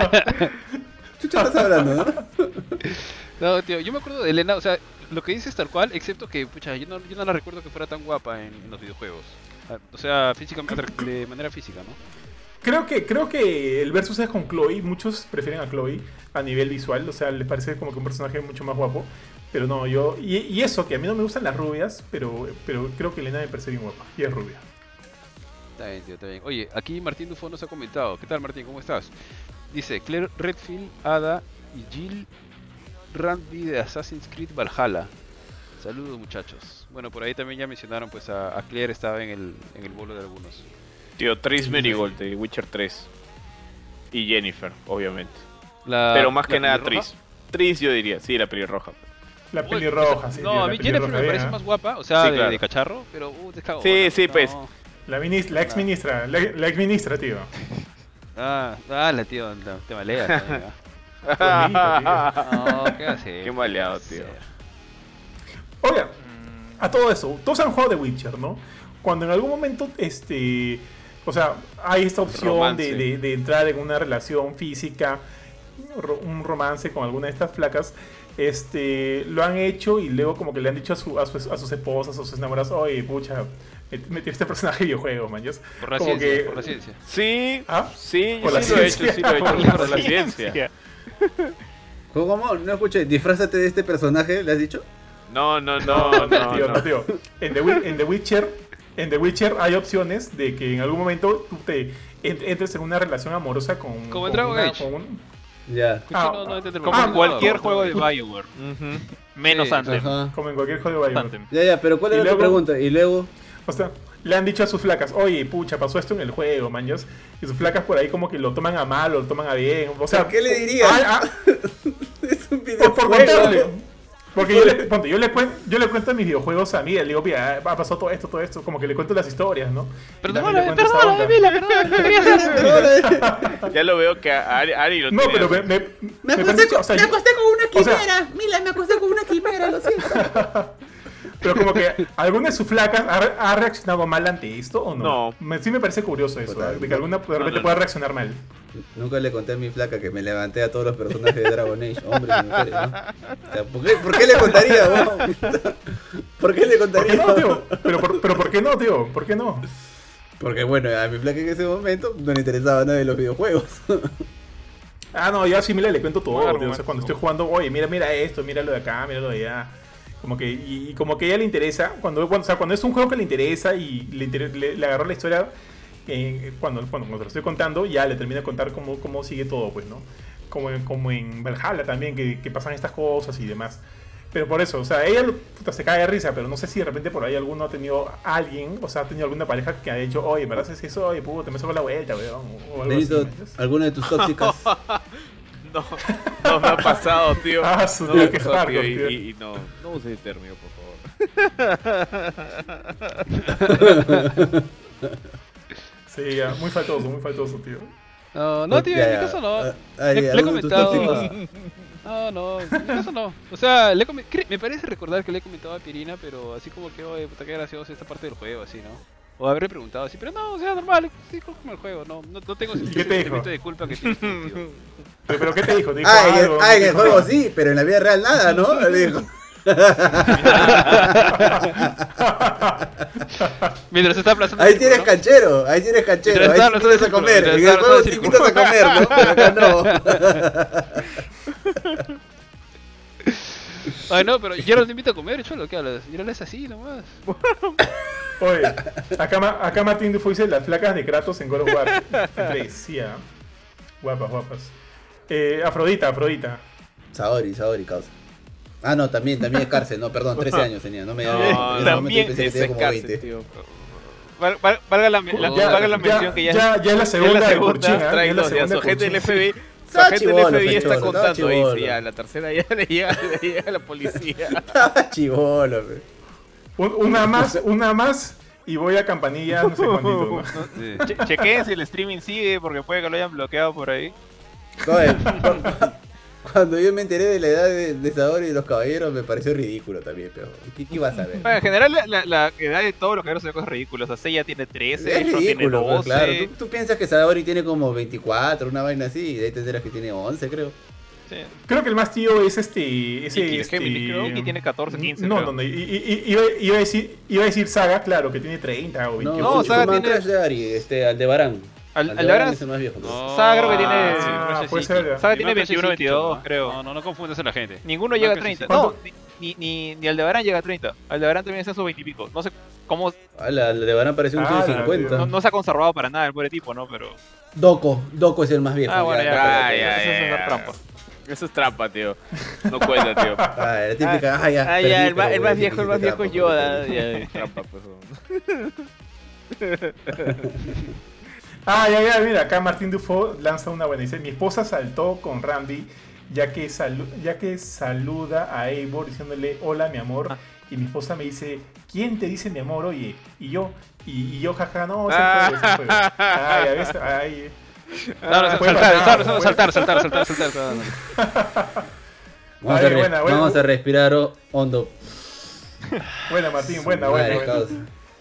Chucha estás hablando, ¿no? No, tío, yo me acuerdo de Elena, o sea, lo que dices tal cual, excepto que, pucha, yo no la recuerdo que fuera tan guapa en los videojuegos. O sea, físicamente, de manera física, ¿no? Creo que el versus es con Chloe. Muchos prefieren a Chloe a nivel visual. O sea, les parece como que un personaje mucho más guapo. Pero no, yo... Y eso, que a mí no me gustan las rubias, pero creo que Elena me parece bien guapa. Y es rubia. Está bien, tío, está bien. Oye, aquí Martín Dufo nos ha comentado. ¿Qué tal, Martín? ¿Cómo estás? Dice, Claire Redfield, Ada y Jill Randby de Assassin's Creed Valhalla. Saludos, muchachos. Bueno, por ahí también ya mencionaron, pues a Claire estaba en el bolo de algunos. Tío, Triss Merigold de Witcher 3. Y Jennifer, obviamente. La- Pero más que la nada pelirroja. Triss. Triss yo diría, sí, la pelirroja. La Uy, pelirroja, sí. No, tío, a la mí Jennifer pelirroja me parece bien, más guapa, o sea, Sí, claro. de cacharro, pero te cago. Sí, bueno, sí, pues. no. La ex ministra, la ex ministra, tío. La tío, no, te maleas. amiga. Bonita, No, ¿qué haces? Qué maleado, tío. Oiga, a todo eso, todos han jugado The Witcher, ¿no? Cuando en algún momento, o sea, hay esta opción Romance. de entrar en una relación física, un romance con alguna de estas flacas, lo han hecho y luego como que le han dicho a sus esposas, a sus enamorados, oye, pucha, metió este personaje de videojuego, man. Por la Como ciencia, que- por la ciencia. Sí, ¿Ah? sí, Por yo la sí lo he hecho, ciencia. sí lo he hecho Por por la ciencia. ¿Cómo? No escuché. Disfrázate de este personaje, ¿le has dicho? No. Tío, no, tío. En The Witcher, en The Witcher hay opciones de que en algún momento tú te entres en una relación amorosa con... Como en con Dragon una- Age. con un- Ya. Escucha, no entiendo el Como problema. en cualquier No, juego de no, BioWare. Menos Sí. Anthem. Ajá. como en cualquier juego de Bioware. Anthem. Ya, pero ¿cuál Y era tu luego- pregunta? Y luego... O sea, le han dicho a sus flacas, oye, pucha, pasó esto en el juego, maños. Y sus flacas por ahí como que lo toman a mal o lo toman a bien. O sea, ¿Qué le dirías? Es un por videojuego. contarle. Porque yo le cuento mis videojuegos a mí, le digo, mira, pasó todo esto, como que le cuento las historias, ¿no? Y también le cuento esa onda. Ya lo veo que a Ari lo No, tiene pero así. me parece que, o sea, Me acosté con una o sea- quimera. Mila, me acosté con una quimera, lo siento. pero como que alguna de sus flacas ha reaccionado mal ante esto o no. No. Sí me parece curioso eso, Total. de que alguna de repente no. pueda reaccionar mal. Nunca le conté a mi flaca que me levanté a todos los personajes de Dragon Age, hombres y mujeres, ¿no? O sea, ¿por qué le contaría, weón? ¿Por qué le ¿Por qué contaría? no, tío? Pero ¿por qué no, tío? ¿Por qué no? Porque bueno, a mi flaca en ese momento no le interesaba nada de los videojuegos. Ah, no, yo así le cuento todo, Buen tío. O sea, cuando argumento. estoy jugando, oye, mira esto, mira lo de acá, mira lo de allá. Como que, y como que a ella le interesa, cuando es un juego que le interesa y le agarró la historia, cuando te lo estoy contando, ya le termino de contar cómo sigue todo, pues, ¿no? Como en Valhalla también, que pasan estas cosas y demás. Pero por eso, o sea, ella puta, se cae de risa, pero no sé si de repente por ahí alguno ha tenido alguien, o sea, ha tenido alguna pareja que ha dicho, oye, ¿verdad es eso? Oye, puta, me saco la vuelta, weón. O algo así, Benito, ¿me entiendes? ¿alguna de tus tóxicas? No, no me ha pasado, tío. Ah, su No tío, me ha qué pasado, hardcore, tío, tío. y no use el término, por favor. Sí, ya, muy faltoso, tío. No, tío, Ya, en mi ya. caso no. Ay, Le he ¿alguno de tus comentado. tóxicos? No, en mi caso no. O sea, me parece recordar que le he comentado a Pirina, pero así como que, oye, puta, qué gracioso esta parte del juego, así, ¿no? O haberle preguntado así, pero no, o sea, normal, sí, como el juego, no tengo ese qué te dijo? sentimiento de culpa que tienes, tío. ¿Pero qué te dijo? ¿Te dijo Ah, algo? en el juego sí, pero en la vida real nada, ¿no? Le dijo. Mientras está aplazando Ahí el tienes círculo, ¿no? canchero, ahí tienes canchero, Mientras ahí estaba sí invitas a hablando comer. del En el círculo, juego mientras sí estaba invitas a comer, ¿no? Pero acá no. Ay, no, pero yo no te invito a comer, cholo, ¿qué hablas? Yo no es así nomás. Oye, acá Martín Dufo dice las flacas de Kratos en God of War 3, sí, ¿ah? Guapas. Afrodita. Saori, causa. Ah, no, también es cárcel, no, perdón, 13 años tenía, no me No, en ese momento también yo pensé que ese tenía es como cárcel, 20. tío. Valga la mención que ya es la segunda de segunda, Kurchin, ¿ah? Ya es la Traidor, ya segunda su de agente del Kurchin. FBI. Su Estaba agente del chibolo, FBI está estaba contando. Ahí chibolo. sí, a la tercera ya le llega la policía. Estaba chivolo, pe. Una más y voy a Campanilla, no sé cuántito, ¿no? Sí. chequeen si el streaming sigue porque puede que lo hayan bloqueado por ahí. Oye, cuando yo me enteré de la edad de Saori y los caballeros me pareció ridículo también, pero ¿qué ibas a ver? Bueno, en general la edad de todos los caballeros son cosas ridículas. O sea, Seiya tiene 13, Es Sean tiene ridículo, pues, 12. claro. ¿Tú piensas que Saori tiene como 24, una vaina así, y de ahí te enteras que tiene 11, creo. Sí. Creo que el más tío es ese Iki, Gemini, creo. Iki tiene 14, 15, No, creo. no, iba a decir Saga, claro, que tiene 30 o 28. No, Saga Superman tiene- Crash de Ari, Aldebarán. Aldebarán es el más viejo. ¿no? No, Saga creo que tiene- sí, me parece puede sí. ser. Saga Y tiene me parece 21, sí, 22, cholo, ¿no? creo. No confundas a la gente. Ninguno llega a Marcos, 30. sí. No, ni Aldebarán llega a 30. Aldebarán también está en sus 20 y pico. No sé cómo. Aldebarán parece un tío de Ah, 50. No se ha conservado para nada el pobre tipo, ¿no? Pero. Doco es el más viejo. Ah, bueno, ya. ya, Eso ya, es ya. una trampa. Eso es trampa, tío. No cuenta, tío. Ah, la típica, ya. Ah, perdí, ya, pero el voy a más decir viejo, que el más hiciste viejo es trampa, Yoda. porque- Ya, trampa, pues. Ya, mira, acá Martín Dufo lanza una buena. Dice, mi esposa saltó con Randy ya que saluda a Eivor diciéndole hola mi amor. Y mi esposa me dice, ¿quién te dice mi amor? Oye, y yo, jaja, no, es el juego. Ya ves, ay. Puede Saltar. Vamos, Ay, buena. vamos a respirar hondo. Buena, Martín, buena. Madre causa.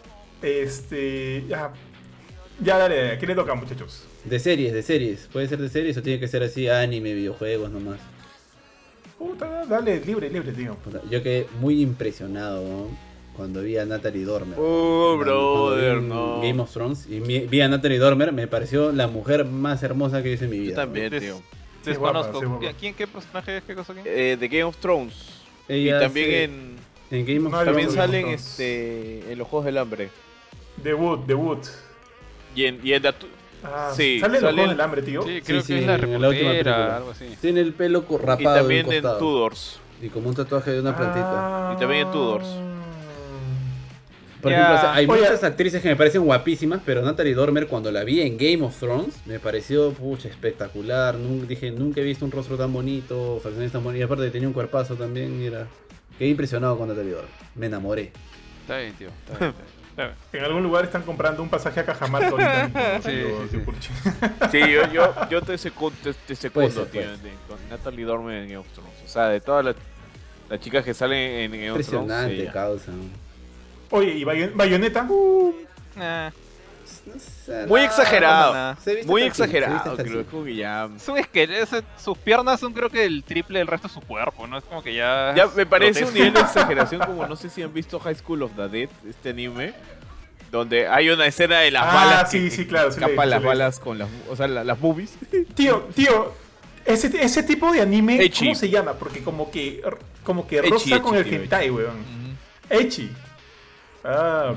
Ya, dale, ¿a quién le toca, muchachos? De series. ¿Puede ser de series o tiene que ser así anime, videojuegos nomás? Puta, dale, libre, tío. Puta, yo quedé muy impresionado, ¿no? Cuando vi a Natalie Dormer. Oh, Cuando brother, vi no. Game of Thrones y vi a Natalie Dormer, me pareció la mujer más hermosa que he visto en mi vida. Yo también, Des- tío. Desconozco. Sí, guapa. ¿Quién qué personaje es? ¿Qué cosa quién? De Game of Thrones. Ella y también hace- en. en Game of No, Thrones. También Game of salen Thrones. en los Juegos del Hambre. Debut. Y en sí, ¿Sale en los sale Juegos del Hambre, tío? Sí, creo Sí, que es la en la última reportera, película. algo así. Tiene el pelo y rapado también de un en costado. Tudors. Y como un tatuaje de una plantita. Y también en Tudors. Por Ya. ejemplo, o sea, hay Oye. muchas actrices que me parecen guapísimas, pero Natalie Dormer cuando la vi en Game of Thrones me pareció espectacular. Dije, nunca he visto un rostro tan bonito, facciones tan bonitas. Y aparte tenía un cuerpazo también y quedé impresionado con Natalie Dormer. Me enamoré. Está bien, tío. Está bien. En algún lugar están comprando un pasaje a Cajamarca ahorita mismo, ¿no? Sí, Tío- sí, tío sí. Purchi. Sí, yo te secundo, Puede ser, tío, puede ser. con Natalie Dormer en Game of Thrones. O sea, de todas las chicas que salen en Game of Thrones. Impresionante, ella. causa. Oye, ¿y Bayonetta? Nah. No sé, Muy no, exagerado. no, no. Se viste Muy hasta así, se exagerado, viste hasta creo así. como que ya. Son esqueletos, sus piernas son creo que el triple del resto de su cuerpo, ¿no? Es como que ya... Ya me parece un grotesco. nivel de exageración como no sé si han visto High School of the Dead, este anime, donde hay una escena de las balas sí, que sí, claro. Sí lo he escapan visto, las sí lo he balas con las, o sea, las movies. visto. Tío, ese tipo de anime, Ecchi. ¿cómo se llama? Porque como que Ecchi, roza con el tío, hentai, weón. Ujú. Ecchi. Ok.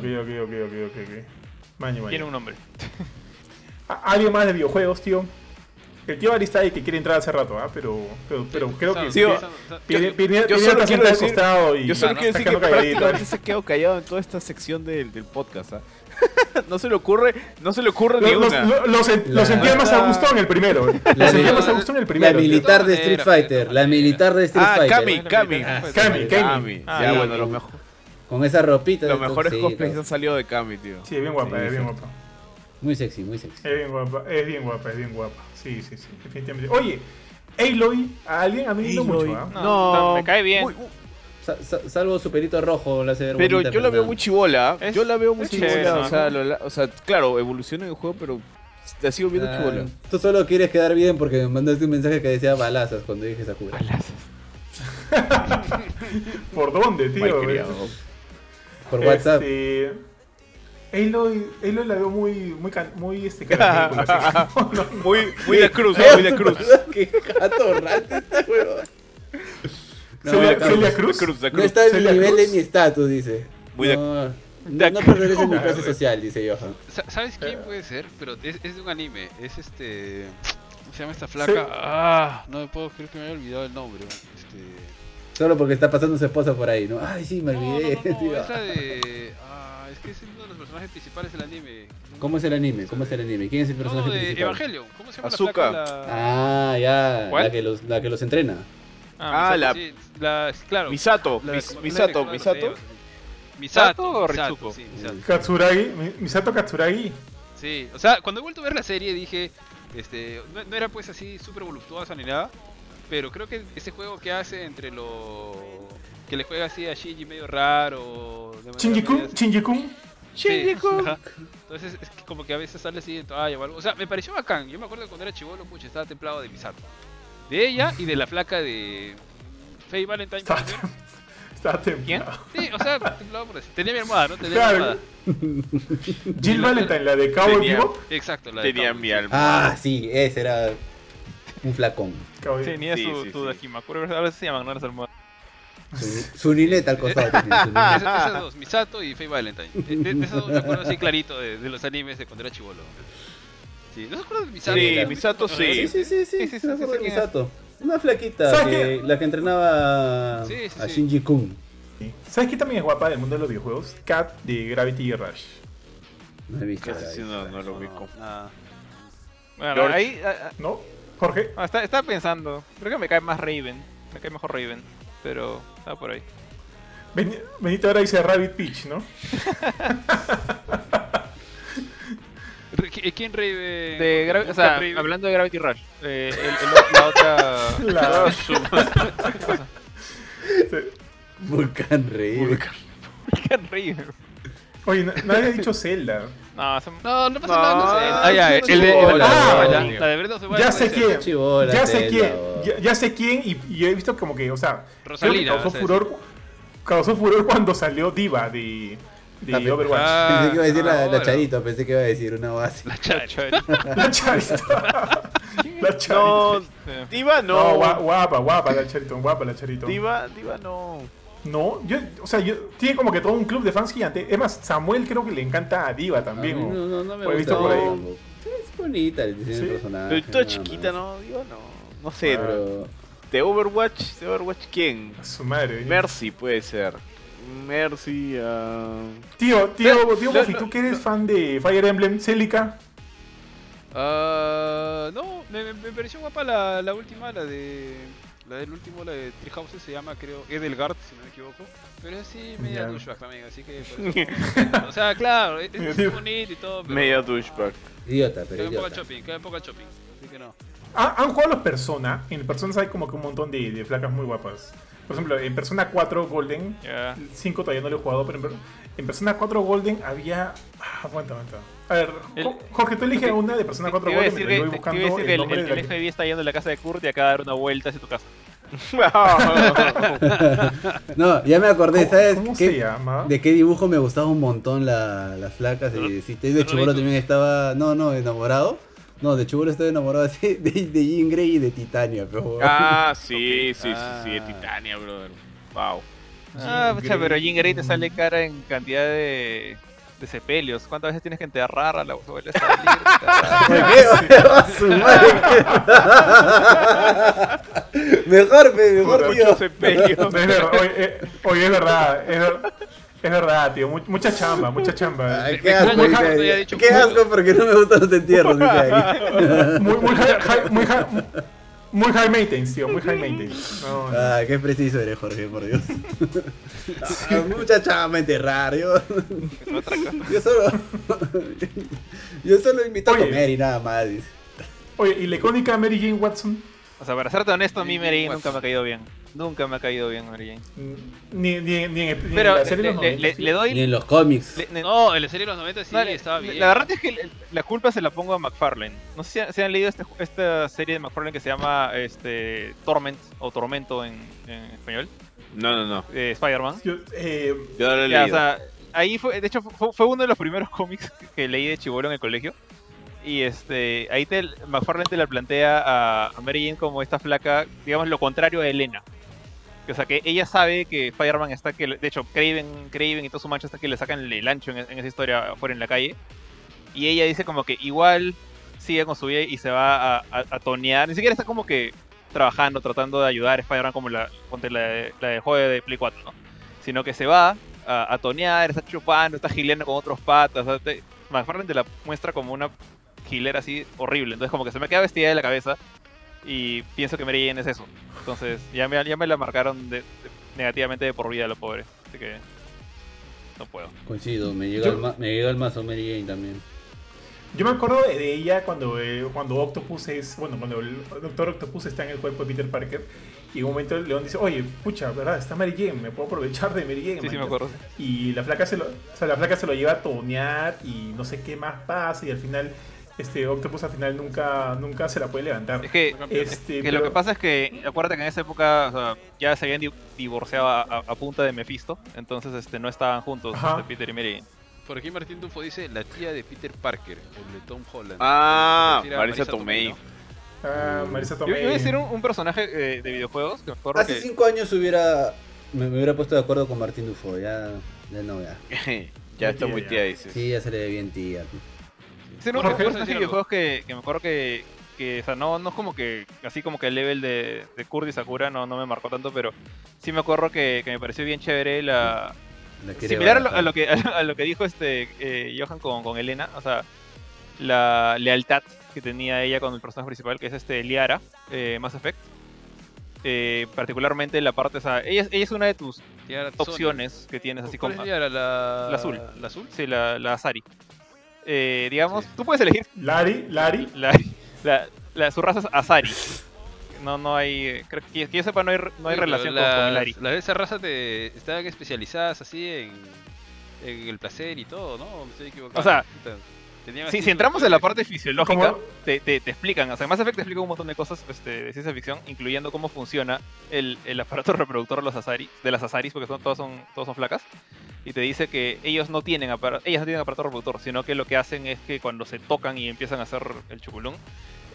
Maño. Tiene un nombre. Alguien más de videojuegos, tío. El tío Ari está ahí que quiere entrar hace rato, pero creo que Sí, Pirnia yo está solo quiero sentado al decir- costado y Yo solo no, quiero está decir que quedando calladito. prácticamente se ha quedado callado en toda esta sección del podcast. ¿Ah? no se le ocurre ni Los una. sentía más a gusto en el primero. Los sentía más a gusto en el La primero. tío. militar de De todas Street maneras, Fighter. de La todas militar de Street Ah, Fighter. Kami. Kami. Ya, Sí. bueno, Con esa ropita. los mejores sí, cosplays causa. han salido de Kami, tío. Sí, es bien guapa, Sí, es bien sí. guapa. Muy sexy, muy sexy. Es bien guapa. Sí, definitivamente. Oye, Aloy, ¿a alguien? A mí no mucho, ¿ah? No, me cae bien. Salvo su pelito rojo, la hace ver Pero bonita, yo la veo nada. muy chivola. Es- Yo la veo muy es chévere, chivola. ¿no? O sea, claro, evoluciona en el juego, pero la sigo viendo Ah, chivola. Tú solo quieres quedar bien porque me mandaste un mensaje que decía balazas cuando dije Sakura. ¿Por dónde, tío? Malcriado. Por WhatsApp. Aloy la veo muy característica, así. No, Muy la cruz, muy la cruz. Qué gato rata este huevón. Celia Cruz. No está en el Celia nivel Cruz. de mi estatus, dice. Muy de- No pertenece a mi clase social, dice Johan. ¿Sabes quién puede ser? Pero es de un anime. Es este. ¿Cómo se llama esta flaca? No me puedo creer que me haya olvidado el nombre. Solo porque está pasando su esposa por ahí, ¿no? Ay, sí, me olvidé, tío. Es la de. Es que es uno de los personajes principales del anime. ¿Cómo es el anime? ¿Cómo es el anime? ¿Quién es el personaje No, de principal? Evangelion. ¿Cómo se llama Azuka. la flaca? Ah, ya. ¿Cuál? La que los entrena. Ah, Sí, claro. Misato. La- Misato. Misato o Ritsuko. Sí, Misato. Katsuragi, Misato Katsuragi. Sí, o sea, cuando he vuelto a ver la serie dije, no era pues así súper voluptuosa ni nada, pero creo que ese juego que hace entre que le juega así a Shinji medio raro, de manera media así- Shinji-kun. Sí, ajá. Entonces es que como que a veces sale así en toalla o algo. O sea, me pareció bacán. Yo me acuerdo que cuando era chivolo, pucha, estaba templado de Misato. De ella y de la flaca de Faye Valentine. Está ¿puede ser? Está templado. Sí, o sea, templado por eso. Tenía mi almohada, ¿no? Tenía mi Claro. almohada. Jill Valentine, la de Cowboy Tenía- Vivo. Exacto, la de Tenía Cowboy. mi alma. Ah, sí, ese era un flacón. Cowboy Tenía Sí, su sí, tu sí. Dakimakura, a veces se llaman, no las almohadas. Su nineta al costado. tenía, su nineta. Esas dos, Misato y Faye Valentine. De esas dos me acuerdo así clarito de los animes de cuando era chivolo. Sí, ¿no se acuerdan de Misato? Sí, Misato sí. Sí, me acuerdo de Misato. Una flaquita, ¿Sabes la que entrenaba Sí, sí, a sí. Shinji-kun. ¿Sabes quién también es guapa del mundo de los videojuegos? Kat de Gravity Rush. No he visto. Ese sí no lo ubico. Nada. Bueno, George. ahí... ¿No? Jorge. estaba pensando, creo que me cae más Raven. Me cae mejor Raven, pero estaba por ahí. Benito ahora dice Rabbit Peach, ¿no? ¿Quién Raven? O sea, Raven? hablando de Gravity Rush, la otra... La... Vulcan Rey. Raven. Oye, nadie ha dicho Zelda. No, No pasa nada. No, Ya, sí, el de chibola, la de Breath of the Wild Ya puede sé ser. quién. Chibola, Ya sé Zelda, quién. oh. Ya sé quién y he visto como que, o sea, Rosalina, creo que vas a decir. causó furor cuando salió Diva de Overwatch. Pensé que iba a decir la bueno. Charito, pensé que iba a decir una base. La Charito. La Charito. La Charito. No, Sí. Diva No, no. guapa la Charito, guapa la Charito. Diva no. No, o sea, tiene como que todo un club de fans gigante. Es más, Samuel creo que le encanta a Diva A mí también. no me Lo he gusta. visto por ahí. Es bonita el diseño ¿Sí? del personaje. Pero toda nada chiquita, más. ¿no? Digo, no sé. Pero ¿De Overwatch? ¿De Overwatch quién? A su madre. Mercy puede ser. Mercy, Tío, No, Buffy, no, ¿tú que eres fan de Fire Emblem, Celica? No, me pareció guapa la última, la del último, la de Three Houses, se llama, creo, Edelgard, si no me equivoco. Pero es así, media Ya. douchebag también, así que por eso no me encanta. O sea, claro, es bonito y todo, pero media douchebag. idiota, pero queda un poco al idiota. shopping, queda un poco al shopping, así que no. ¿Han jugado los Persona? En Persona hay como que un montón de flacas muy guapas. Por ejemplo, en Persona 4 Golden, Ya. 5 todavía no lo he jugado, pero en Persona 4 Golden había... aguanta. A ver, Jorge, tú elige una de Persona 4 Te iba a Golden, decir pero yo voy que, buscando te iba a decir que el nombre de la el FBI está yendo a la casa de Kurt y acaba de dar una vuelta hacia tu casa. No, ya me acordé, ¿sabes ¿Cómo qué? se llama? ¿De qué dibujo me gustaba un montón las flacas? Y si te de chubolo también estaba, no, enamorado. No, de chubolo estaba enamorado así de Jean Grey y de Titania, pero... Sí, de Titania, brother. Wow. Pucha, pero Jean Grey te sale cara en cantidad de sepelios. ¿Cuántas veces tienes que enterrar a la vuelve a salir? ¿Por qué? Va a su madre. Mejor, tío. Mucho sepelio. Es verdad, oye, es verdad, tío. Mucha chamba. Ay, Me qué asco, extraña que dice no te haya ahí. dicho Qué culo. asco porque no me gustan los entierros, dice ahí. Muy high maintenance, tío. Muy high maintenance. No. Ay, qué preciso eres, Jorge, por Dios. Mucha chamba enterrar, yo solo invito a Oye. comer y nada más, dice. Oye, ¿y la icónica Mary Jane Watson? O sea, para serte honesto, a mí Mary Jane nunca me ha caído bien. Nunca me ha caído bien Mary Jane. Ni en Pero la serie de los 90, le tío. le doy... Ni en los cómics. No, en la serie de los 90 sí No, estaba bien. La verdad es que la culpa se la pongo a McFarlane. No sé si han leído esta serie de McFarlane que se llama Torment o Tormento en español, No. Spider-Man. Yo, Yo no lo he Ya, o leído. sea, ahí fue, de hecho fue uno de los primeros cómics que leí de chibolo en el colegio. Y ahí McFarlane te la plantea a Mary Jane como esta flaca, digamos lo contrario a Elena. O sea, que ella sabe que Spider-Man está que... De hecho, Kraven y todo su mancha está que le sacan el ancho en esa historia afuera en la calle. Y ella dice como que igual sigue con su vida y se va a tonear. Ni siquiera está como que trabajando, tratando de ayudar a Spider-Man como la de juego de Play 4, ¿no? Sino que se va a tonear, está chupando, está gileando con otros patas. O sea, McFarlane te la muestra como una gilera así horrible. Entonces como que se me queda vestida de la cabeza. Y pienso que Mary Jane es eso. Entonces, ya me la marcaron negativamente de por vida, lo pobre. Así que no puedo. Coincido, me llega el mazo Mary Jane también. Yo me acuerdo de ella cuando Octopus cuando el Doctor Octopus está en el cuerpo de Peter Parker. Y en un momento León dice, oye, pucha, ¿verdad? Está Mary Jane, me puedo aprovechar de Mary Jane. Sí, man". me acuerdo. Y la flaca se lo lleva a tonear y no sé qué más pasa. Y al final, Octopus al final nunca se la puede levantar. Es que, lo que pasa es que, acuérdate que en esa época, o sea, ya se habían divorciado a punta de Mephisto. Entonces no estaban juntos, Ajá. Peter y Mary Jane. Por aquí Martín Tufo dice la tía de Peter Parker, el de Tom Holland. Marisa Tomei. ¿no? Marisa Yo Tomei. iba a decir un personaje de videojuegos que me acuerdo Hace que... 5 años me hubiera puesto de acuerdo con Martín Dufo, ya no, ya. Ya está muy Ya. tía, dices. Sí, ya se le ve bien tía. Sí, no, Jorge, un ¿vas personaje a decir de algo? videojuegos que me acuerdo que o sea, no es como que, así como que el level de Kurt y Sakura no me marcó tanto, pero sí me acuerdo que me pareció bien chévere La quiere similar barajar. a lo que dijo Johan con Elena, o sea, la lealtad que tenía ella con el personaje principal, que es Liara, Mass Effect. Particularmente la parte, o sea, ella es una de tus Liara opciones que tienes, así ¿Cuál como... es Liara? La azul. ¿La azul? Sí, la Asari. Digamos, Sí. tú puedes elegir Lari. su raza es Asari. No hay. Creo que yo sepa, no hay Oye, relación pero con el Ari. Las de esa raza estaban especializadas así en el placer y todo, ¿no? Me estoy equivocando. O sea, Puta, tenían Si así entramos sus- en la parte fisiológica, ¿Cómo? te explican. O sea, Mass Effect te explica un montón de cosas de ciencia ficción, incluyendo cómo funciona el aparato reproductor de las Asaris, porque todos son flacas. Y te dice que ellas no tienen aparato reproductor, sino que lo que hacen es que cuando se tocan y empiezan a hacer el chuculón,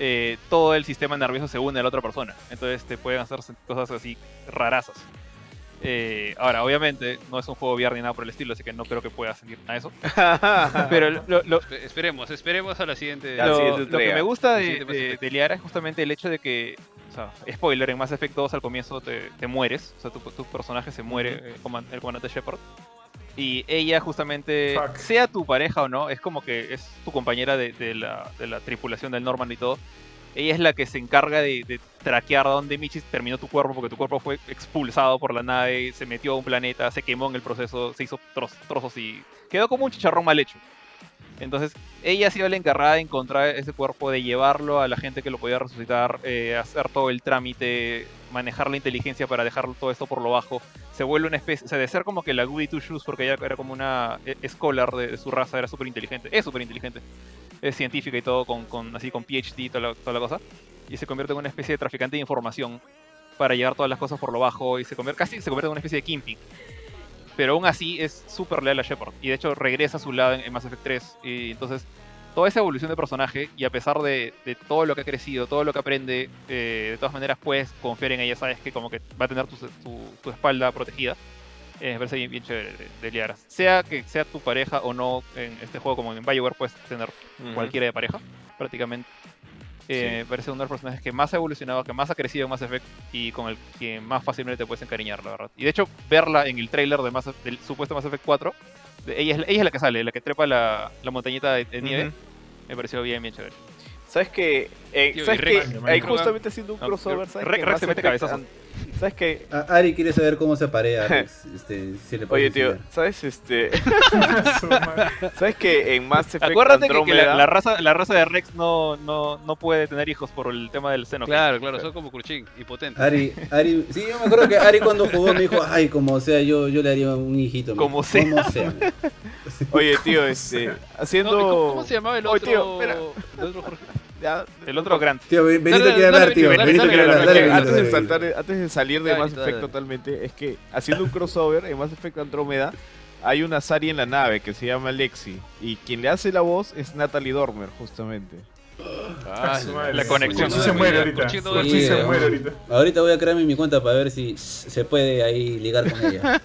todo el sistema nervioso se une a la otra persona. Entonces te pueden hacer cosas así rarazas. Ahora, obviamente, no es un juego VR ni nada por el estilo, así que no creo que pueda sentir nada de eso. Pero Esperemos a la siguiente. La siguiente lo que entrega. me gusta La siguiente Mass Effect. de Liara es justamente el hecho de que, o sea, spoiler, en Mass Effect 2 al comienzo te mueres, o sea, tu personaje se muere, el comandante Shepard. Y ella justamente, Fuck. sea tu pareja o no, es como que es tu compañera de la tripulación del Norman y todo. Ella es la que se encarga de traquear dónde Michi terminó tu cuerpo, porque tu cuerpo fue expulsado por la nave, se metió a un planeta, se quemó en el proceso, se hizo trozos y quedó como un chicharrón mal hecho. Entonces, ella ha sido la encargada de encontrar ese cuerpo, de llevarlo a la gente que lo podía resucitar, hacer todo el trámite, manejar la inteligencia para dejar todo esto por lo bajo. Se vuelve una especie, o sea, de ser como que la Goody Two Shoes, porque ella era como una scholar de su raza, era súper inteligente, es súper inteligente, es científica y todo, así con PhD y toda la cosa, y se convierte en una especie de traficante de información para llevar todas las cosas por lo bajo, y casi se convierte en una especie de Kingpin. Pero aún así es súper leal a Shepard. Y de hecho regresa a su lado en Mass Effect 3. Y entonces, toda esa evolución de personaje, y a pesar de todo lo que ha crecido, todo lo que aprende, de todas maneras puedes confiar en ella, sabes que como que va a tener tu espalda protegida. Me parece bien chévere de Liara. Sea que sea tu pareja o no, en este juego como en BioWare puedes tener cualquiera de pareja, prácticamente. Me parece uno de los personajes que más ha evolucionado, que más ha crecido en Mass Effect y con el que más fácilmente te puedes encariñar, la verdad. Y de hecho, verla en el tráiler del supuesto Mass Effect 4, ella es la que sale, la que trepa la montañita de nieve, me pareció bien chévere. ¿Sabes qué? Tío, ¿Sabes y qué? Rex- Ahí Rex- justamente haciendo un No, crossover, ¿sabes Rex qué? se mete cabezazo. ¿Sabes qué? Ari quiere saber cómo se aparea Rex. Si le puedes Oye, tío, enseñar. ¿sabes Su madre. ¿Sabes que en Mass Effect Acuérdate que Andrómeda... la raza de Rex no puede tener hijos por el tema del seno. Claro, son como Cruchín, impotentes. Ari, sí, yo me acuerdo que Ari cuando jugó me dijo, ay, como sea, yo le haría un hijito. Como sea. Como sea. Oye, tío, haciendo... No, ¿cómo se llamaba el Oye, otro? tío, espera. El otro Jorge. Ya, El otro Grant. Tío, Benito Dale, quiere hablar, dale, tío. dale, Benito dale, quiere dale, hablar. dale, Dale, Es que Benito, dale. antes de salir de Dale, Mass dale, Effect dale. totalmente, es que haciendo un crossover en Mass Effect Andrómeda hay una Sari en la nave que se llama Lexi y quien le hace la voz es Natalie Dormer, justamente. Su madre. La conexión. Cruchín se muere ahorita. Cruchín no Cruchín se duerme. muere ahorita. Ahorita voy a crearme mi cuenta para ver si se puede ahí ligar con ella.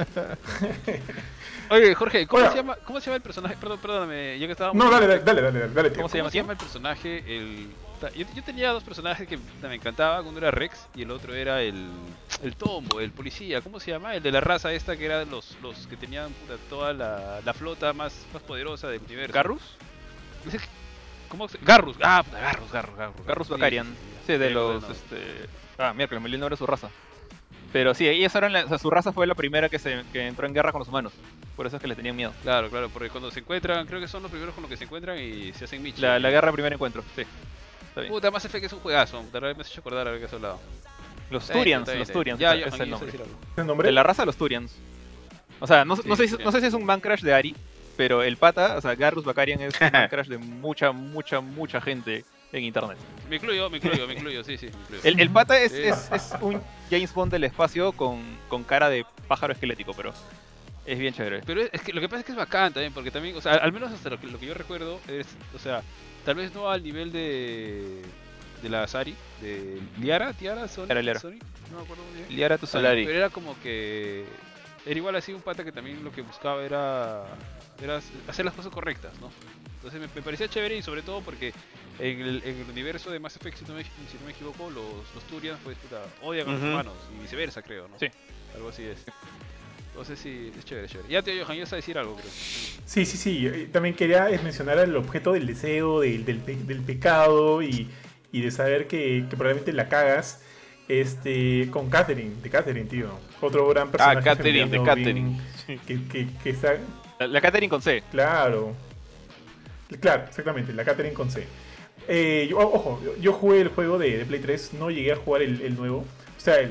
Oye, Jorge, ¿cómo Hola. se llama el personaje? Perdóname, ya que estábamos... No, dale, tío. ¿Cómo se llama el personaje? Yo tenía dos personajes que me encantaban. Uno era Rex y el otro era el Tombo, el policía. ¿Cómo se llama? El de la raza esta que eran los que tenían toda la flota más poderosa del universo. ¿Garrus? ¿Cómo se... Garrus. Ah, puta, Garrus. Garrus Sí, Vakarian. Sí, de Sí, los... bueno. Miércoles, me olvidé el nombre de su raza. Pero sí, ellos eran o sea, su raza fue la primera que entró en guerra con los humanos. Por eso es que les tenían miedo. Claro, porque cuando se encuentran, creo que son los primeros con los que se encuentran y se hacen michi. La guerra de primer encuentro, sí. Está bien. Puta, Mass Effect es un juegazo. De verdad me has hecho acordar a ver qué has hablado. Los Turians, Ya, es Johan, el ¿quieres nombre. decir algo? ¿El nombre? De la raza de los Turians. O sea, no sé si es un man crush de Ari, pero el pata, o sea, Garrus Vakarian es un man crush de mucha gente en internet. Me incluyo, sí, me incluyo. El pata Sí. es un James Bond del espacio con cara de pájaro esquelético, pero es bien chévere. Pero es que lo que pasa es que es bacán también, porque también, o sea, al menos hasta lo que yo recuerdo es, o sea, tal vez no al nivel de la Sari, de Tiara, Sony, Liara. Sony, no me acuerdo muy bien. Liara tu Solari. Pero era como que era igual así un pata que también lo que buscaba era hacer las cosas correctas, ¿no? Entonces me parecía chévere y sobre todo porque en el universo de Mass Effect, si no me equivoco, los Turians pues puta, odian a los Ujú. humanos y viceversa, creo, ¿no? Sí. Algo así es. Entonces sí, es chévere. Ya, tío Johan, ibas a decir algo, creo. Sí. También quería mencionar el objeto del deseo, del pecado y de saber que probablemente la cagas. Con Catherine, tío. Otro gran personaje. Catherine, de femenino Catherine. bien- Que está. La Catherine con C. Claro, exactamente, la Catherine con C. Ojo, yo jugué el juego de Play 3, no llegué a jugar el nuevo. O sea,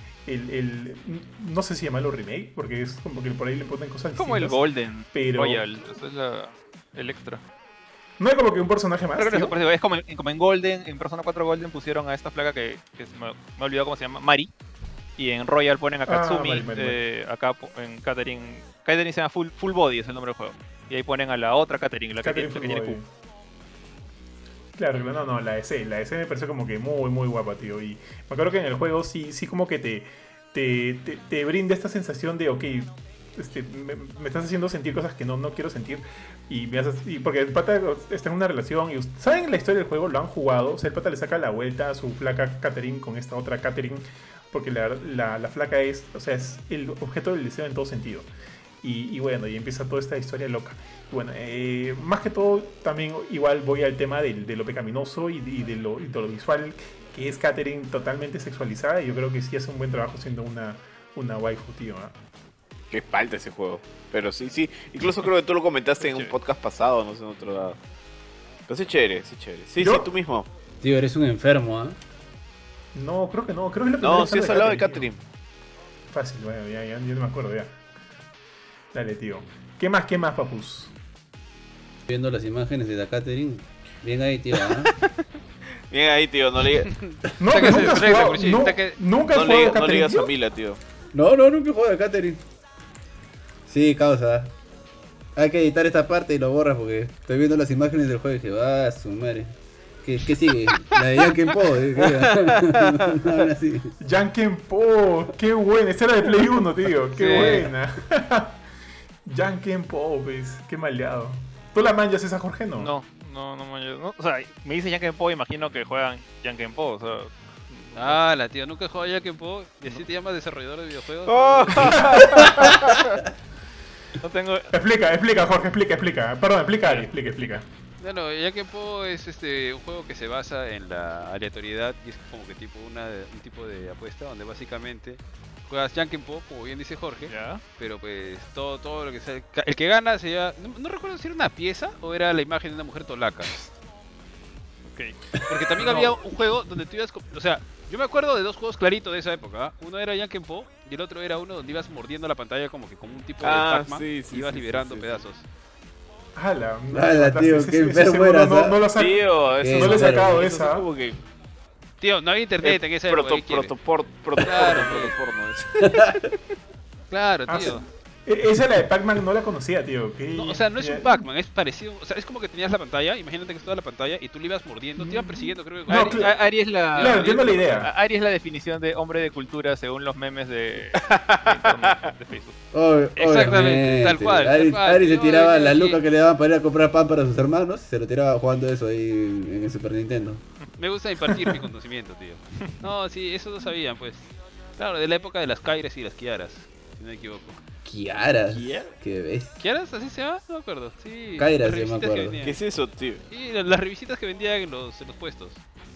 no sé si llamarlo remake, porque es como que por ahí le ponen cosas Como el distintas. Golden pero- Royal. Eso es el extra. No hay como que un personaje más. Creo que tío. eso, es como en Golden, en Persona 4 Golden pusieron a esta flaca que me he olvidado cómo se llama, Mari. Y en Royal ponen a Katsumi, Mari. acá en Catherine se llama Full Body, es el nombre del juego. Y ahí ponen a la otra Catherine, la que Catherine tiene Fulbody. Q. Claro, la S me parece como que muy guapa, tío. Y me acuerdo que en el juego sí como que te brinda esta sensación de, ok, me estás haciendo sentir cosas que no quiero sentir. Y porque el pata está en una relación y saben la historia del juego, lo han jugado. O sea, el pata le saca la vuelta a su flaca Catherine con esta otra Catherine, porque la flaca es el objeto del deseo en todo sentido. Y bueno, y empieza toda esta historia loca. Y bueno, más que todo, también igual voy al tema de lo pecaminoso y de lo visual, que es Catherine totalmente sexualizada. Y yo creo que sí hace un buen trabajo siendo una waifu, tío. Que falta ese juego. Pero sí. Incluso creo que tú lo comentaste en un podcast pasado, no sé, en otro lado. Pero sí chévere. Sí, tú mismo. Tío, eres un enfermo, ¿ah? No, creo que no. Creo que es la No, primera sí vez has hablado de Catherine. Fácil, bueno, ya no me acuerdo, ya. Dale, tío. ¿Qué más, papus? Viendo las imágenes de la Catherine. Bien ahí, tío, ¿ah? Bien ahí, tío, no le No, Sáquese, nunca has sáquese, jugado, Curchi, no, sáquese. nunca has no jugado le Catherine, digas tío? a Mila, tío. No, nunca he jugado a Catherine. Sí, causa. Hay que editar esta parte y lo borras porque estoy viendo las imágenes del juego y dije, su madre. ¿Qué sigue? La de Yankee Po. Ahora sí. Janken Po, qué buena. Esta era de Play 1, tío. Qué Sí. buena. Janken Po, pues. Qué maleado. ¿Tú la manjas esa, Jorge? No. No, o sea, me dice Yankee Po, imagino que juegan Yankee Po, o sea... La tío, nunca he jugado ya que puedo. Y así te llamas desarrollador de videojuegos. ¡Oh! No tengo... Explica, Jorge, explica. Perdón, explica. Bueno, ya que puedo es un juego que se basa en la aleatoriedad y es como que tipo un tipo de apuesta donde básicamente juegas Janken Po, como bien dice Jorge, ¿Ya? pero pues todo lo que sea, el que gana se lleva, no recuerdo si era una pieza o era la imagen de una mujer tolaca. Ok. Porque también había un juego donde tú ibas, o sea, yo me acuerdo de dos juegos claritos de esa época, ¿ah? Uno era Janken Po y el otro era uno donde ibas mordiendo la pantalla como que como un tipo de Pac-Man sí, y ibas liberando sí. pedazos. ¡Hala! Tío, qué enfermo eras, ¿ah? No lo saco. Tío, eso No le he sacado eso esa. es como que Tío, no había internet en esa época. ¿qué quieres? Claro, protoporno. Claro, Ah, tío. Esa la de Pac-Man no la conocía, tío. No, o sea, no es un Pac-Man, es parecido. O sea, es como que tenías la pantalla, imagínate que es toda la pantalla y tú le ibas mordiendo, te iban persiguiendo, creo que. No, Ari es la... Claro, entiendo la idea. Ari es la definición de hombre de cultura según los memes de internet, de Facebook. Exactamente, tal cual, Ari se tío, tiraba yo la aquí- luca que le daban para ir a comprar pan para sus hermanos, se lo tiraba jugando eso ahí en el Super Nintendo. Me gusta impartir mi conocimiento, tío. No, sí, eso no sabían, pues. Claro, de la época de las Kairas y las Kiaras, si no me equivoco. Kiaras. ¿Kiara? Qué ves. ¿Kiaras? ¿Así se llama? No me acuerdo. Sí. Kairas, las yo me revisitas que acuerdo. vendían. ¿Qué es eso, tío? Sí, las revisitas que vendían en los puestos.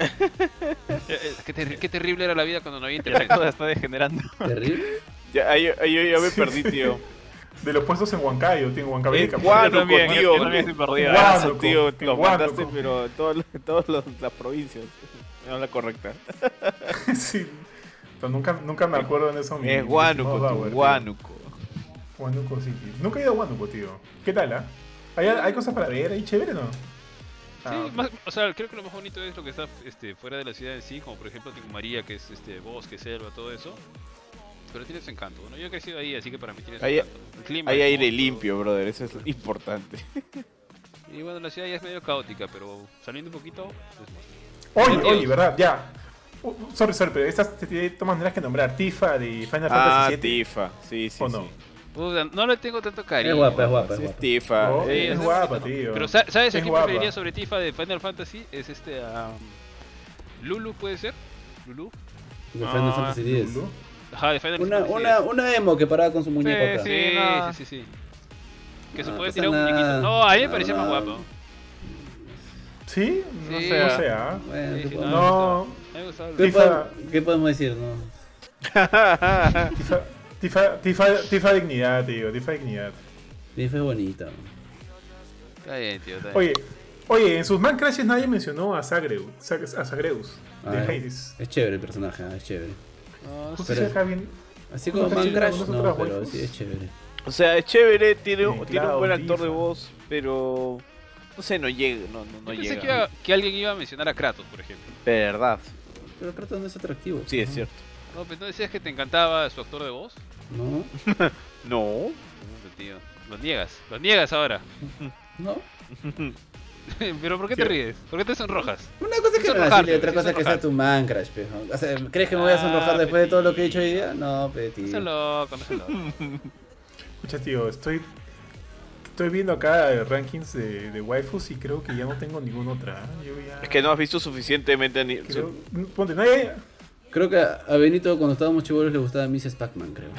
Qué terrible era la vida cuando no había La internet. cosa está degenerando. Terrible. Ya me perdí, tío. De los puestos en Huancayo, tío, en Huancavelica. Es Huánuco, también, tío. yo también estoy perdido. Abrazo, Huánuco, tío. en Lo mandaste, Huánuco. pero en todas las provincias. No es la correcta. Sí. Pero nunca me acuerdo en eso. Es Huánuco, tío. Huánuco. Huánuco, sí, tío. Nunca he ido a Huánuco, tío. ¿Qué tal, ah? ¿Hay cosas para ver ahí chévere, no? Sí, o sea, creo que lo más bonito es lo que está fuera de la ciudad en sí, como por ejemplo María, que es bosque, selva, todo eso. Pero tiene su encanto. Bueno, yo he crecido ahí, así que para mí tiene su Hay- encanto. El clima Hay es aire hermoso. limpio, brother. Eso es importante. Y bueno, la ciudad ya es medio caótica, pero saliendo un poquito es más. Oye, Dios. ¿verdad? Ya. Sorry, pero estas de todas maneras que nombrar. Tifa de Final Fantasy VII. Tifa. Sí, ¿O sí. no? Puta, no le tengo tanto cariño. Es guapa, es guapa, es Sí, es guapa. Tifa. Oh, Sí, es no, guapa, no. tío. Pero ¿sabes a Es quién guapa. preferiría sobre Tifa de Final Fantasy? Es Lulu, ¿puede ser? Lulu. De Final Fantasy X. Lulu. Ajá, de Final Fantasy. Una emo que paraba con su muñeco acá. Sí, no. sí. Que se No puede pasa tirar un nada. muñequito. No, a mí me No, parecía no. más guapo. ¿Sí? No Sí. sé, ¿ah? Bueno, Sí, ¿qué sí, podemos- No. A mí me gustaba ¿Qué Lulu. Tifa- ¿Qué podemos decir? No. Tifa dignidad, tío. Tifa dignidad. Tifa es bonita. Está bien, tío, está bien. Oye, en sus Man Crashes nadie mencionó a Zagreus de Ah, Hades. es chévere el personaje, es chévere. No, Justo pero- se acá bien. Así Uno como está Man chido, Crash, unos no, otros pero waifus. sí es chévere. O sea, es chévere, tiene un Cloud, buen actor Tifa. de voz, pero no sé, no llega, no Yo pensé llega. que alguien iba a mencionar a Kratos, por ejemplo. De verdad. Pero Kratos no es atractivo. Sí, es cierto. No, pero ¿no decías que te encantaba su actor de voz? ¿No? No. No, tío. Lo niegas ahora. ¿No? Pero ¿por qué te ríes? ¿Por qué te sonrojas? Una cosa es que me vacile y otra cosa es que sea tu Minecraft, pe. O sea, ¿crees que me voy a sonrojar después de todo lo que he dicho hoy día? No, pe, tío. No seas loco, no seas loco. Escucha, tío, estoy viendo acá rankings de waifus y creo que ya no tengo ninguna otra. Yo ya... Es que no has visto suficientemente ni... Ponte, nadie... Creo que a Benito cuando estábamos chibolos le gustaba Mrs. Pac-Man, creo.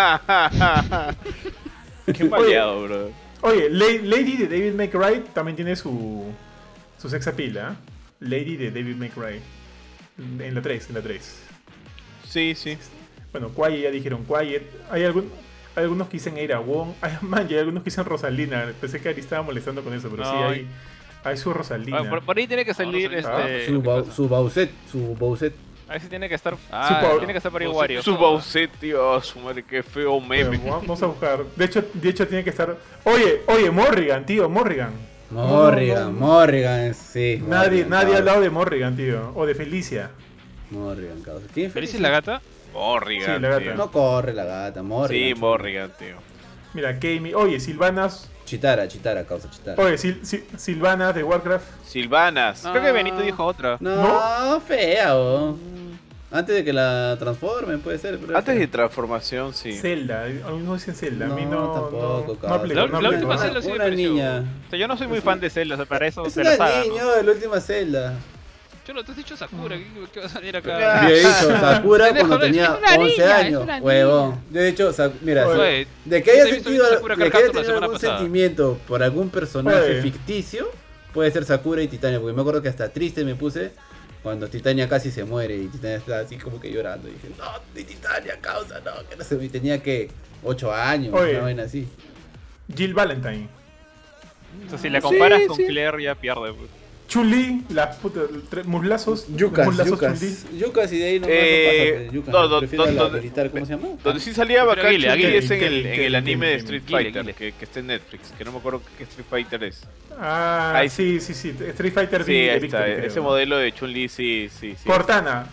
Qué maleado, bro. Oye, Lady de David McRae también tiene su sex appeal, ¿eh? Lady de David McRae. En la 3. Sí, sí. Bueno, Quiet, ya dijeron Quiet. Hay algunos que dicen Eira Wong. Hay algunos que dicen Rosalina. Pensé que Ari estaba molestando con eso, pero No, sí hay su Rosalina. Por ahí tiene que salir Rosalina. Su Bowset. Ahí sí tiene que estar. Pau- Tiene que estar por ahí Wario. Su Bowser, tío, su madre, qué feo meme. Bueno, vamos a buscar. De hecho tiene que estar. Oye, Morrigan, tío, Morrigan. Morrigan, sí. Nadie ha cabrón. hablado de Morrigan, tío. O de Felicia. Morrigan, cabrón. ¿Quién es ¿Felicia es la gata? Morrigan, Sí, la gata. tío. No corre la gata, Morrigan. Sí, Morrigan, tío. Mira, Kami. Oye, Silvanas. Chitara, causa Chitara. Oye, Silvanas de Warcraft. Silvanas. Creo que Benito dijo otra. No, fea, o. Antes de que la transformen, puede ser. Pero Antes fea. de transformación, sí. Zelda. Algunos dicen Zelda. A mí No, no. tampoco, no cabrón. aplica, La no aplica. última Zelda sí me Una pareció. niña. O sea, yo no soy muy fan de Zelda, o sea, para eso Es de la una saga, niña, ¿no? de la última Zelda. Cholo, te has dicho Sakura, ¿qué va a salir Yo acá? he dicho Sakura Pendejo, cuando es tenía una 11 niña, años, es una huevón. De hecho, mira, Oye, de que yo haya te he visto sentido, Sakura de que Card haya Captor la tenido semana algún pasada. sentimiento por algún personaje Oye. ficticio, puede ser Sakura y Titania, porque me acuerdo que hasta triste me puse cuando Titania casi se muere y Titania estaba así como que llorando. Y dije, no, ni Titania, causa, no, que no sé, y tenía que 8 años, Oye. una vaina así. Jill Valentine. O sea, si la comparas Sí, con sí. Claire ya pierde. Pues. Chun-Li, las putas, muslazos. Yucas Chun-Li. Yucas y de ahí no Yucas, no, prefiero a la no, militar, ¿cómo se llama? Donde sí salía Pero bacán Guile, Chun-Li Guile, es en Guile, el anime de Street Guile, Fighter, Guile. que está en Netflix, que no me acuerdo qué Street Fighter es. Ah, Ahí sí. Street Fighter Sí, V ahí de está, Victory, creo. ese modelo de Chun-Li, sí. Cortana.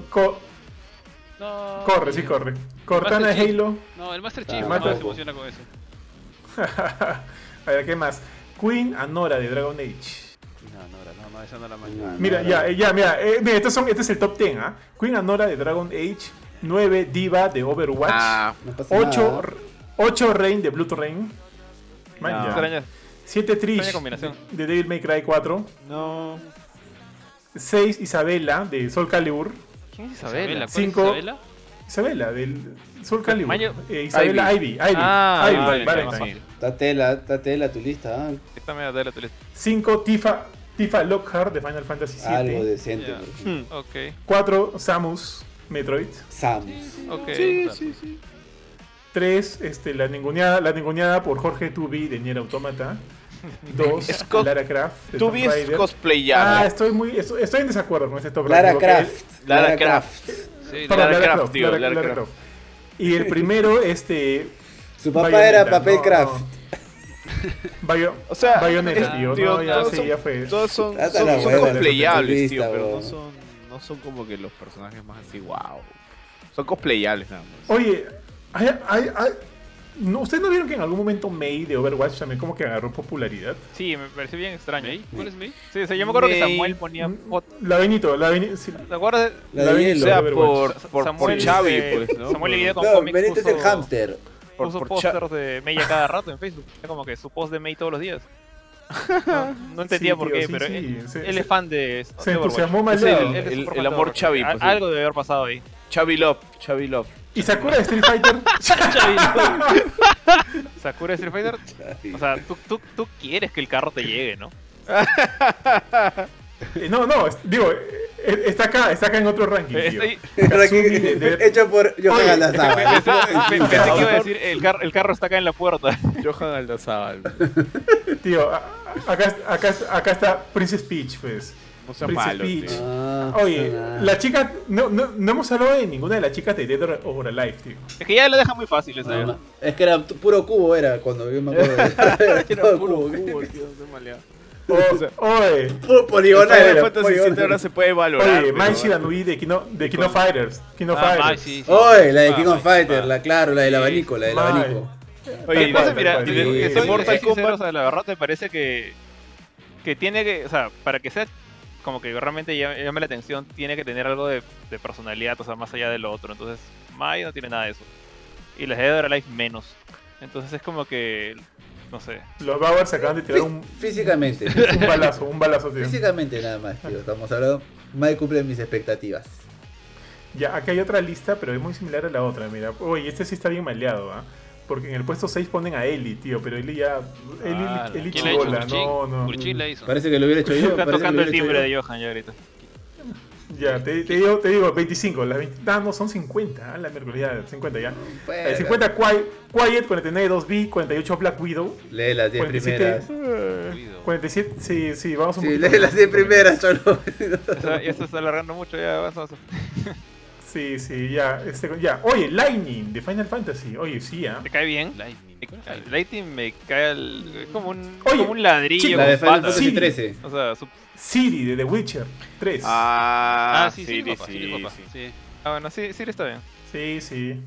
No. Corre. Cortana de Master Chief. Halo. No, el Master Chief Ah, no Master- se emociona con eso. A ver, ¿qué más? Queen Anora de Dragon Age. No, esa no la mañana. Mira, mira, este es el top 10, ¿ah? Queen Anora de Dragon Age. 9 Diva de Overwatch. Ah, No pasa 8 Rain de Blood Rain. Man, No. ya. Extraña. 7 Trish Extraña combinación. de Devil May Cry 4. no. 6 Isabela de Soul Calibur. ¿Quién es Isabela, Isabela? ¿cuál es Cinco. Isabela? Isabela del Soul Calibur. Mayo- Isabela Ivy. Ah, Ivy, vale, Valentine. sí. Está tela tu lista, Esta me da la tele. 5 Tifa Lockhart de Final Fantasy algo 7. decente. Ya. por ejemplo. Ok, 4 Samus Metroid. Samus. ok. Sí. 3 la ninguneada por Jorge Tubi de Nier Automata. 2 Es cos- Lara Croft de Tú Tomb vi es Raider. cosplayable. Estoy en desacuerdo con este top. Lara ranking, porque Croft. Lara Croft. Sí, Perdón, Lara Lara Croft, Croft, tío, Lara- Lara Lara Croft. Croft. Y el primero, Su papá Bayonetta, era papel no, craft. O sea, Bayonetta, tío. No, ya, todos sí, son- ya fue. Todos son Trata la hueva, cosplayables, la tío, pero weón. no son como que los personajes más así, wow. Son cosplayables nada más. Oye, no, ¿ustedes no vieron que en algún momento Mei de Overwatch también como que agarró popularidad? Sí, me pareció bien extraño. ¿May? ¿Cuál es May? Sí, o sea, yo me acuerdo que May. Samuel ponía fotos. La Benito, sí, ¿Te acuerdas? La La de vi- hielo. O sea, Overwatch. por Samuel, Xavi, pues, ¿no? Samuel Leguía con No, cómics Benito es el puso- hámster. Puso por pósters de May a cada rato en Facebook. Era como que su post de May todos los días. No entendía Sí, por tío, qué, sí, pero sí, él, se- él se- es fan de se de Overwatch. entusiasmó mal. Es Él es el súper fan de amor Overwatch. Xavi, pues, sí. Algo debe haber pasado ahí. Xavi Love. Y Sakura de Street Fighter. Sakura Street Fighter. O sea, tú quieres que el carro te llegue, ¿no? No, digo, está acá en otro ranking, tío. Estoy- Kazumi de- Hecho por Johan Oye, Aldazábal. Pensé que iba a decir el carro está acá en la puerta. Johan Aldazábal. Tío, acá está Princess Peach, pues. No seas Princess malo, Peach. tío. Oye, la chica, no hemos hablado de ninguna de las chicas de Dead or Alive, tío. Es que ya lo deja muy fácil esa. No, es que era puro cubo, era cuando yo me acuerdo. Era todo cubo. tío, no maleado. Oye, Puro poligonal. Final era, Fantasy poligonal. VII ahora se puede valorar. oye, pero Mai bueno. Shiranui de King of Fighters. King of Ah, Mai, Fighters. sí. Oye, la de King of Mai, Fighter, Mai. la claro, la del Sí. abanico, la del Mai. abanico. Oye, Tal cual, Entonces, mira, tal cual. Sí, estoy Mortal sincero, Kombat- o sea, la verdad me parece que que tiene que, o sea, para que sea como que realmente llame la atención, tiene que tener algo de personalidad, o sea, más allá de lo otro. Entonces, Mai no tiene nada de eso. Y las de Dead or Alive menos. Entonces es como que, no sé. Los Bowers se acaban de tirar Físicamente. un balazo, tío. Físicamente nada más, tío. Estamos hablando. Mai cumple mis expectativas. Ya, acá hay otra lista, pero es muy similar a la otra, mira. Oye, este sí está bien maleado, ¿ah? Porque en el puesto 6 ponen a Eli, tío, pero Eli ya... Eli ¿Quién la hizo? chibola, no. Kurchin la hizo. Parece que lo hubiera hecho yo. Está parece que tocando lo el hubiera hecho timbre yo. de Johan ya ahorita. Ya, te digo, 25, las 20... No, son 50, la miércoles ya, 50 ya. Bueno. 50 Quiet, 49 2B, 48 Black Widow, Lee las 10 47, primeras. 47, sí, vamos un Sí, poquito. lee las 10 primeras, cholo. Ya se está alargando mucho, ya vamos. Sí, ya, ya. Oye, Lightning de Final Fantasy, oye, sí, ¿ah? ¿Te cae bien? Lightning. ¿Cuál es Lightning? Lightning me cae es como un, Oye, como un ladrillo. chico, La de con Final patas. Fantasy Sí. 13. O sea, Siri de The Witcher 3. Sí, Siri, papá, sí, sí, papá. sí. Sí. bueno, sí está bien. Sí.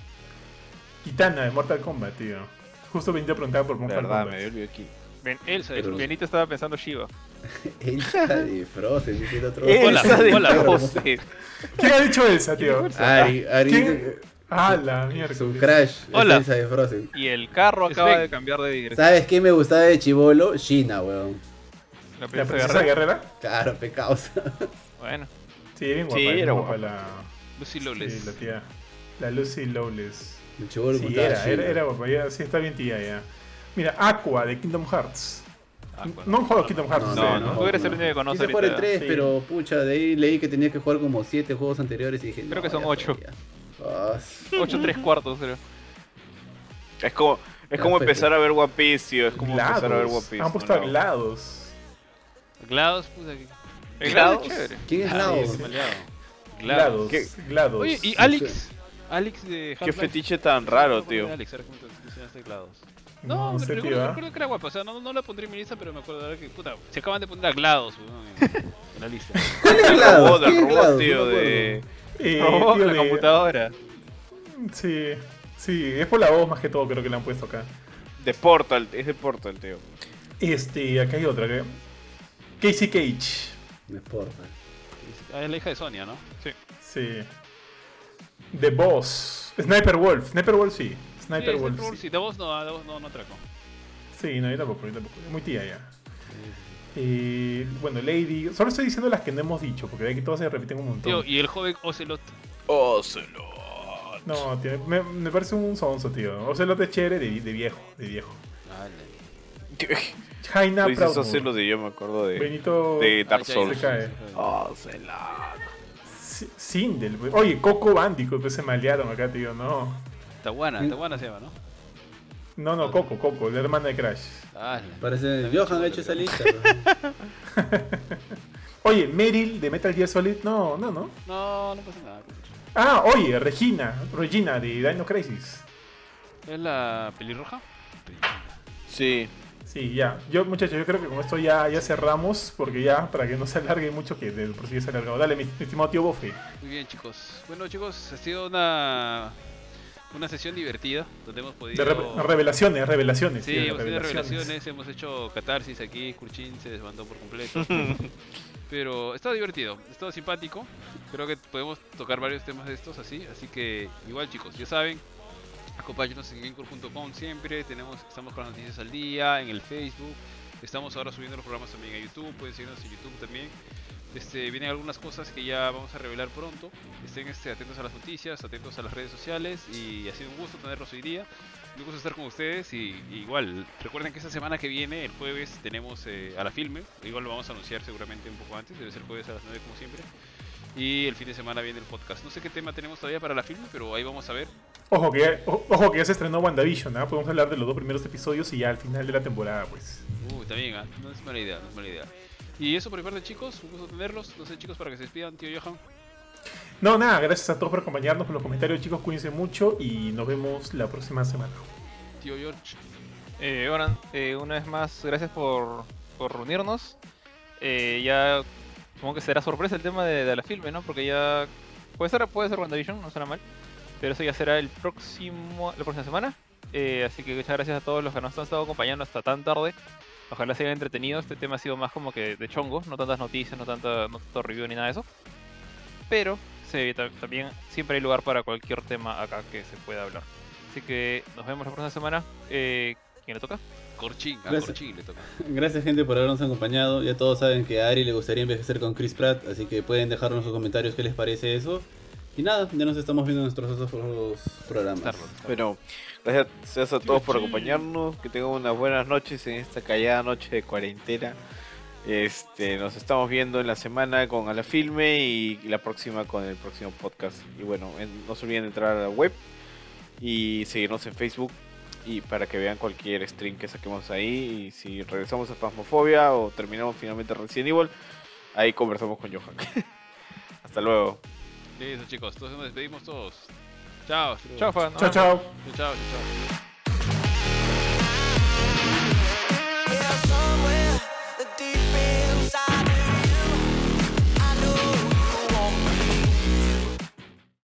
Kitana de Mortal Kombat, tío. Justo venía a preguntar por Mortal Verdad, Kombat. me olvidé aquí. Elsa de Cruz. Benito estaba pensando Shiva. Elsa de Frozen, dice el otro. Elsa de hola. Frozen. ¿Quién ha dicho Elsa, tío? Ari ¿Quién? Ah, la mierda. su crash. Hola. Es Elsa de Frozen. Y el carro acaba Sven. de cambiar de dirección. ¿Sabes qué me gustaba de chivolo? Shina, weón. La ¿La princesa princesa guerrera. guerrera? Claro, pecados. Bueno, Sí, bien guapa. Sí, bien era guapa guapa. la... Lucy Sí, Lawless. la tía. La Lucy Lawless. El chivolo Sí, montaba Shina. era guapa. Ya, sí, está bien tía ya. Mira, Aqua de Kingdom Hearts. Aqua, No han jugado Kingdom Hearts. no, ustedes, no. Tú eres el único que conoce Quise jugar el ahorita. 3, Sí. pero pucha, de ahí leí que tenía que jugar como 7 juegos anteriores y dije. Creo no, que son ya 8. fue, ya. Ah, 8 3/4, creo. Es como Ya como fue, empezar a ver One Piece, tío. Es como empezar a ver One GLaDOS. Piece. Han puesto a ¿no? GLaDOS. GLaDOS, puta que... El ¿Glados? GLaDOS es chévere. ¿Quién es Ah, Lao? sí, maleado. GLaDOS. ¿Qué? GLaDOS. Oye, ¿y Alex? Alex de Qué Half-Life. fetiche tan raro, tío. Alex, ahora que mencionaste GLaDOS. No, No, sé, tío. recuerdo que era guapa, o sea, no la pondré en mi lista, pero me acuerdo ahora que, puta, se acaban de poner a GLaDOS, weón, en la lista. ¿Cuál es El GLaDOS? robot, ¿Quién el es robot, GLaDOS? tío, No me de... Oh, tío la de- computadora. Sí, es por la voz más que todo, creo que la han puesto acá. De Portal, es de Portal, tío. Acá hay otra, que Casey Cage. Me importa. Ah, es la hija de Sonia, ¿no? Sí. The Boss. Sniper Wolf. Sniper Wolf sí. Sniper Sí, Wolf. Sniper Wolf, Sí. sí, de vos no atraco. Sí, no, yo tampoco. Muy tía ya. Bueno, Lady. Solo estoy diciendo las que no hemos dicho, porque de aquí todas se repiten un montón. Tío, y el joven Ocelot. Ocelot. No, tío, me parece un sonso, tío. Ocelot es chévere de viejo. Jaina Tú dices Proudmoore. Ocelot y yo me acuerdo de... Benito de Dark Ah, ya, Souls. se cae. Ocelot. Sindel. Oye, Coco Bandicoot, pues se malearon acá, tío. No. Tawana se llama, ¿no? No, Coco, la hermana de Crash. Parece. Johan ha hecho esa lista. Oye, Meryl de Metal Gear Solid. No. No pasa nada. Ah, oye, Regina de Dino Crisis. ¿Es la pelirroja? Sí. Sí, ya. Muchachos, yo creo que con esto ya cerramos, porque ya, para que no se alargue mucho, que de por sí ya se ha alargado. Dale, mi estimado tío Bofe. Muy bien, chicos. Bueno, chicos, ha sido una sesión divertida, donde hemos podido... De revelaciones. Sí, tío, hemos tenido revelaciones, hemos hecho catarsis aquí, Kurchin se desbandó por completo. Pero está divertido, está simpático. Creo que podemos tocar varios temas de estos así que igual, chicos, ya saben, acompáñenos en gamecore.com siempre, estamos con las noticias al día, en el Facebook, estamos ahora subiendo los programas también a YouTube, pueden seguirnos en YouTube también. Vienen algunas cosas que ya vamos a revelar pronto. Estén atentos a las noticias, atentos a las redes sociales, y ha sido un gusto tenerlos hoy día. Un gusto estar con ustedes, y igual recuerden que esta semana que viene, el jueves, tenemos a la Filme. Igual lo vamos a anunciar seguramente un poco antes, debe ser jueves a las 9 como siempre. Y el fin de semana viene el podcast. No sé qué tema tenemos todavía para la Filme, pero ahí vamos a ver. Ojo que ya se estrenó WandaVision, ¿ah? Podemos hablar de los 2 primeros episodios y ya al final de la temporada, pues. También, no es mala idea, Y eso por mi parte, chicos, un gusto tenerlos. No sé, chicos, para que se despidan, tío Johan. No, nada, gracias a todos por acompañarnos con los comentarios, chicos, cuídense mucho y nos vemos la próxima semana. Tío George. Una vez más, gracias por reunirnos. Ya supongo que será sorpresa el tema de la Filme, ¿no? Porque ya puede ser WandaVision, no suena mal. Pero eso ya será la próxima semana. Así que muchas gracias a todos los que nos han estado acompañando hasta tan tarde. Ojalá se haya entretenido. Este tema ha sido más como que de chongo, no tantas noticias, no tanto review ni nada de eso. Pero sí, también siempre hay lugar para cualquier tema acá que se pueda hablar. Así que nos vemos la próxima semana. ¿Quién le toca? Corchín, a Gracias. Corchín le toca. Gracias, gente, por habernos acompañado. Ya todos saben que a Ari le gustaría envejecer con Chris Pratt, así que pueden dejarnos sus comentarios qué les parece eso. Y nada, ya nos estamos viendo en nuestros otros programas. Bueno, gracias a todos por acompañarnos. Que tengan unas buenas noches en esta callada noche de cuarentena. Nos estamos viendo en la semana con A la Filme y la próxima con el próximo podcast. Y bueno, no se olviden de entrar a la web y seguirnos en Facebook y para que vean cualquier stream que saquemos ahí. Y si regresamos a Phasmophobia o terminamos finalmente Resident Evil, ahí conversamos con Johan. Hasta luego. Listo, chicos, entonces nos despedimos todos. Chao. Chao, fan. Chao, chao. Chao, chao.